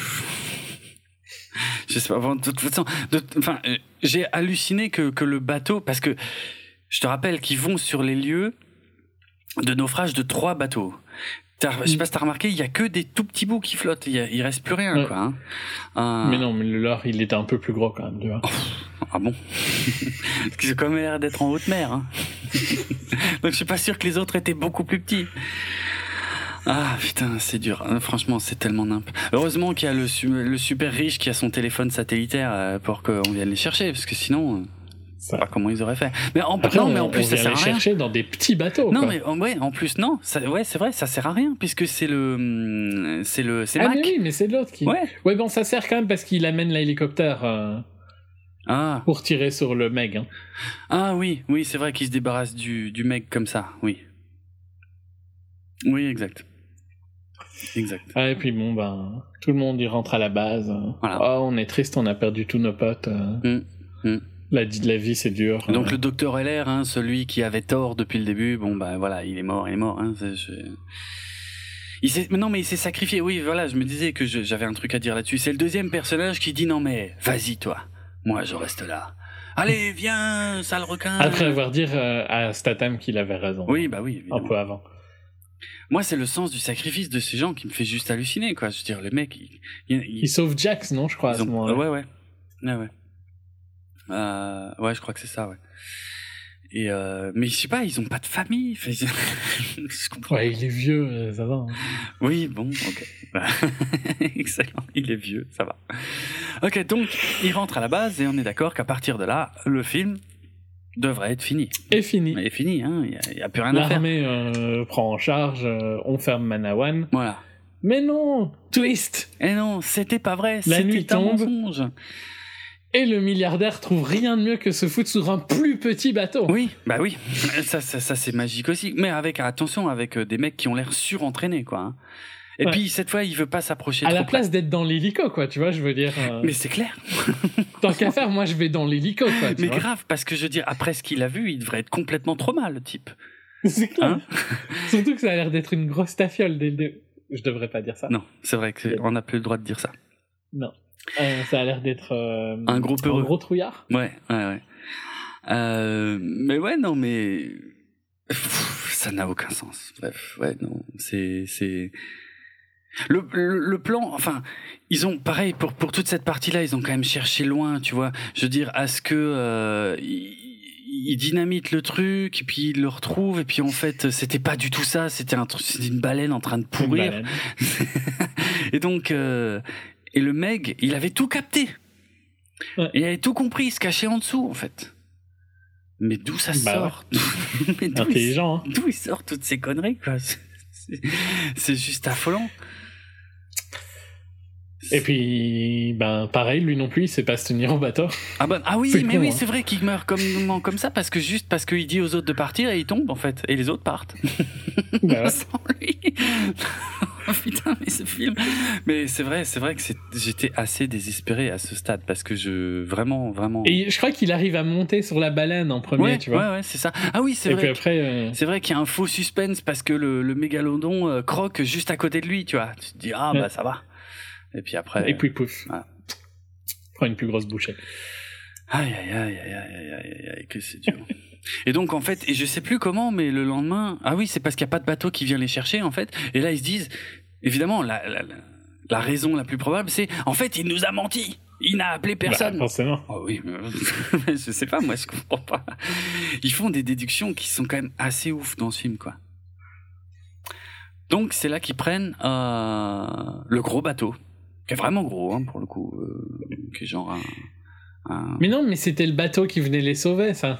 [SPEAKER 1] sais pas. De toute façon, j'ai halluciné que le bateau, parce que je te rappelle qu'ils vont sur les lieux de naufrage de 3 bateaux. Je sais pas si t'as remarqué, il y a que des tout petits bouts qui flottent. Il reste plus rien, quoi. Hein.
[SPEAKER 2] Mais non, mais le leur, il était un peu plus gros quand même, tu vois.
[SPEAKER 1] Ah bon? Parce qu'ils ont quand même l'air d'être en haute mer. Hein. Donc je suis pas sûr que les autres étaient beaucoup plus petits. Ah putain, c'est dur. Franchement, c'est tellement nimp. Heureusement qu'il y a le super riche qui a son téléphone satellitaire pour qu'on vienne les chercher, parce que sinon, je sais pas comment ils auraient fait. Mais en plus, ça sert à rien.
[SPEAKER 2] Chercher dans des petits bateaux.
[SPEAKER 1] Non,
[SPEAKER 2] quoi.
[SPEAKER 1] mais en plus non. C'est vrai, ça sert à rien puisque c'est Mac.
[SPEAKER 2] Mais oui, mais c'est l'autre qui. Ouais, bon, ça sert quand même parce qu'il amène l'hélicoptère. Pour tirer sur le Meg. Hein.
[SPEAKER 1] Ah oui, c'est vrai qu'il se débarrasse du Meg comme ça. Oui, exact.
[SPEAKER 2] Et puis bon, tout le monde y rentre à la base.
[SPEAKER 1] Voilà.
[SPEAKER 2] Oh, on est triste, on a perdu tous nos potes. La vie, c'est dur.
[SPEAKER 1] Donc le docteur LR, celui qui avait tort depuis le début, bon voilà, il est mort. Hein, il s'est sacrifié. Oui, voilà, je me disais que j'avais un truc à dire là-dessus. C'est le deuxième personnage qui dit non mais vas-y toi, moi je reste là. Allez, viens, sale requin.
[SPEAKER 2] Après avoir dit à Statham qu'il avait raison.
[SPEAKER 1] Oui, oui, évidemment.
[SPEAKER 2] Un peu avant.
[SPEAKER 1] Moi, c'est le sens du sacrifice de ces gens qui me fait juste halluciner, quoi. Je veux dire, le mec,
[SPEAKER 2] il sauve Jax, non, je crois, à ce moment-là.
[SPEAKER 1] Ouais. Ouais, je crois que c'est ça, ouais. Et mais je sais pas, ils ont pas de famille. Je comprends.
[SPEAKER 2] Ouais, il est vieux, ça va. Hein.
[SPEAKER 1] Oui, bon, ok. Excellent, il est vieux, ça va. Ok, donc, il rentre à la base et on est d'accord qu'à partir de là, le film devrait être fini.
[SPEAKER 2] Est fini,
[SPEAKER 1] hein. Il y a plus rien à faire.
[SPEAKER 2] L'armée prend en charge, on ferme Manawan.
[SPEAKER 1] Voilà.
[SPEAKER 2] Mais non, twist.
[SPEAKER 1] Et non, c'était pas vrai.
[SPEAKER 2] La nuit tombe.
[SPEAKER 1] Un mensonge.
[SPEAKER 2] Et le milliardaire trouve rien de mieux que se foutre sur un plus petit bateau.
[SPEAKER 1] Oui, oui. Ça c'est magique aussi. Mais avec des mecs qui ont l'air surentraînés, quoi. Hein. Et puis, cette fois, il veut pas s'approcher trop.
[SPEAKER 2] À la place d'être dans l'hélico, quoi, tu vois, je veux dire.
[SPEAKER 1] Mais c'est clair.
[SPEAKER 2] Tant qu'à faire, moi, je vais dans l'hélico, quoi.
[SPEAKER 1] Mais grave, parce que je veux dire, après ce qu'il a vu, il devrait être complètement trop mal, le type.
[SPEAKER 2] C'est clair. Hein. Surtout que ça a l'air d'être une grosse tafiole dès le début. Je devrais pas dire ça.
[SPEAKER 1] Non, c'est vrai qu'on n'a plus le droit de dire ça.
[SPEAKER 2] Non. Ça a l'air d'être
[SPEAKER 1] un gros peureux.
[SPEAKER 2] Un gros trouillard.
[SPEAKER 1] Ouais. Mais ouais, non, mais ça n'a aucun sens. Bref, ouais, non, c'est le plan. Enfin, ils ont pareil pour toute cette partie-là, ils ont quand même cherché loin, tu vois. Je veux dire, à ce que ils dynamitent le truc et puis ils le retrouvent et puis en fait, c'était pas du tout ça. C'était une baleine en train de pourrir. Et donc. Et le Meg, il avait tout capté. Ouais. Il avait tout compris, il se cachait en dessous, en fait. Mais d'où ça sort?
[SPEAKER 2] Mais intelligent, hein.
[SPEAKER 1] D'où il sort toutes ces conneries, quoi. C'est juste affolant.
[SPEAKER 2] Et puis, pareil, lui non plus, il sait pas se tenir au bateau.
[SPEAKER 1] Ah oui, mais oui, c'est vrai qu'il meurt comme ça parce qu'il dit aux autres de partir et il tombe en fait, et les autres partent.
[SPEAKER 2] Bah ouais.
[SPEAKER 1] Sans lui. Oh putain, mais ce film. Mais c'est vrai que j'étais assez désespéré à ce stade parce que vraiment.
[SPEAKER 2] Et je crois qu'il arrive à monter sur la baleine en premier, tu vois.
[SPEAKER 1] Ouais, c'est ça. Ah oui, c'est
[SPEAKER 2] et
[SPEAKER 1] vrai.
[SPEAKER 2] Puis après,
[SPEAKER 1] c'est vrai qu'il y a un faux suspense parce que le mégalodon croque juste à côté de lui, tu vois. Tu te dis bah ça va. Et puis après.
[SPEAKER 2] Et puis pouf.
[SPEAKER 1] Voilà.
[SPEAKER 2] Prends une plus grosse bouchée.
[SPEAKER 1] Aïe, que c'est dur. Et donc en fait, et je sais plus comment, mais le lendemain, ah oui, c'est parce qu'il y a pas de bateau qui vient les chercher en fait. Et là ils se disent, évidemment, la raison la plus probable, c'est en fait il nous a menti. Il n'a appelé personne.
[SPEAKER 2] Forcément.
[SPEAKER 1] Oh oui, mais je sais pas, moi je comprends pas. Ils font des déductions qui sont quand même assez ouf dans ce film, quoi. Donc c'est là qu'ils prennent le gros bateau, qui est vraiment gros, hein, pour le coup, qui est genre un...
[SPEAKER 2] Mais non, mais c'était le bateau qui venait les sauver, ça.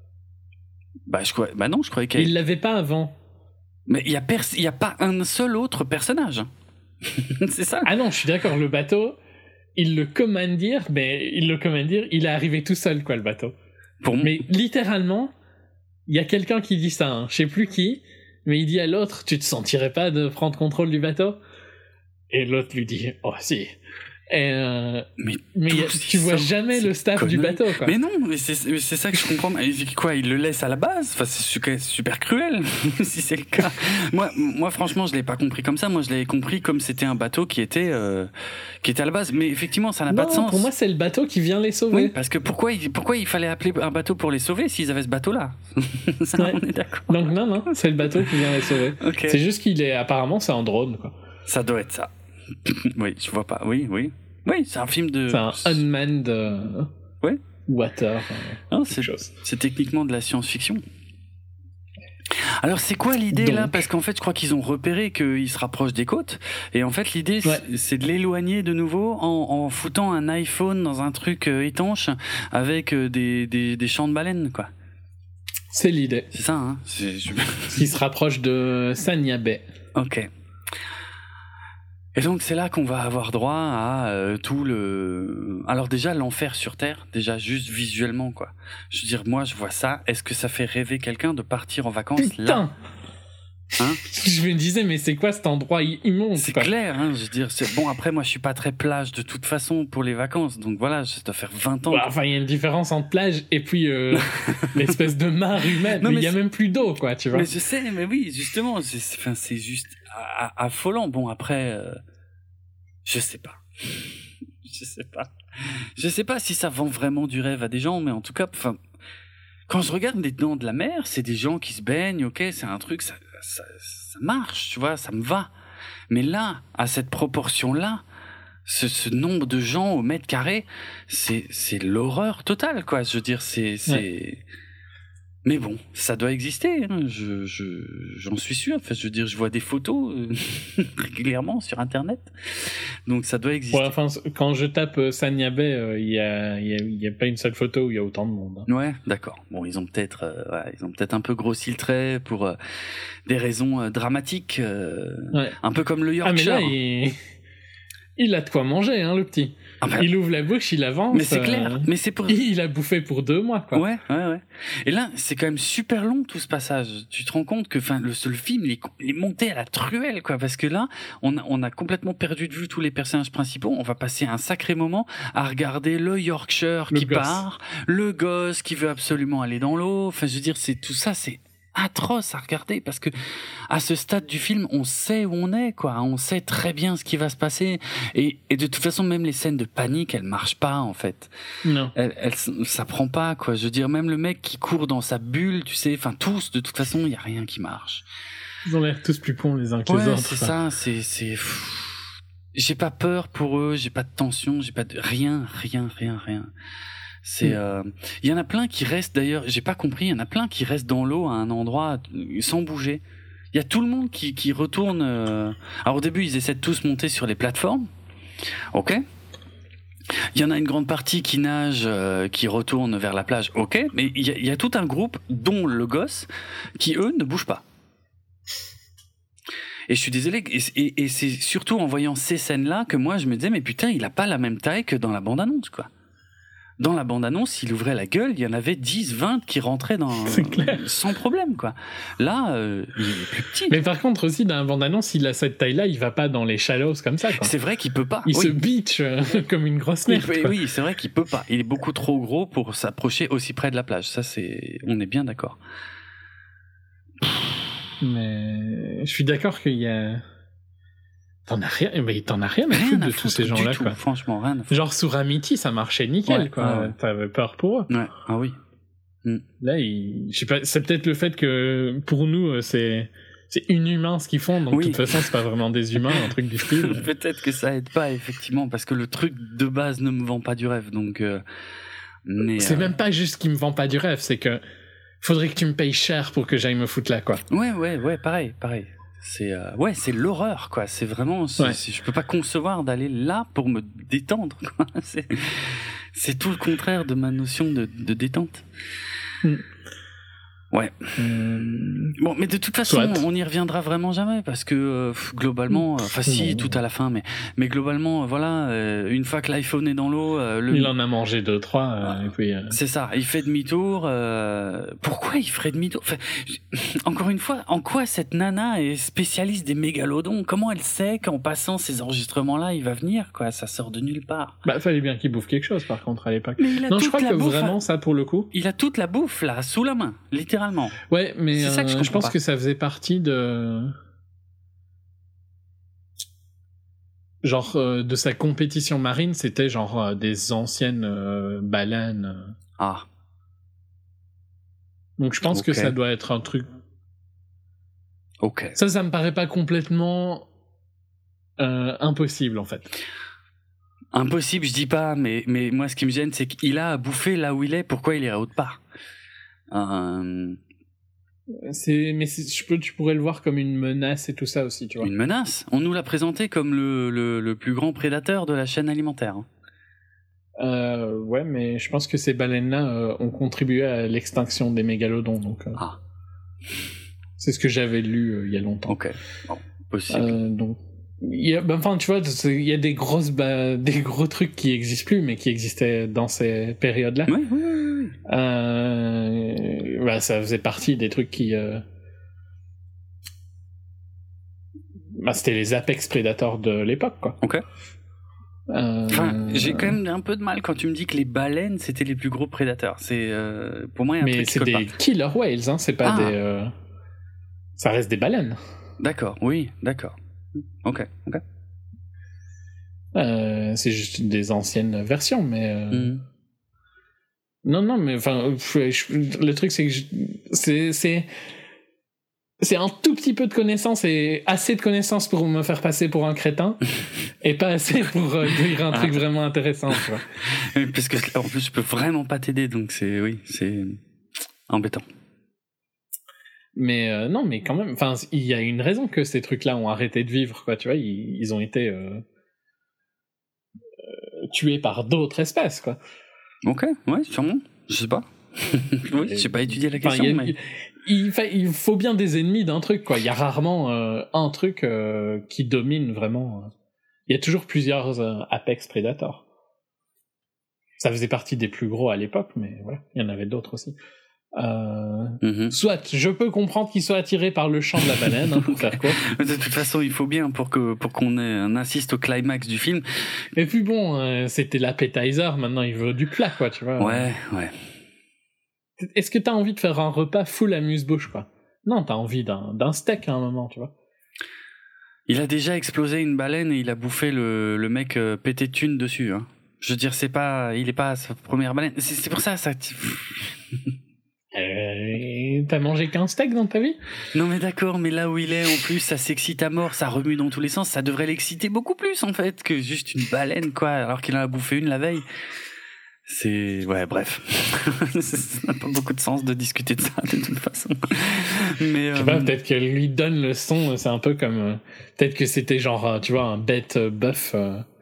[SPEAKER 1] Non, je croyais qu'il...
[SPEAKER 2] Il l'avait pas avant.
[SPEAKER 1] Mais il y a pas un seul autre personnage. C'est ça.
[SPEAKER 2] Ah non, je suis d'accord, le bateau, il le commandire, il est arrivé tout seul, quoi, le bateau. Mais littéralement, il y a quelqu'un qui dit ça, hein, je sais plus qui, mais il dit à l'autre, tu te sentirais pas de prendre contrôle du bateau? Et l'autre lui dit, oh si. Mais tu vois jamais le staff du bateau, quoi.
[SPEAKER 1] Mais non, mais c'est ça que je comprends. Quoi, il le laisse à la base? Enfin, c'est super cruel si c'est le cas. Moi, franchement, je l'ai pas compris comme ça. Moi, je l'avais compris comme c'était un bateau qui était à la base. Mais effectivement, ça n'a pas de sens.
[SPEAKER 2] Pour moi, c'est le bateau qui vient les sauver.
[SPEAKER 1] Oui, parce que pourquoi il fallait appeler un bateau pour les sauver s'ils avaient ce bateau-là? Ça, on est d'accord.
[SPEAKER 2] Donc non, c'est le bateau qui vient les sauver.
[SPEAKER 1] Okay.
[SPEAKER 2] C'est juste apparemment, c'est un drone, quoi.
[SPEAKER 1] Ça doit être ça. Oui, je vois pas. Oui, c'est un film de...
[SPEAKER 2] C'est un unmanned water.
[SPEAKER 1] Non, c'est techniquement de la science-fiction. Alors, c'est quoi l'idée, là? Parce qu'en fait, je crois qu'ils ont repéré qu'il se rapproche des côtes. Et en fait, l'idée, c'est de l'éloigner de nouveau en foutant un iPhone dans un truc étanche avec des champs de baleines, quoi.
[SPEAKER 2] C'est l'idée.
[SPEAKER 1] C'est ça, hein?
[SPEAKER 2] Qui se rapproche de Sanya Bay.
[SPEAKER 1] Ok. Et donc c'est là qu'on va avoir droit à tout le... Alors déjà l'enfer sur Terre, déjà juste visuellement, quoi. Je veux dire, moi je vois ça, est-ce que ça fait rêver quelqu'un de partir en vacances?
[SPEAKER 2] Putain
[SPEAKER 1] là? Hein?
[SPEAKER 2] Je me disais, mais c'est quoi cet endroit immonde?
[SPEAKER 1] C'est clair, hein, je veux dire, bon, après moi je suis pas très plage de toute façon pour les vacances, donc voilà, ça doit faire 20 ans.
[SPEAKER 2] Enfin, il y a une différence entre plage et puis l'espèce de mare humaine, mais il y a même plus d'eau, quoi, tu vois.
[SPEAKER 1] Mais je sais, mais oui, justement, c'est juste affolant. Bon, après, je sais pas. Je sais pas si ça vend vraiment du rêve à des gens, mais en tout cas, enfin, quand je regarde les dents de la mer, c'est des gens qui se baignent, ok, c'est un truc, ça marche, tu vois, ça me va. Mais là, à cette proportion-là, ce nombre de gens au mètre carré, c'est l'horreur totale, quoi. Je veux dire, c'est... Mais bon, ça doit exister, hein. J'en suis sûr. Enfin, je veux dire, je vois des photos régulièrement sur Internet, donc ça doit exister.
[SPEAKER 2] Ouais, enfin, quand je tape Sanya Bay, il y a pas une seule photo où il y a autant de monde. Hein.
[SPEAKER 1] Ouais, d'accord. Bon, ils ont peut-être un peu grossi le trait pour des raisons dramatiques, un peu comme le Yorkshire.
[SPEAKER 2] Ah mais là, il a de quoi manger, hein, le petit. Ah ben, il ouvre la bouche, il avance.
[SPEAKER 1] Mais c'est clair. Mais c'est pour...
[SPEAKER 2] Il a bouffé pour 2 mois, quoi.
[SPEAKER 1] Ouais. Et là, c'est quand même super long, tout ce passage. Tu te rends compte que, enfin, le film, il est monté à la truelle, quoi. Parce que là, on a complètement perdu de vue tous les personnages principaux. On va passer un sacré moment à regarder le Yorkshire qui part, le gosse qui veut absolument aller dans l'eau. Enfin, je veux dire, tout ça, c'est atroce à regarder parce que à ce stade du film on sait où on est, quoi. On sait très bien ce qui va se passer et de toute façon même les scènes de panique elles marchent pas en fait.
[SPEAKER 2] Non.
[SPEAKER 1] Ça prend pas, quoi. Je veux dire, même le mec qui court dans sa bulle, tu sais, enfin tous, de toute façon il y a rien qui marche.
[SPEAKER 2] Ils ont l'air tous plus cons les uns que les autres.
[SPEAKER 1] C'est ça, c'est j'ai pas peur pour eux, j'ai pas de tension, j'ai pas de rien. C'est il y en a plein qui restent, d'ailleurs, j'ai pas compris, il y en a plein qui restent dans l'eau à un endroit sans bouger. Il y a tout le monde qui retourne alors au début, ils essaient de tous monter sur les plateformes. OK? Il y en a une grande partie qui nage qui retourne vers la plage. OK, mais il y a tout un groupe dont le gosse qui eux ne bougent pas. Et je suis désolé, et c'est surtout en voyant ces scènes-là que moi je me disais, mais putain, il a pas la même taille que dans la bande-annonce, quoi. Dans la bande-annonce, il ouvrait la gueule, il y en avait 10, 20 qui rentraient sans problème, quoi. Là, il est plus petit.
[SPEAKER 2] Mais par contre, aussi, dans la bande-annonce, il a cette taille-là, il va pas dans les shallows comme ça, quoi.
[SPEAKER 1] C'est vrai qu'il peut pas.
[SPEAKER 2] Il se beach comme une grosse merde.
[SPEAKER 1] Oui, c'est vrai qu'il peut pas. Il est beaucoup trop gros pour s'approcher aussi près de la plage. Ça, on est bien d'accord.
[SPEAKER 2] Mais je suis d'accord qu'il y a... T'en as rien à foutre de tous ces gens-là, quoi.
[SPEAKER 1] Franchement, rien à foutre.
[SPEAKER 2] Genre, sur Amity, ça marchait nickel, quoi. Ouais. T'avais peur pour eux.
[SPEAKER 1] Ouais, ah oui.
[SPEAKER 2] Là, je sais pas, c'est peut-être le fait que, pour nous, c'est inhumain ce qu'ils font, donc de toute façon, c'est pas vraiment des humains, un truc du style.
[SPEAKER 1] Peut-être que ça aide pas, effectivement, parce que le truc de base ne me vend pas du rêve, donc...
[SPEAKER 2] c'est même pas juste qu'il me vend pas du rêve, c'est que faudrait que tu me payes cher pour que j'aille me foutre là, quoi.
[SPEAKER 1] Ouais, pareil. C'est l'horreur, quoi. C'est vraiment, je peux pas concevoir d'aller là pour me détendre, quoi. C'est tout le contraire de ma notion de détente. Ouais. Bon, mais de toute façon, on n'y reviendra vraiment jamais parce que globalement, si, tout à la fin, mais globalement, voilà, une fois que l'iPhone est dans l'eau,
[SPEAKER 2] il en a mangé 2-3, et puis.
[SPEAKER 1] C'est ça, il fait demi-tour. Pourquoi il ferait demi-tour? Enfin, encore une fois, en quoi cette nana est spécialiste des mégalodons? Comment elle sait qu'en passant ces enregistrements-là, il va venir, quoi? Ça sort de nulle part.
[SPEAKER 2] Bah, fallait bien qu'il bouffe quelque chose, par contre, à l'époque. Non, je crois que vraiment, ça, pour le coup.
[SPEAKER 1] Il a toute la bouffe là, sous la main, littéralement.
[SPEAKER 2] Ouais, mais je pense que ça faisait partie de... Genre, de sa compétition marine, c'était genre des anciennes baleines.
[SPEAKER 1] Ah.
[SPEAKER 2] Donc je pense que ça doit être un truc...
[SPEAKER 1] Ok.
[SPEAKER 2] Ça me paraît pas complètement impossible, en fait.
[SPEAKER 1] Impossible, je dis pas, mais moi ce qui me gêne, c'est qu'il a à bouffer là où il est, pourquoi il irait autre part?
[SPEAKER 2] Tu pourrais le voir comme une menace et tout ça aussi, tu vois.
[SPEAKER 1] Une menace? On nous l'a présenté comme le plus grand prédateur de la chaîne alimentaire.
[SPEAKER 2] Ouais, mais je pense que ces baleines-là ont contribué à l'extinction des mégalodons, donc. C'est ce que j'avais lu il y a longtemps.
[SPEAKER 1] Ok, bon, possible.
[SPEAKER 2] Donc, tu vois, il y a des gros trucs qui existent plus, mais qui existaient dans ces périodes-là.
[SPEAKER 1] Oui.
[SPEAKER 2] Ça faisait partie des trucs qui... c'était les apex prédateurs de l'époque, quoi.
[SPEAKER 1] Ok. J'ai quand même un peu de mal quand tu me dis que les baleines, c'était les plus gros prédateurs. C'est, pour moi, il y a un truc qui colle pas.
[SPEAKER 2] Mais c'est des killer whales, hein, c'est pas des... Ça reste des baleines.
[SPEAKER 1] D'accord, oui, d'accord. Ok.
[SPEAKER 2] C'est juste des anciennes versions, mais... Non, mais enfin, le truc, c'est que c'est un tout petit peu de connaissances et assez de connaissances pour me faire passer pour un crétin et pas assez pour dire un truc vraiment intéressant, tu vois.
[SPEAKER 1] Parce que, en plus, je peux vraiment pas t'aider, donc c'est embêtant.
[SPEAKER 2] Mais non, mais quand même, enfin, il y a une raison que ces trucs-là ont arrêté de vivre, quoi, tu vois, ils ont été tués par d'autres espèces, quoi.
[SPEAKER 1] Ok, ouais, sûrement, je sais pas. Oui, j'ai pas étudié la question, mais...
[SPEAKER 2] Il faut bien des ennemis d'un truc, quoi. Il y a rarement un truc qui domine vraiment. Il y a toujours plusieurs apex prédateurs. Ça faisait partie des plus gros à l'époque, mais voilà, il y en avait d'autres aussi. Soit, je peux comprendre qu'ils soient attirés par le chant de la baleine, pour faire quoi.
[SPEAKER 1] De toute façon, il faut bien pour qu'on insiste au climax du film.
[SPEAKER 2] Et puis bon, c'était l'appetizer, maintenant il veut du plat, quoi, tu vois.
[SPEAKER 1] Ouais.
[SPEAKER 2] Est-ce que t'as envie de faire un repas full amuse-bouche, quoi? Non, t'as envie d'un steak à un moment, tu vois.
[SPEAKER 1] Il a déjà explosé une baleine et il a bouffé le mec pété de thunes dessus, hein. Je veux dire, il est pas à sa première baleine. C'est pour ça.
[SPEAKER 2] T'as mangé qu'un steak dans ta vie?
[SPEAKER 1] Non mais d'accord, mais là où il est, en plus, ça s'excite à mort, ça remue dans tous les sens, ça devrait l'exciter beaucoup plus, en fait, que juste une baleine, quoi, alors qu'il en a bouffé une la veille. Ouais, bref. Ça n'a pas beaucoup de sens de discuter de ça, de toute façon. Mais,
[SPEAKER 2] je sais pas, peut-être qu'elle lui donne le son, c'est un peu comme... peut-être que c'était genre, tu vois, un bête bœuf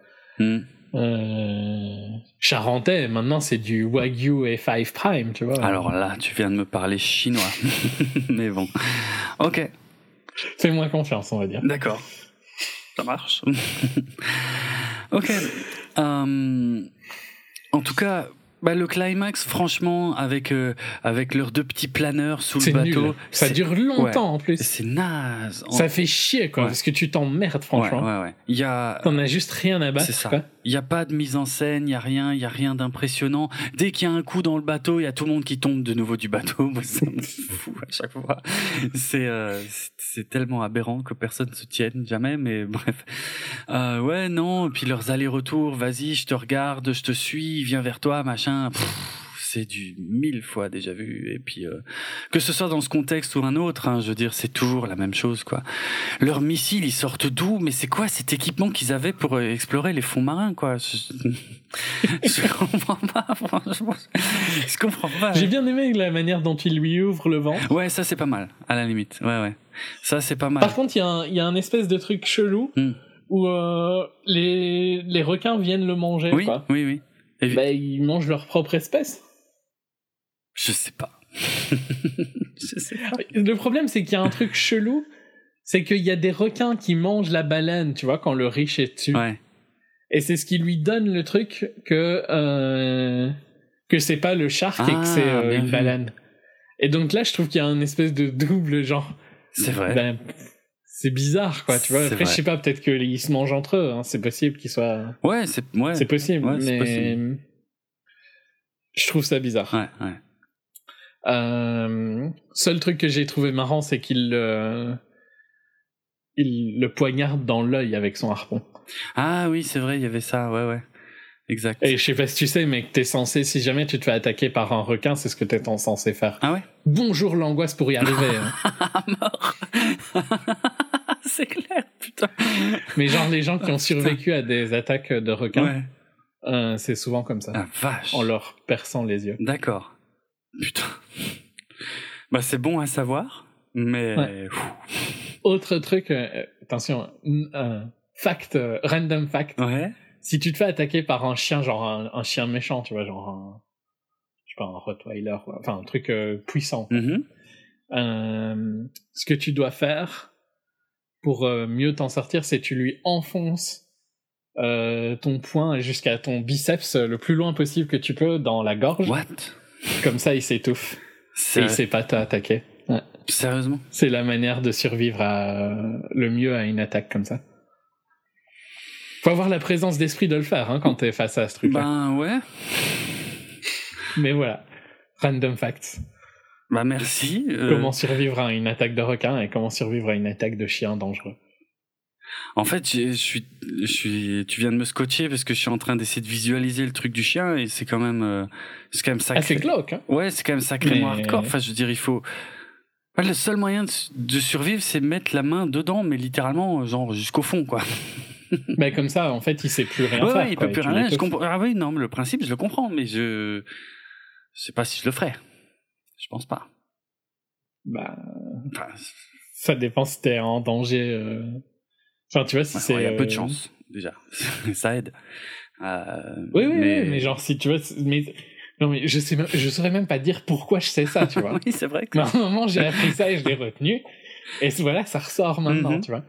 [SPEAKER 2] charentais, maintenant c'est du Wagyu A5 Prime, tu vois.
[SPEAKER 1] Alors là, tu viens de me parler chinois. Mais bon. Ok.
[SPEAKER 2] Fais-moi confiance, on va dire.
[SPEAKER 1] D'accord. Ça marche. Ok. En tout cas, le climax, franchement, avec leurs 2 petits planeurs sous le bateau.
[SPEAKER 2] Nul. Ça dure longtemps en plus.
[SPEAKER 1] C'est naze.
[SPEAKER 2] Ça fait chier, quoi, parce que tu t'emmerdes, franchement.
[SPEAKER 1] Ouais.
[SPEAKER 2] T'en as juste rien à battre.
[SPEAKER 1] C'est ça.
[SPEAKER 2] Quoi.
[SPEAKER 1] Il n'y a pas de mise en scène, il n'y a rien d'impressionnant. Dès qu'il y a un coup dans le bateau, il y a tout le monde qui tombe de nouveau du bateau. Moi, ça me fout à chaque fois. C'est tellement aberrant que personne ne se tienne jamais, mais bref. Ouais, non, et puis leurs allers-retours, vas-y, je te regarde, je te suis, viens vers toi, machin. C'est du 1000 fois déjà vu. Et puis, que ce soit dans ce contexte ou un autre, hein, je veux dire, c'est toujours la même chose, quoi. Leurs missiles, ils sortent d'où? Mais c'est quoi cet équipement qu'ils avaient pour explorer les fonds marins, quoi? Je comprends pas, franchement. Je comprends pas.
[SPEAKER 2] J'ai bien aimé la manière dont il lui ouvre le ventre.
[SPEAKER 1] Ouais, ça c'est pas mal, à la limite. Ouais. Ça c'est pas mal.
[SPEAKER 2] Par contre, il y a un espèce de truc chelou où les requins viennent le manger, quoi.
[SPEAKER 1] Oui.
[SPEAKER 2] Ils mangent leur propre espèce.
[SPEAKER 1] Je sais pas.
[SPEAKER 2] Le problème, c'est qu'il y a un truc chelou, c'est qu'il y a des requins qui mangent la baleine, tu vois, quand le riche est dessus.
[SPEAKER 1] Ouais.
[SPEAKER 2] Et c'est ce qui lui donne le truc que c'est pas le shark et que c'est une baleine. Et donc là, je trouve qu'il y a un espèce de double genre.
[SPEAKER 1] C'est vrai.
[SPEAKER 2] C'est bizarre, quoi, tu vois. Après, je sais pas, peut-être qu'ils se mangent entre eux, hein. C'est possible qu'ils soient.
[SPEAKER 1] Ouais, c'est
[SPEAKER 2] possible,
[SPEAKER 1] ouais,
[SPEAKER 2] mais
[SPEAKER 1] c'est possible.
[SPEAKER 2] Je trouve ça bizarre.
[SPEAKER 1] Ouais.
[SPEAKER 2] Seul truc que j'ai trouvé marrant, c'est qu'il le poignarde dans l'œil avec son harpon.
[SPEAKER 1] Ah oui, c'est vrai, il y avait ça, ouais. Exact.
[SPEAKER 2] Et je sais pas si tu sais, mais que t'es censé, si jamais tu te fais attaquer par un requin, c'est ce que t'es censé faire.
[SPEAKER 1] Ah ouais?
[SPEAKER 2] Bonjour l'angoisse pour y arriver.
[SPEAKER 1] Mort. C'est clair, putain.
[SPEAKER 2] Mais genre les gens qui ont survécu à des attaques de requins, c'est souvent comme ça.
[SPEAKER 1] Ah vache.
[SPEAKER 2] En leur perçant les yeux.
[SPEAKER 1] D'accord. Putain. C'est bon à savoir, mais...
[SPEAKER 2] Ouais. Autre truc, attention, random fact.
[SPEAKER 1] Ouais.
[SPEAKER 2] Si tu te fais attaquer par un chien, genre un chien méchant, tu vois, genre un Rottweiler, enfin un truc puissant. Ce que tu dois faire pour mieux t'en sortir, c'est tu lui enfonces ton poing jusqu'à ton biceps le plus loin possible que tu peux dans la gorge.
[SPEAKER 1] What?
[SPEAKER 2] Comme ça, il s'étouffe. Et il sait pas t'attaquer. Ouais.
[SPEAKER 1] Sérieusement? C'est
[SPEAKER 2] la manière de survivre le mieux à une attaque comme ça. Faut avoir la présence d'esprit de le faire quand t'es face à ce truc-là.
[SPEAKER 1] Ouais.
[SPEAKER 2] Mais voilà. Random facts.
[SPEAKER 1] Merci.
[SPEAKER 2] Comment survivre à une attaque de requin et comment survivre à une attaque de chien dangereux.
[SPEAKER 1] En fait, tu viens de me scotcher parce que je suis en train d'essayer de visualiser le truc du chien et c'est quand même sacré.
[SPEAKER 2] Ah, c'est glauque, hein?
[SPEAKER 1] Ouais, c'est quand même sacrément hardcore. Enfin, je veux dire, il faut... le seul moyen de survivre, c'est mettre la main dedans, mais littéralement, genre, jusqu'au fond, quoi.
[SPEAKER 2] Comme ça, en fait, il sait plus rien faire.
[SPEAKER 1] Ouais, il peut plus rien. Je comprends. Ah oui, non, mais le principe, je le comprends, mais je sais pas si je le ferais. Je pense pas.
[SPEAKER 2] Ça dépend si t'es en danger. Enfin, tu vois, si c'est.
[SPEAKER 1] Il y a peu de chance, déjà. Ça aide.
[SPEAKER 2] Oui, mais genre, si tu vois. Non, mais je saurais même pas dire pourquoi je sais ça, tu vois.
[SPEAKER 1] Oui, c'est vrai que.
[SPEAKER 2] Mais à un moment, j'ai appris ça et je l'ai retenu. Et voilà, ça ressort maintenant, tu vois.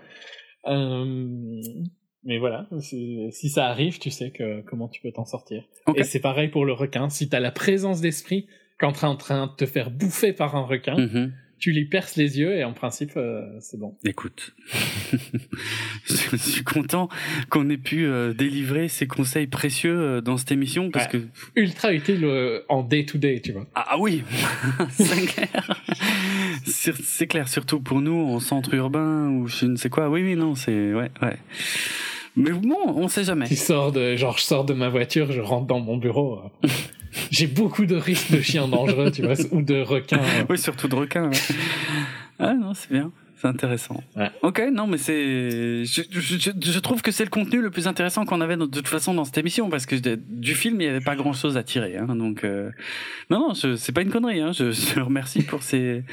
[SPEAKER 2] Mais voilà, si ça arrive, tu sais comment tu peux t'en sortir. Okay. Et c'est pareil pour le requin. Si t'as la présence d'esprit quand t'es en train de te faire bouffer par un requin, tu lui perces les yeux et en principe, c'est bon.
[SPEAKER 1] Écoute, je suis content qu'on ait pu délivrer ces conseils précieux dans cette émission parce que
[SPEAKER 2] ultra utile en day-to-day, tu vois.
[SPEAKER 1] Ah oui, c'est clair. C'est clair, surtout pour nous en centre urbain ou je ne sais quoi. Oui, non, c'est ouais. Mais bon, on sait jamais.
[SPEAKER 2] Je sors de ma voiture, je rentre dans mon bureau. J'ai beaucoup de risques de chiens dangereux, tu vois, ou de requins.
[SPEAKER 1] Oui, surtout de requins. Ouais. Ah non, c'est bien, c'est intéressant. Ouais. Ok, non, mais je trouve que c'est le contenu le plus intéressant qu'on avait de toute façon dans cette émission, parce que du film, il n'y avait pas grand-chose à tirer. Donc, non, c'est pas une connerie. Je remercie pour ces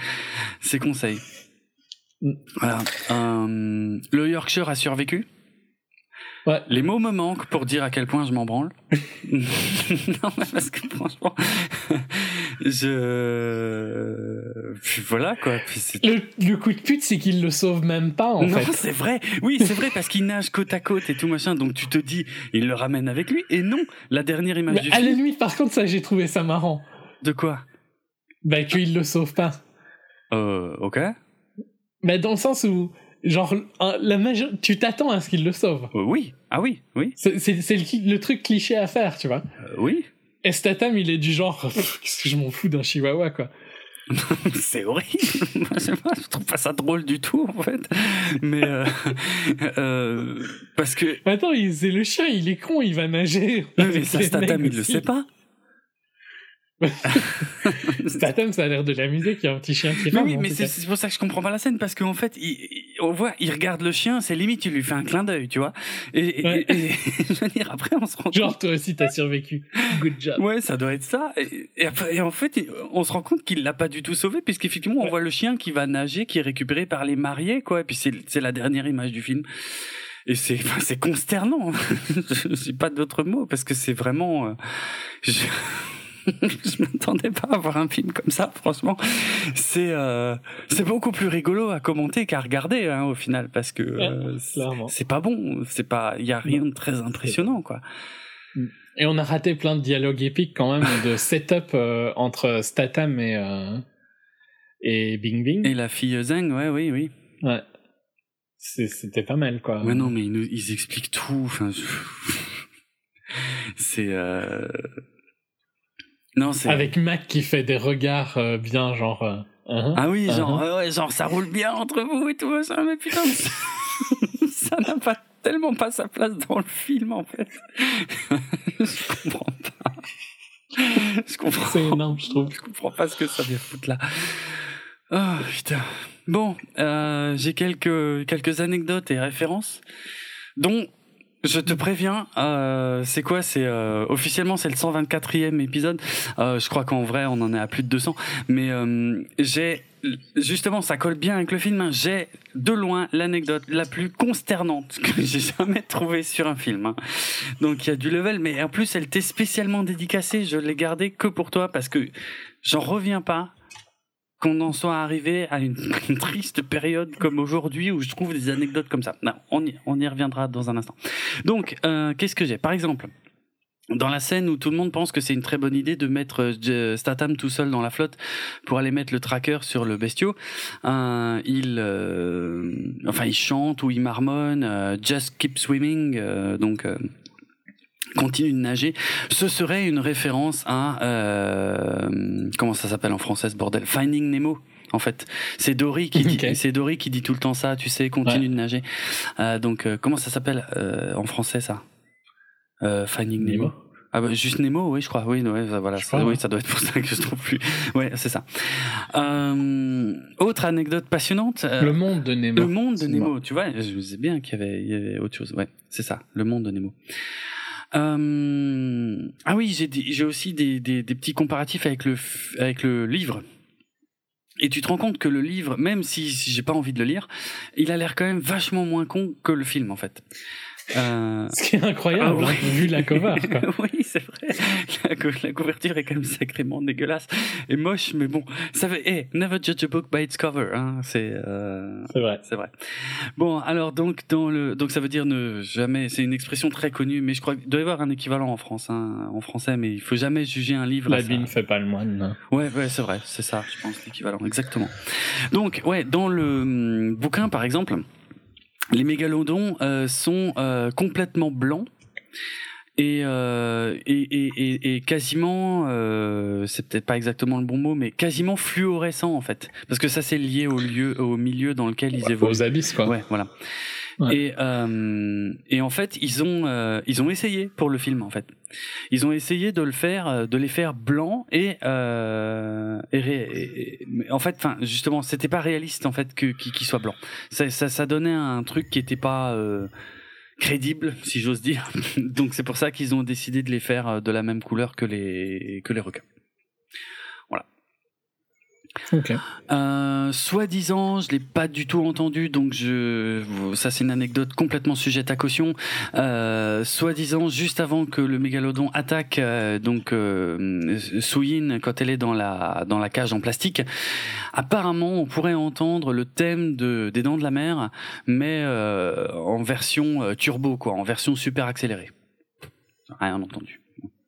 [SPEAKER 1] conseils. Voilà. Le Yorkshire a survécu.
[SPEAKER 2] Ouais.
[SPEAKER 1] Les mots me manquent pour dire à quel point je m'en branle. Non, mais parce que franchement, voilà quoi.
[SPEAKER 2] Le coup de pute, c'est qu'il le sauve même pas en fait.
[SPEAKER 1] Non, c'est vrai. Oui, c'est vrai parce qu'il nage côte à côte et tout machin. Donc tu te dis, il le ramène avec lui. Et non, la dernière image du film.
[SPEAKER 2] À la limite, par contre, ça, j'ai trouvé ça marrant.
[SPEAKER 1] De quoi?
[SPEAKER 2] Bah qu'il le sauve pas.
[SPEAKER 1] Ok.
[SPEAKER 2] Bah dans le sens où, genre, tu t'attends à ce qu'il le sauve.
[SPEAKER 1] Oui. Ah oui.
[SPEAKER 2] C'est le truc cliché à faire, tu vois.
[SPEAKER 1] Oui.
[SPEAKER 2] Et Statham, il est du genre, qu'est-ce que je m'en fous d'un chihuahua, quoi.
[SPEAKER 1] C'est horrible. Je trouve pas ça drôle du tout, en fait. Mais parce que.
[SPEAKER 2] Attends, c'est le chien, il est con, il va nager.
[SPEAKER 1] Mais ça, Statham, il le sait pas.
[SPEAKER 2] Statham, ça a l'air de l'amuser qu'il y a un petit chien qui rame.
[SPEAKER 1] Oui, mais c'est pour ça que je comprends pas la scène, parce qu'en fait, on voit, il regarde le chien, c'est limite, il lui fait un clin d'œil, tu vois. Et je veux dire, après, on se rend compte.
[SPEAKER 2] Genre, toi aussi, t'as survécu. Good job.
[SPEAKER 1] Ouais, ça doit être ça. Et en fait, on se rend compte qu'il l'a pas du tout sauvé, puisqu'effectivement, on voit le chien qui va nager, qui est récupéré par les mariés, quoi. Et puis c'est la dernière image du film. Et c'est consternant. J'ai pas d'autres mots, parce que c'est vraiment, je m'attendais pas à voir un film comme ça, franchement. C'est beaucoup plus rigolo à commenter qu'à regarder, hein, au final, parce que c'est pas bon, il y a rien de très impressionnant, quoi.
[SPEAKER 2] Et on a raté plein de dialogues épiques quand même, de setup entre Statham et Bing Bing.
[SPEAKER 1] Et la fille Zhang, oui.
[SPEAKER 2] Ouais. C'était pas mal, quoi.
[SPEAKER 1] Ouais, non, mais ils expliquent tout. Enfin, c'est non, c'est
[SPEAKER 2] avec Mac qui fait des regards bien genre
[SPEAKER 1] ah oui, genre ça roule bien entre vous et tout ça, mais putain, ça n'a pas tellement pas sa place dans le film, en fait. Je comprends pas.
[SPEAKER 2] C'est énorme, je trouve.
[SPEAKER 1] Je comprends pas ce que ça vient foutre là. Oh putain. Bon, j'ai quelques anecdotes et références, dont je te préviens, c'est quoi? C'est officiellement c'est le 124e épisode. Je crois qu'en vrai on en est à plus de 200. Mais j'ai justement, ça colle bien avec le film. Hein, j'ai de loin l'anecdote la plus consternante que j'ai jamais trouvée sur un film. Hein. Donc il y a du level, mais en plus elle t'est spécialement dédicacée. Je l'ai gardée que pour toi parce que j'en reviens pas qu'on en soit arrivé à une triste période comme aujourd'hui où je trouve des anecdotes comme ça. Non, on y reviendra dans un instant. Donc, qu'est-ce que j'ai? Par exemple, dans la scène où tout le monde pense que c'est une très bonne idée de mettre Statham tout seul dans la flotte pour aller mettre le tracker sur le bestiau, il chante ou il marmonne Just Keep Swimming, continue de nager. Ce serait une référence à comment ça s'appelle en français ce bordel? Finding Nemo. En fait, c'est Dory qui dit, c'est Dory qui dit tout le temps ça. Tu sais, continue de nager. Donc, comment ça s'appelle en français ça? Finding Nemo. Ah bah, juste Nemo, oui, je crois. Oui, ouais, voilà. Oui, ça doit être pour ça que je trouve plus. Ouais, c'est ça. Autre anecdote passionnante.
[SPEAKER 2] Le monde de Nemo.
[SPEAKER 1] Le monde de Nemo. Tu vois, je sais bien qu'il y avait autre chose. Ouais, c'est ça. Le monde de Nemo. Ah oui, j'ai aussi des petits comparatifs avec le livre. Et tu te rends compte que le livre, même si j'ai pas envie de le lire, il a l'air quand même vachement moins con que le film, en fait.
[SPEAKER 2] Ce qui est incroyable, vu la cover, quoi.
[SPEAKER 1] Oui, c'est vrai. La couverture est quand même sacrément dégueulasse et moche, mais bon, ça fait, never judge a book by its cover, hein. C'est vrai. C'est vrai. Bon, alors donc donc ça veut dire ne jamais. C'est une expression très connue, mais je crois qu'il doit y avoir un équivalent en France, hein, en français, mais il faut jamais juger un livre.
[SPEAKER 2] L'habit ne fait pas le moine.
[SPEAKER 1] Ouais, c'est vrai, c'est ça, je pense l'équivalent, exactement. Donc, ouais, dans le bouquin, par exemple. Les mégalodons sont complètement blancs et quasiment, c'est peut-être pas exactement le bon mot, mais quasiment fluorescents en fait, parce que ça c'est lié au milieu dans lequel ils évoluent.
[SPEAKER 2] Aux abysses, quoi.
[SPEAKER 1] Ouais, voilà. Ouais. Et en fait ils ont essayé pour le film en fait. Ils ont essayé de les faire blancs et en fait, enfin justement, c'était pas réaliste en fait qu'ils soient blancs. Ça donnait un truc qui était pas crédible, si j'ose dire. Donc c'est pour ça qu'ils ont décidé de les faire de la même couleur que les requins. Voilà.
[SPEAKER 2] Ok.
[SPEAKER 1] Soi-disant, je l'ai pas du tout entendu, donc ça c'est une anecdote complètement sujette à caution. Soi-disant, juste avant que le mégalodon attaque Suyin quand elle est dans la cage en plastique, apparemment on pourrait entendre le thème des Dents de la Mer, mais en version turbo, quoi, en version super accélérée. Rien entendu.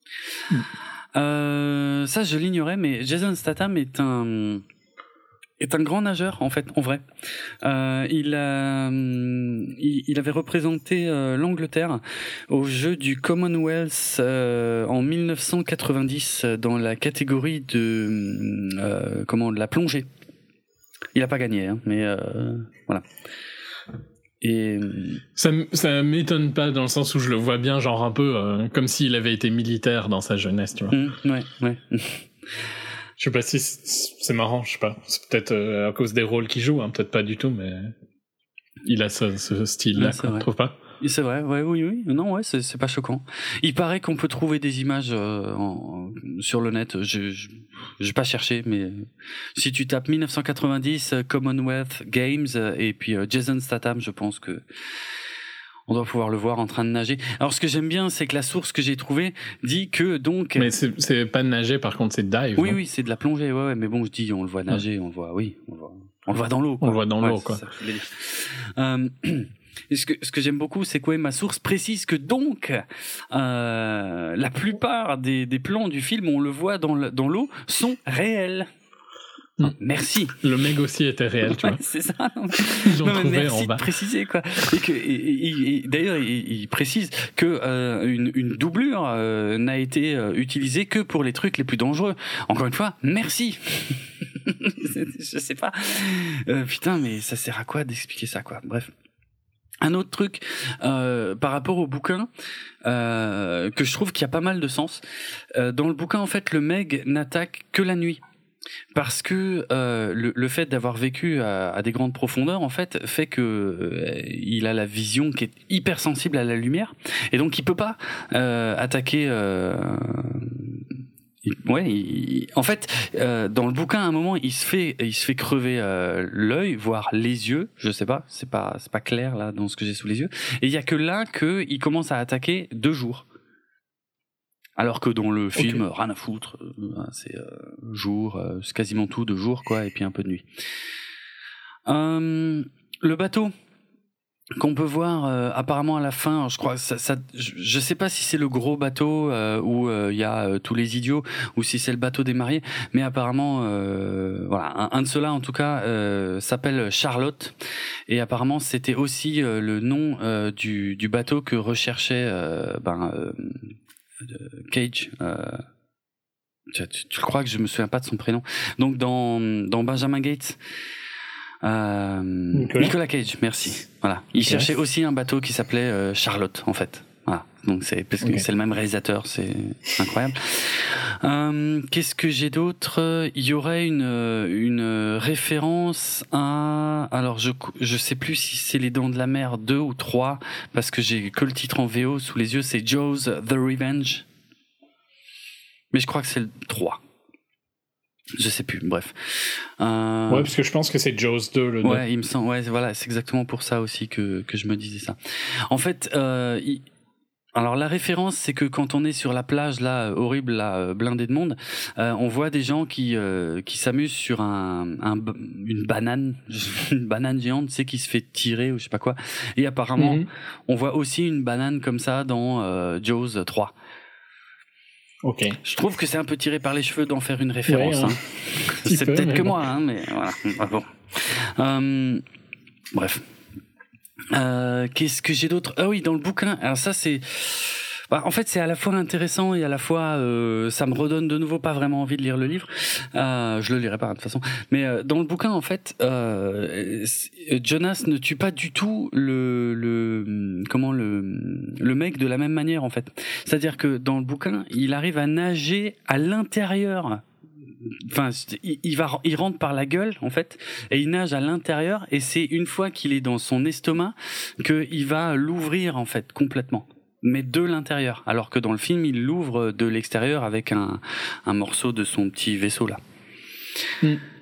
[SPEAKER 1] Ça je l'ignorais, mais Jason Statham est un grand nageur en fait, en vrai. Il avait représenté l'Angleterre aux Jeux du Commonwealth en 1990 dans la catégorie de la plongée. Il a pas gagné, hein, mais voilà. Et
[SPEAKER 2] ça m'étonne pas dans le sens où je le vois bien genre un peu comme s'il avait été militaire dans sa jeunesse, tu vois.
[SPEAKER 1] Ouais.
[SPEAKER 2] Je sais pas si c'est marrant, je sais pas. C'est peut-être à cause des rôles qu'il joue, hein, peut-être pas du tout, mais il a ce style-là, tu trouves pas?
[SPEAKER 1] C'est vrai, ouais, oui. Non, ouais, c'est pas choquant. Il paraît qu'on peut trouver des images sur le net. J'ai pas cherché, mais si tu tapes 1990 Commonwealth Games et puis Jason Statham, je pense que on doit pouvoir le voir en train de nager. Alors, ce que j'aime bien, c'est que la source que j'ai trouvée dit que donc.
[SPEAKER 2] Mais c'est pas de nager, par contre, c'est de dive.
[SPEAKER 1] Oui, c'est de la plongée, ouais. Mais bon, je dis, on le voit nager, on le voit dans l'eau.
[SPEAKER 2] On le voit dans l'eau, quoi.
[SPEAKER 1] Et ce que j'aime beaucoup, c'est que ma source précise que donc la plupart des plans du film où on le voit dans l'eau sont réels. Merci.
[SPEAKER 2] Le Meg aussi était réel, tu vois.
[SPEAKER 1] C'est ça.
[SPEAKER 2] Ils l'ont trouvé
[SPEAKER 1] merci
[SPEAKER 2] en bas.
[SPEAKER 1] De préciser, quoi. Et d'ailleurs, il précise que une doublure n'a été utilisée que pour les trucs les plus dangereux. Encore une fois, merci. Je sais pas. Putain, mais ça sert à quoi d'expliquer ça, quoi. Bref. Un autre truc par rapport au bouquin que je trouve qu'il y a pas mal de sens. Dans le bouquin, en fait, le Meg n'attaque que la nuit. Parce que le fait d'avoir vécu à des grandes profondeurs, en fait que il a la vision qui est hyper sensible à la lumière, et donc il peut pas attaquer. En fait, dans le bouquin, à un moment, il se fait crever l'œil, voire les yeux. Je sais pas, c'est pas clair là dans ce que j'ai sous les yeux. Et il y a que là que il commence à attaquer 2 jours. Alors que dans le film, rien à foutre, c'est jour, c'est quasiment tout de jour, quoi, et puis un peu de nuit. Le bateau qu'on peut voir apparemment à la fin, je crois, je sais pas si c'est le gros bateau où il y a tous les idiots, ou si c'est le bateau des mariés, mais apparemment, voilà, un de ceux-là en tout cas s'appelle Charlotte, et apparemment c'était aussi le nom du bateau que recherchait Cage. Tu crois que je me souviens pas de son prénom? Donc dans Benjamin Gates, Nicolas Cage, merci. Voilà, il cherchait aussi un bateau qui s'appelait Charlotte, en fait. Voilà, donc c'est parce que c'est le même réalisateur, c'est incroyable. Qu'est-ce que j'ai d'autre? Il y aurait une référence à, alors je sais plus si c'est Les Dents de la Mer 2 ou 3, parce que j'ai que le titre en VO sous les yeux, c'est Jaws The Revenge. Mais je crois que c'est le 3. Je sais plus, bref.
[SPEAKER 2] Ouais, parce que je pense que c'est Jaws 2, le 2.
[SPEAKER 1] Ouais, il me semble, ouais, voilà, c'est exactement pour ça aussi que je me disais ça. En fait, alors la référence, c'est que quand on est sur la plage là horrible là blindée de monde, on voit des gens qui s'amusent sur une banane géante, tu sais, qui se fait tirer ou je sais pas quoi. Et apparemment, on voit aussi une banane comme ça dans Jaws 3.
[SPEAKER 2] Ok.
[SPEAKER 1] Je trouve que c'est un peu tiré par les cheveux d'en faire une référence.
[SPEAKER 2] Ouais, hein.
[SPEAKER 1] C'est peut-être que moi, hein, mais voilà. Bon. Bref. Qu'est-ce que j'ai d'autre? Ah oui, dans le bouquin. Alors ça, c'est. En fait, c'est à la fois intéressant et à la fois ça me redonne de nouveau pas vraiment envie de lire le livre. Je le lirai pas de toute façon. Mais dans le bouquin, en fait, Jonas ne tue pas du tout le mec de la même manière, en fait. C'est-à-dire que dans le bouquin, il arrive à nager à l'intérieur. Enfin, il rentre par la gueule, en fait, et il nage à l'intérieur. Et c'est une fois qu'il est dans son estomac qu'il va l'ouvrir, en fait, complètement. Mais de l'intérieur, alors que dans le film, il l'ouvre de l'extérieur avec un morceau de son petit vaisseau là.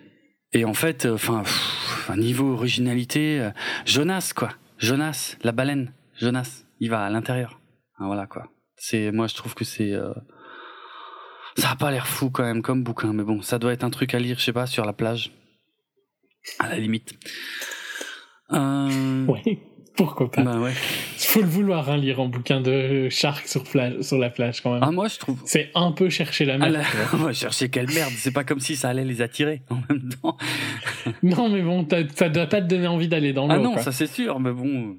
[SPEAKER 1] Et en fait, niveau originalité, Jonas, quoi. Jonas, la baleine. Jonas, il va à l'intérieur. Voilà, quoi. Moi, je trouve que c'est... Ça a pas l'air fou, quand même, comme bouquin. Mais bon, ça doit être un truc à lire, je sais pas, sur la plage. À la limite.
[SPEAKER 2] Oui, pourquoi pas.
[SPEAKER 1] Bah ouais.
[SPEAKER 2] Faut le vouloir, hein, lire un bouquin de shark sur la plage, quand même.
[SPEAKER 1] Ah, moi, je trouve...
[SPEAKER 2] C'est un peu chercher la merde.
[SPEAKER 1] Moi, chercher quelle merde. C'est pas comme si ça allait les attirer, en même temps.
[SPEAKER 2] Non, mais bon, ça doit pas te donner envie d'aller dans l'eau.
[SPEAKER 1] Ah non,
[SPEAKER 2] quoi.
[SPEAKER 1] Ça c'est sûr, mais bon...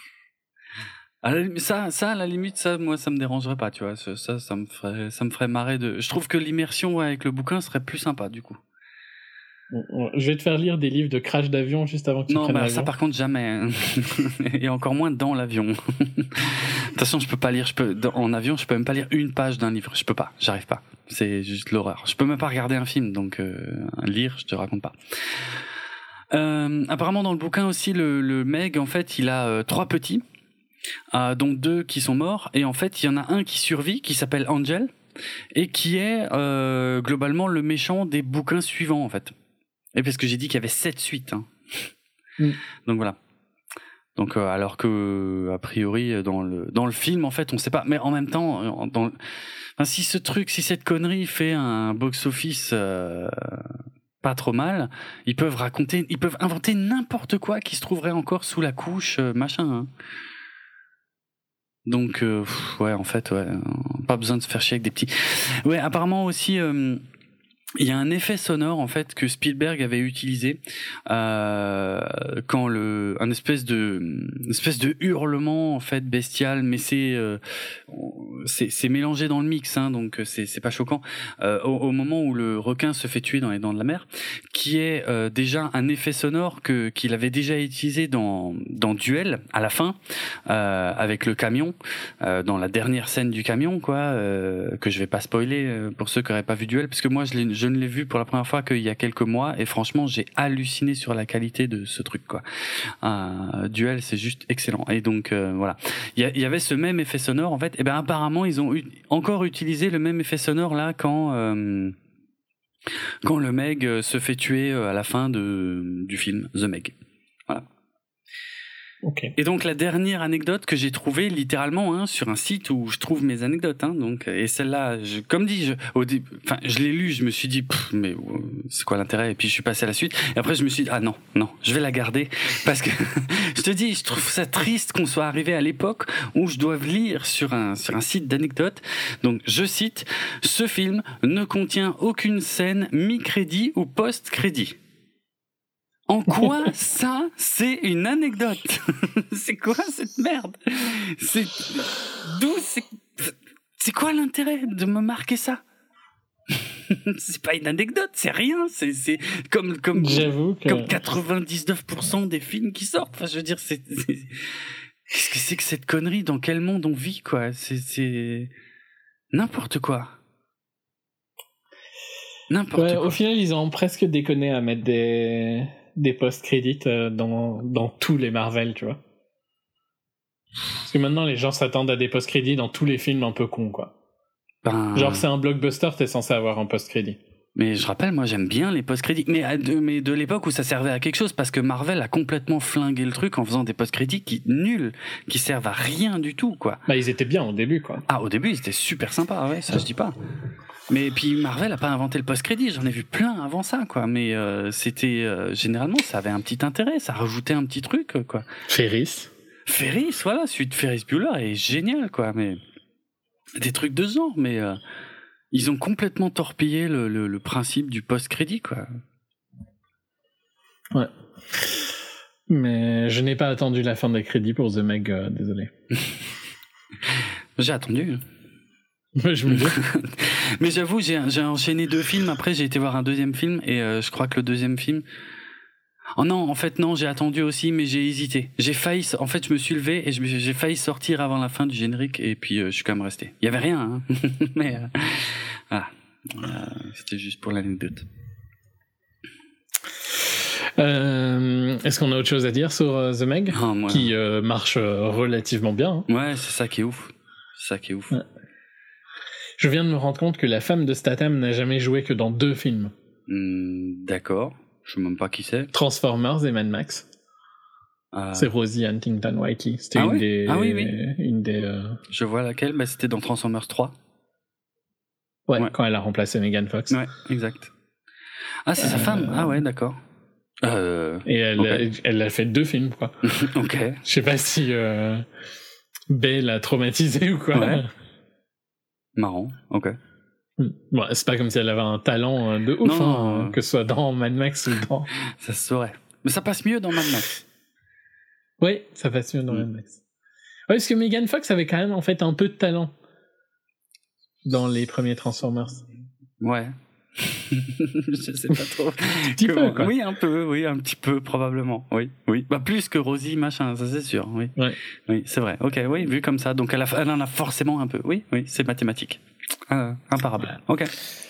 [SPEAKER 1] Ça, à la limite, ça, moi, ça me dérangerait pas, tu vois. Ça me ferait marrer de... Je trouve que l'immersion avec le bouquin serait plus sympa, du coup.
[SPEAKER 2] Je vais te faire lire des livres de crash d'avion juste avant que tu prennes l'avion.
[SPEAKER 1] Non, ça par contre jamais. Et encore moins dans l'avion. De toute façon, je peux pas lire. En avion, je peux même pas lire une page d'un livre. Je peux pas. J'arrive pas. C'est juste l'horreur. Je peux même pas regarder un film. Donc lire, je te raconte pas. Apparemment, dans le bouquin aussi, le Meg, en fait, il a 3 petits, dont 2 qui sont morts. Et en fait, il y en a un qui survit, qui s'appelle Angel, et qui est globalement le méchant des bouquins suivants, en fait. Et parce que j'ai dit qu'il y avait 7 suites. Hein. Donc voilà. Donc alors que a priori dans le film en fait on sait pas. Mais en même temps si cette connerie fait un box-office pas trop mal, ils peuvent inventer n'importe quoi qui se trouverait encore sous la couche machin. Hein. Donc ouais en fait pas besoin de se faire chier avec des petits. Ouais apparemment aussi. Il y a un effet sonore en fait que Spielberg avait utilisé quand un espèce de hurlement en fait bestial, mais c'est mélangé dans le mix, hein, donc c'est pas choquant. Au moment où le requin se fait tuer dans les dents de la mer, qui est déjà un effet sonore qu'il avait déjà utilisé dans Duel à la fin avec le camion, dans la dernière scène du camion quoi, que je vais pas spoiler pour ceux qui n'auraient pas vu Duel, parce que moi je ne l'ai vu pour la première fois qu'il y a quelques mois et franchement j'ai halluciné sur la qualité de ce truc quoi. Duel c'est juste excellent et donc voilà il y avait ce même effet sonore en fait et ben apparemment ils ont encore utilisé le même effet sonore là quand le Meg se fait tuer à la fin du film The Meg. Voilà.
[SPEAKER 2] Okay.
[SPEAKER 1] Et donc la dernière anecdote que j'ai trouvée littéralement hein, sur un site où je trouve mes anecdotes hein, donc et celle-là comme dit je l'ai lu, je me suis dit mais c'est quoi l'intérêt et puis je suis passé à la suite et après je me suis dit ah non je vais la garder parce que je te dis je trouve ça triste qu'on soit arrivé à l'époque où je dois lire sur un site d'anecdotes. Donc je cite: ce film ne contient aucune scène mi-crédit ou post-crédit. En quoi ça, c'est une anecdote? C'est quoi cette merde? C'est quoi l'intérêt de me marquer ça? C'est pas une anecdote, c'est rien. C'est comme
[SPEAKER 2] j'avoue que...
[SPEAKER 1] comme 99% des films qui sortent. Enfin, je veux dire, qu'est-ce que c'est que cette connerie? Dans quel monde on vit, quoi? C'est n'importe quoi. N'importe quoi.
[SPEAKER 2] Au final, ils ont presque déconné à mettre des post-crédits dans tous les Marvel, tu vois. Parce que maintenant, les gens s'attendent à des post-crédits dans tous les films un peu cons, quoi. Genre, c'est un blockbuster, t'es censé avoir un post-crédit.
[SPEAKER 1] Mais je rappelle, moi, j'aime bien les post-crédits. Mais de l'époque où ça servait à quelque chose, parce que Marvel a complètement flingué le truc en faisant des post-crédits nuls, qui servent à rien du tout, quoi.
[SPEAKER 2] Bah, ils étaient bien au début, quoi.
[SPEAKER 1] Ah, au début, ils étaient super sympas, ouais, ça je dis pas. Mais puis Marvel a pas inventé le post-crédit, j'en ai vu plein avant ça, quoi. Mais c'était généralement ça avait un petit intérêt, ça rajoutait un petit truc, quoi.
[SPEAKER 2] Ferris,
[SPEAKER 1] voilà, celui de Ferris Bueller est génial, quoi. Mais des trucs de genre, mais ils ont complètement torpillé le principe du post-crédit, quoi.
[SPEAKER 2] Ouais. Mais je n'ai pas attendu la fin des crédits pour The Meg, désolé.
[SPEAKER 1] J'ai attendu.
[SPEAKER 2] Je me dis.
[SPEAKER 1] Mais j'avoue, j'ai enchaîné 2 films. Après, j'ai été voir un deuxième film et je crois que le deuxième film. Oh non, en fait non, j'ai attendu aussi, mais j'ai hésité. En fait, je me suis levé et j'ai failli sortir avant la fin du générique et puis je suis quand même resté. Il y avait rien, hein. Mais voilà. C'était juste pour l'anecdote.
[SPEAKER 2] Est-ce qu'on a autre chose à dire sur The Meg qui marche relativement bien, hein.
[SPEAKER 1] Ouais, c'est ça qui est ouf. Ouais.
[SPEAKER 2] Je viens de me rendre compte que la femme de Statham n'a jamais joué que dans 2 films.
[SPEAKER 1] D'accord. Je sais même pas qui c'est.
[SPEAKER 2] Transformers et Mad Max. C'est Rosie Huntington-Whiteley. C'était
[SPEAKER 1] oui.
[SPEAKER 2] une des.
[SPEAKER 1] Je vois laquelle. Bah, c'était dans Transformers 3.
[SPEAKER 2] Ouais, quand elle a remplacé Megan Fox.
[SPEAKER 1] Ouais, exact. Ah, c'est sa femme. Ah ouais, d'accord.
[SPEAKER 2] Et elle a fait 2 films, quoi.
[SPEAKER 1] Ok.
[SPEAKER 2] Je sais pas si Bey l'a traumatisé ou quoi.
[SPEAKER 1] Ouais. Marrant. Ok.
[SPEAKER 2] Bon, c'est pas comme si elle avait un talent de ouf, non, que ce soit dans Mad Max ou dans.
[SPEAKER 1] Ça se saurait. Mais ça passe mieux dans Mad Max.
[SPEAKER 2] Oui, ça passe mieux dans Mad Max. Ouais, parce que Megan Fox avait quand même en fait un peu de talent dans les premiers Transformers.
[SPEAKER 1] Ouais. Je sais pas trop.
[SPEAKER 2] Un petit peu, quoi.
[SPEAKER 1] Oui, un peu, oui, un petit peu, probablement. Oui. Bah, plus que Rosie, machin, ça c'est sûr, oui.
[SPEAKER 2] Ouais.
[SPEAKER 1] Oui, c'est vrai. Ok, oui, vu comme ça. Donc elle en a forcément un peu. Oui, c'est mathématique. Imparable.
[SPEAKER 2] Ouais.
[SPEAKER 1] Ok.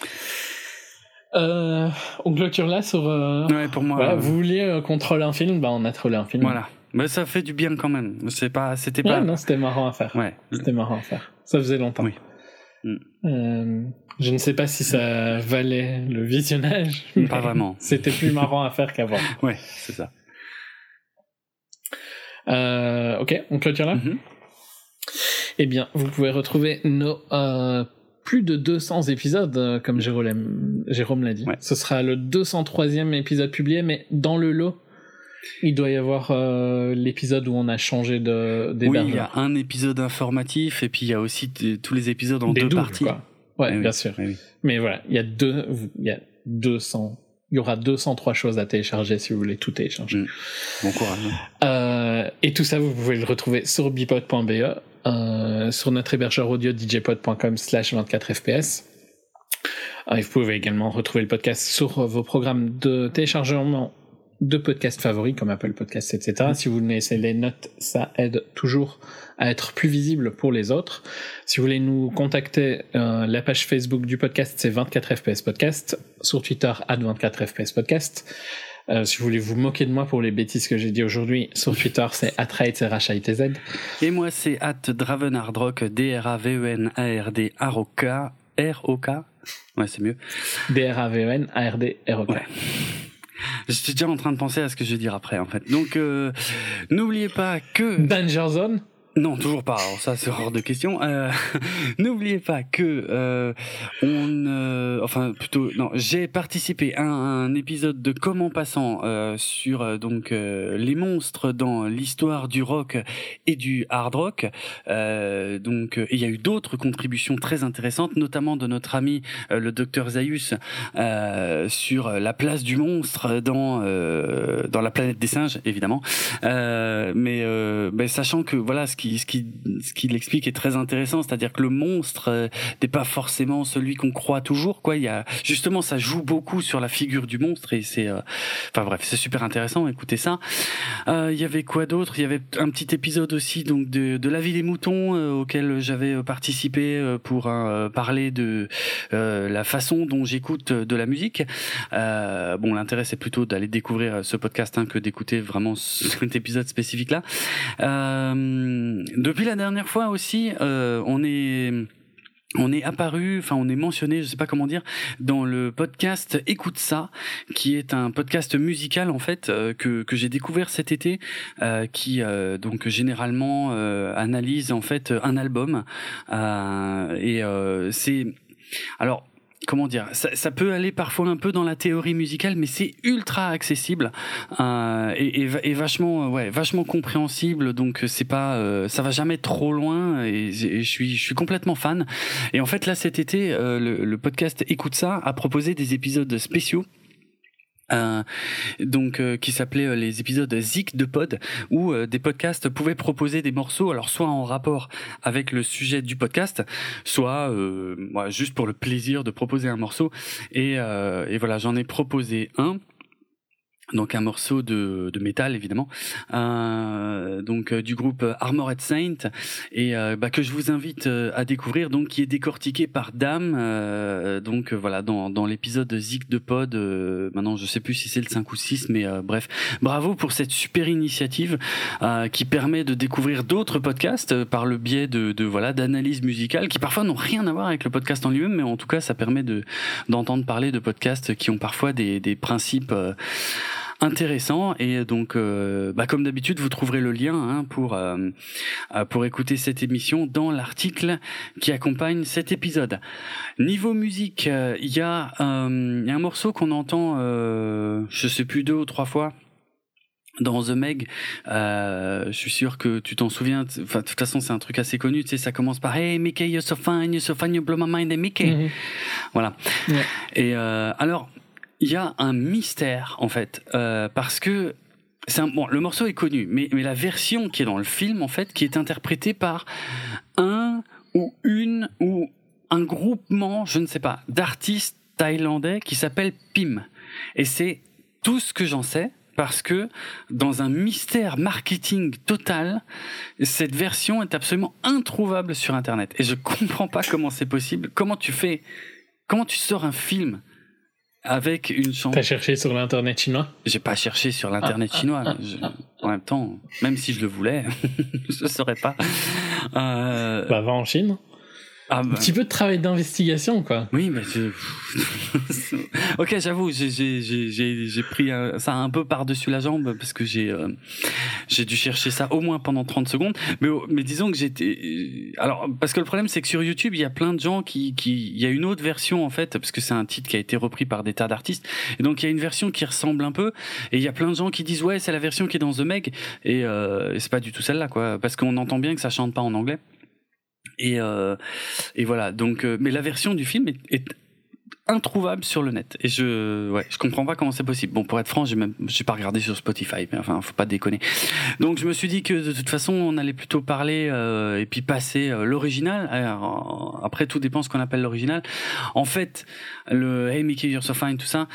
[SPEAKER 2] On clôture là sur.
[SPEAKER 1] Ouais, pour moi.
[SPEAKER 2] Voilà, vous vouliez qu'on trolle un film, on a trollé un film.
[SPEAKER 1] Voilà. Mais ça fait du bien quand même. C'était pas.
[SPEAKER 2] Non, c'était marrant à faire.
[SPEAKER 1] Ouais.
[SPEAKER 2] C'était marrant à faire. Ça faisait longtemps.
[SPEAKER 1] Oui.
[SPEAKER 2] Je ne sais pas si ça valait le visionnage.
[SPEAKER 1] Pas vraiment.
[SPEAKER 2] C'était plus marrant à faire qu'avant.
[SPEAKER 1] Ouais, c'est ça.
[SPEAKER 2] Ok, on clôture là. Eh bien, vous pouvez retrouver nos plus de 200 épisodes, comme Jérôme l'a dit. Ouais. Ce sera le 203e épisode publié, mais dans le lot, il doit y avoir l'épisode où on a changé d'hébergeur.
[SPEAKER 1] Oui, il y a un épisode informatif, et puis il y a aussi tous les épisodes en deux parties.
[SPEAKER 2] Quoi. Ouais, bien sûr.
[SPEAKER 1] Oui.
[SPEAKER 2] Mais voilà, il y a 200. Il y aura 203 choses à télécharger si vous voulez tout télécharger.
[SPEAKER 1] Bon courage.
[SPEAKER 2] Et tout ça, vous pouvez le retrouver sur bipod.be, sur notre hébergeur audio djpod.com/24fps. Et vous pouvez également retrouver le podcast sur vos programmes de téléchargement de podcasts favoris comme Apple Podcasts, etc. Si vous laissez les notes, ça aide toujours à être plus visible pour les autres. Si vous voulez nous contacter, la page Facebook du podcast, c'est 24fps podcast. Sur Twitter, @24fps podcast. Si vous voulez vous moquer de moi pour les bêtises que j'ai dit aujourd'hui, sur Twitter, c'est @raitz.
[SPEAKER 1] Et moi, c'est @dravenardrock, DRAVENARD ROK. Ouais, c'est mieux.
[SPEAKER 2] DRAVENARD ROK.
[SPEAKER 1] Ouais. J'étais déjà en train de penser à ce que je vais dire après, en fait. Donc, n'oubliez pas que...
[SPEAKER 2] Danger Zone.
[SPEAKER 1] Non, toujours pas. Alors ça, c'est hors de question. N'oubliez pas que j'ai participé à un épisode de Comment Passant sur les monstres dans l'histoire du rock et du hard rock. Donc, il y a eu d'autres contributions très intéressantes, notamment de notre ami le docteur Zaius sur la place du monstre dans la planète des singes, évidemment. Mais sachant que voilà ce qu'il explique est très intéressant, c'est-à-dire que le monstre n'est pas forcément celui qu'on croit toujours, quoi. Il y a justement, ça joue beaucoup sur la figure du monstre et c'est c'est super intéressant. Écoutez ça. Il y avait quoi d'autre? Il y avait un petit épisode aussi donc de La Vie des moutons auquel j'avais participé pour parler de la façon dont j'écoute de la musique. L'intérêt c'est plutôt d'aller découvrir ce podcast que d'écouter vraiment cet épisode spécifique là. Depuis la dernière fois aussi, on est apparu, on est mentionné, je sais pas comment dire, dans le podcast Écoute ça, qui est un podcast musical en fait que j'ai découvert cet été, qui donc généralement analyse en fait un album c'est alors. Comment dire, ça peut aller parfois un peu dans la théorie musicale, mais c'est ultra accessible et vachement compréhensible. Donc c'est pas, ça va jamais trop loin et je suis complètement fan. Et en fait là cet été, le podcast Écoute ça a proposé des épisodes spéciaux. Qui s'appelait les épisodes Zik de Pod, où des podcasts pouvaient proposer des morceaux, alors soit en rapport avec le sujet du podcast, soit juste pour le plaisir de proposer un morceau. Et voilà, j'en ai proposé un. Donc un morceau de métal évidemment, donc du groupe Armored Saint, et que je vous invite à découvrir, donc qui est décortiqué par Dame, donc voilà dans l'épisode Zik de Pod. Maintenant je sais plus si c'est le 5 ou 6, mais bref, bravo pour cette super initiative qui permet de découvrir d'autres podcasts par le biais de voilà d'analyse musicale qui parfois n'ont rien à voir avec le podcast en lui-même, mais en tout cas ça permet d'entendre parler de podcasts qui ont parfois des principes intéressant. Et donc comme d'habitude vous trouverez le lien pour écouter cette émission dans l'article qui accompagne cet épisode. Niveau musique, il y a un morceau qu'on entend je sais plus 2 ou 3 fois dans The Meg. Je suis sûr que tu t'en souviens. Enfin, de toute façon, c'est un truc assez connu. Tu sais, ça commence par Hey Mickey, you're so fine, you blow my mind, hey Mickey. Mm-hmm. Voilà. Yeah. Et alors, il y a un mystère en fait, parce que le morceau est connu, mais la version qui est dans le film en fait, qui est interprétée par un groupement, je ne sais pas, d'artistes thaïlandais qui s'appelle Pim. Et c'est tout ce que j'en sais. Parce que dans un mystère marketing total, cette version est absolument introuvable sur Internet. Et je comprends pas comment c'est possible. Comment tu sors un film avec une chanson.
[SPEAKER 2] T'as cherché sur l'internet chinois?
[SPEAKER 1] J'ai pas cherché sur l'internet chinois. En même temps, même si je le voulais, je saurais pas.
[SPEAKER 2] Va en Chine. Un petit peu de travail d'investigation, quoi.
[SPEAKER 1] Oui, mais ok, j'avoue, j'ai pris ça un peu par-dessus la jambe parce que j'ai dû chercher ça au moins pendant 30 secondes. Mais disons que alors, parce que le problème, c'est que sur YouTube, il y a plein de gens il y a une autre version, en fait, parce que c'est un titre qui a été repris par des tas d'artistes. Et donc, il y a une version qui ressemble un peu. Et il y a plein de gens qui disent, ouais, c'est la version qui est dans The Meg. Et c'est pas du tout celle-là, quoi. Parce qu'on entend bien que ça chante pas en anglais. Et voilà, donc mais la version du film est introuvable sur le net, et je comprends pas comment c'est possible. Bon, pour être franc, j'ai pas regardé sur Spotify, mais enfin, faut pas déconner. Donc je me suis dit que de toute façon on allait plutôt parler et puis passer l'original. Alors, après, tout dépend ce qu'on appelle l'original. En fait, le Hey Mickey, you're so fine, tout ça,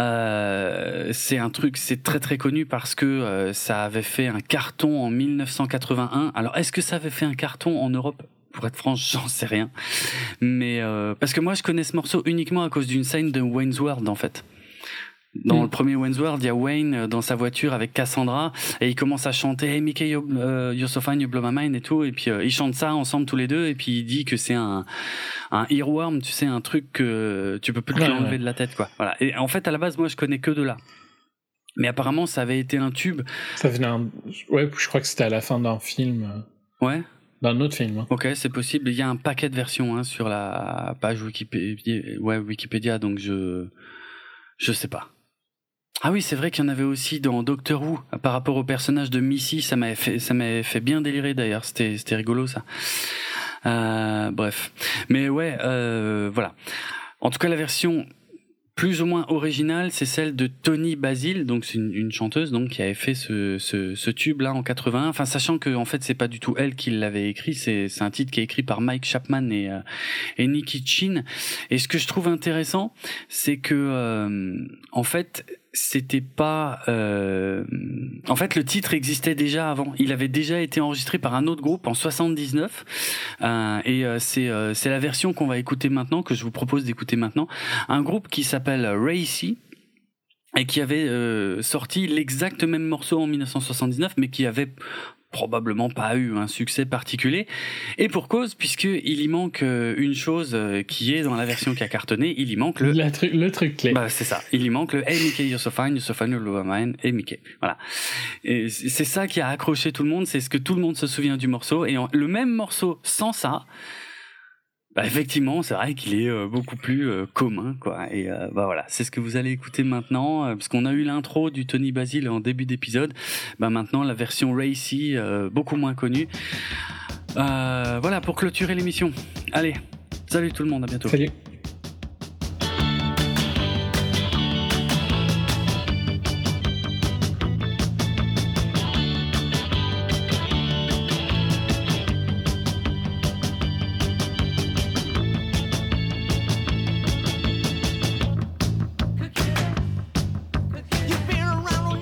[SPEAKER 1] c'est très très connu parce que ça avait fait un carton en 1981. Alors, est-ce que ça avait fait un carton en Europe? Pour être franc, j'en sais rien. Mais parce que moi, je connais ce morceau uniquement à cause d'une scène de Wayne's World, en fait. Dans le premier Wayne's World, il y a Wayne dans sa voiture avec Cassandra, et ils commencent à chanter Hey Mickey, you're so fine, you blow my mind et tout, et puis ils chantent ça ensemble tous les deux, et puis il dit que c'est un earworm, tu sais, un truc que tu peux plus te l'enlever de la tête, quoi. Voilà. Et en fait, à la base, moi, je connais que de là. Mais apparemment, ça avait été un tube.
[SPEAKER 2] Ça venait ouais, je crois que c'était à la fin d'un film.
[SPEAKER 1] Ouais.
[SPEAKER 2] D'un autre film.
[SPEAKER 1] Ok, c'est possible. Il y a un paquet de versions sur la page Wikipédia, donc je sais pas. Ah oui, c'est vrai qu'il y en avait aussi dans Doctor Who par rapport au personnage de Missy. Ça m'avait fait bien délirer d'ailleurs. C'était rigolo ça. Bref, mais ouais, voilà. En tout cas, la version plus ou moins originale, c'est celle de Toni Basil, donc c'est une chanteuse donc qui avait fait ce tube là en 81. Enfin, sachant que en fait c'est pas du tout elle qui l'avait écrit, c'est un titre qui est écrit par Mike Chapman et Nicky Chin. Et ce que je trouve intéressant, c'est que en fait c'était pas en fait le titre existait déjà avant. Il avait déjà été enregistré par un autre groupe en 79 et c'est la version qu'on va écouter maintenant, que je vous propose d'écouter maintenant, un groupe qui s'appelle Racy et qui avait sorti l'exact même morceau en 1979, mais qui avait probablement pas eu un succès particulier, et pour cause, puisqu'il y manque une chose qui est dans la version qui a cartonné, il y manque
[SPEAKER 2] le truc clé.
[SPEAKER 1] Bah, c'est ça, il y manque le Hey Mickey, you're so fine, you blow my mind, hey Mickey. Voilà. Et c'est ça qui a accroché tout le monde, c'est ce que tout le monde se souvient du morceau, et le même morceau sans ça, bah effectivement, c'est vrai qu'il est beaucoup plus commun, quoi. Et bah voilà, c'est ce que vous allez écouter maintenant, parce qu'on a eu l'intro du Toni Basil en début d'épisode. Bah maintenant, la version Racy, beaucoup moins connue. Voilà, pour clôturer l'émission. Allez, salut tout le monde, à bientôt.
[SPEAKER 2] Salut.
[SPEAKER 3] You've been around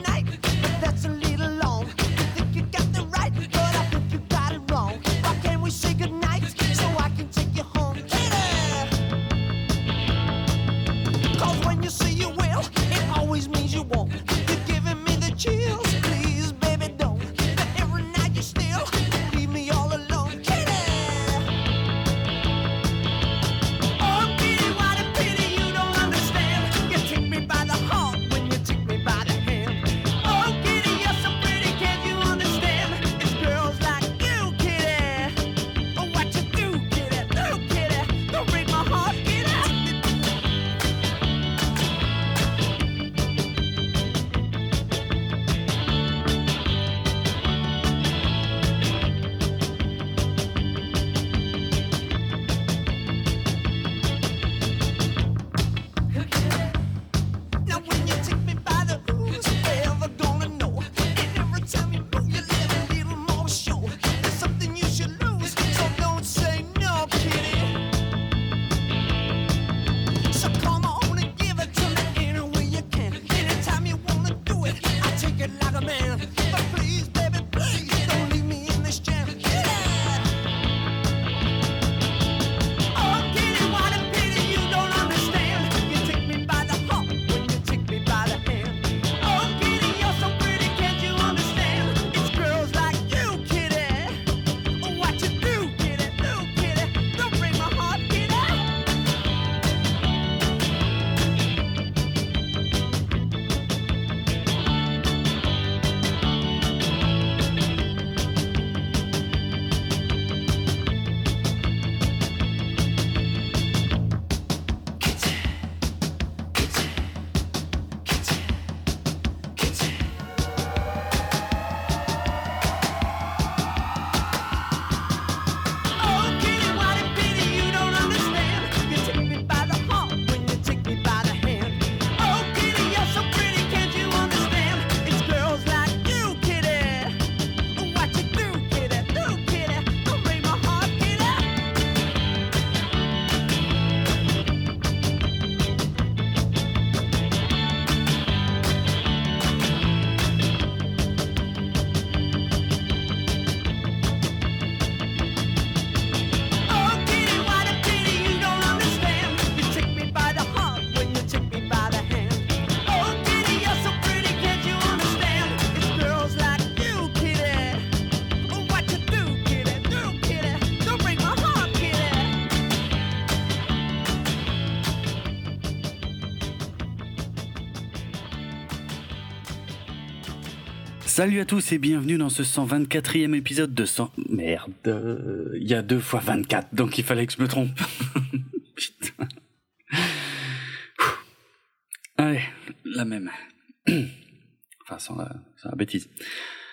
[SPEAKER 1] Salut à tous et bienvenue dans ce 124e épisode de 100... Merde, il y a 2 fois 24, donc il fallait que je me trompe. Putain. Allez, la même. Enfin, sans la bêtise.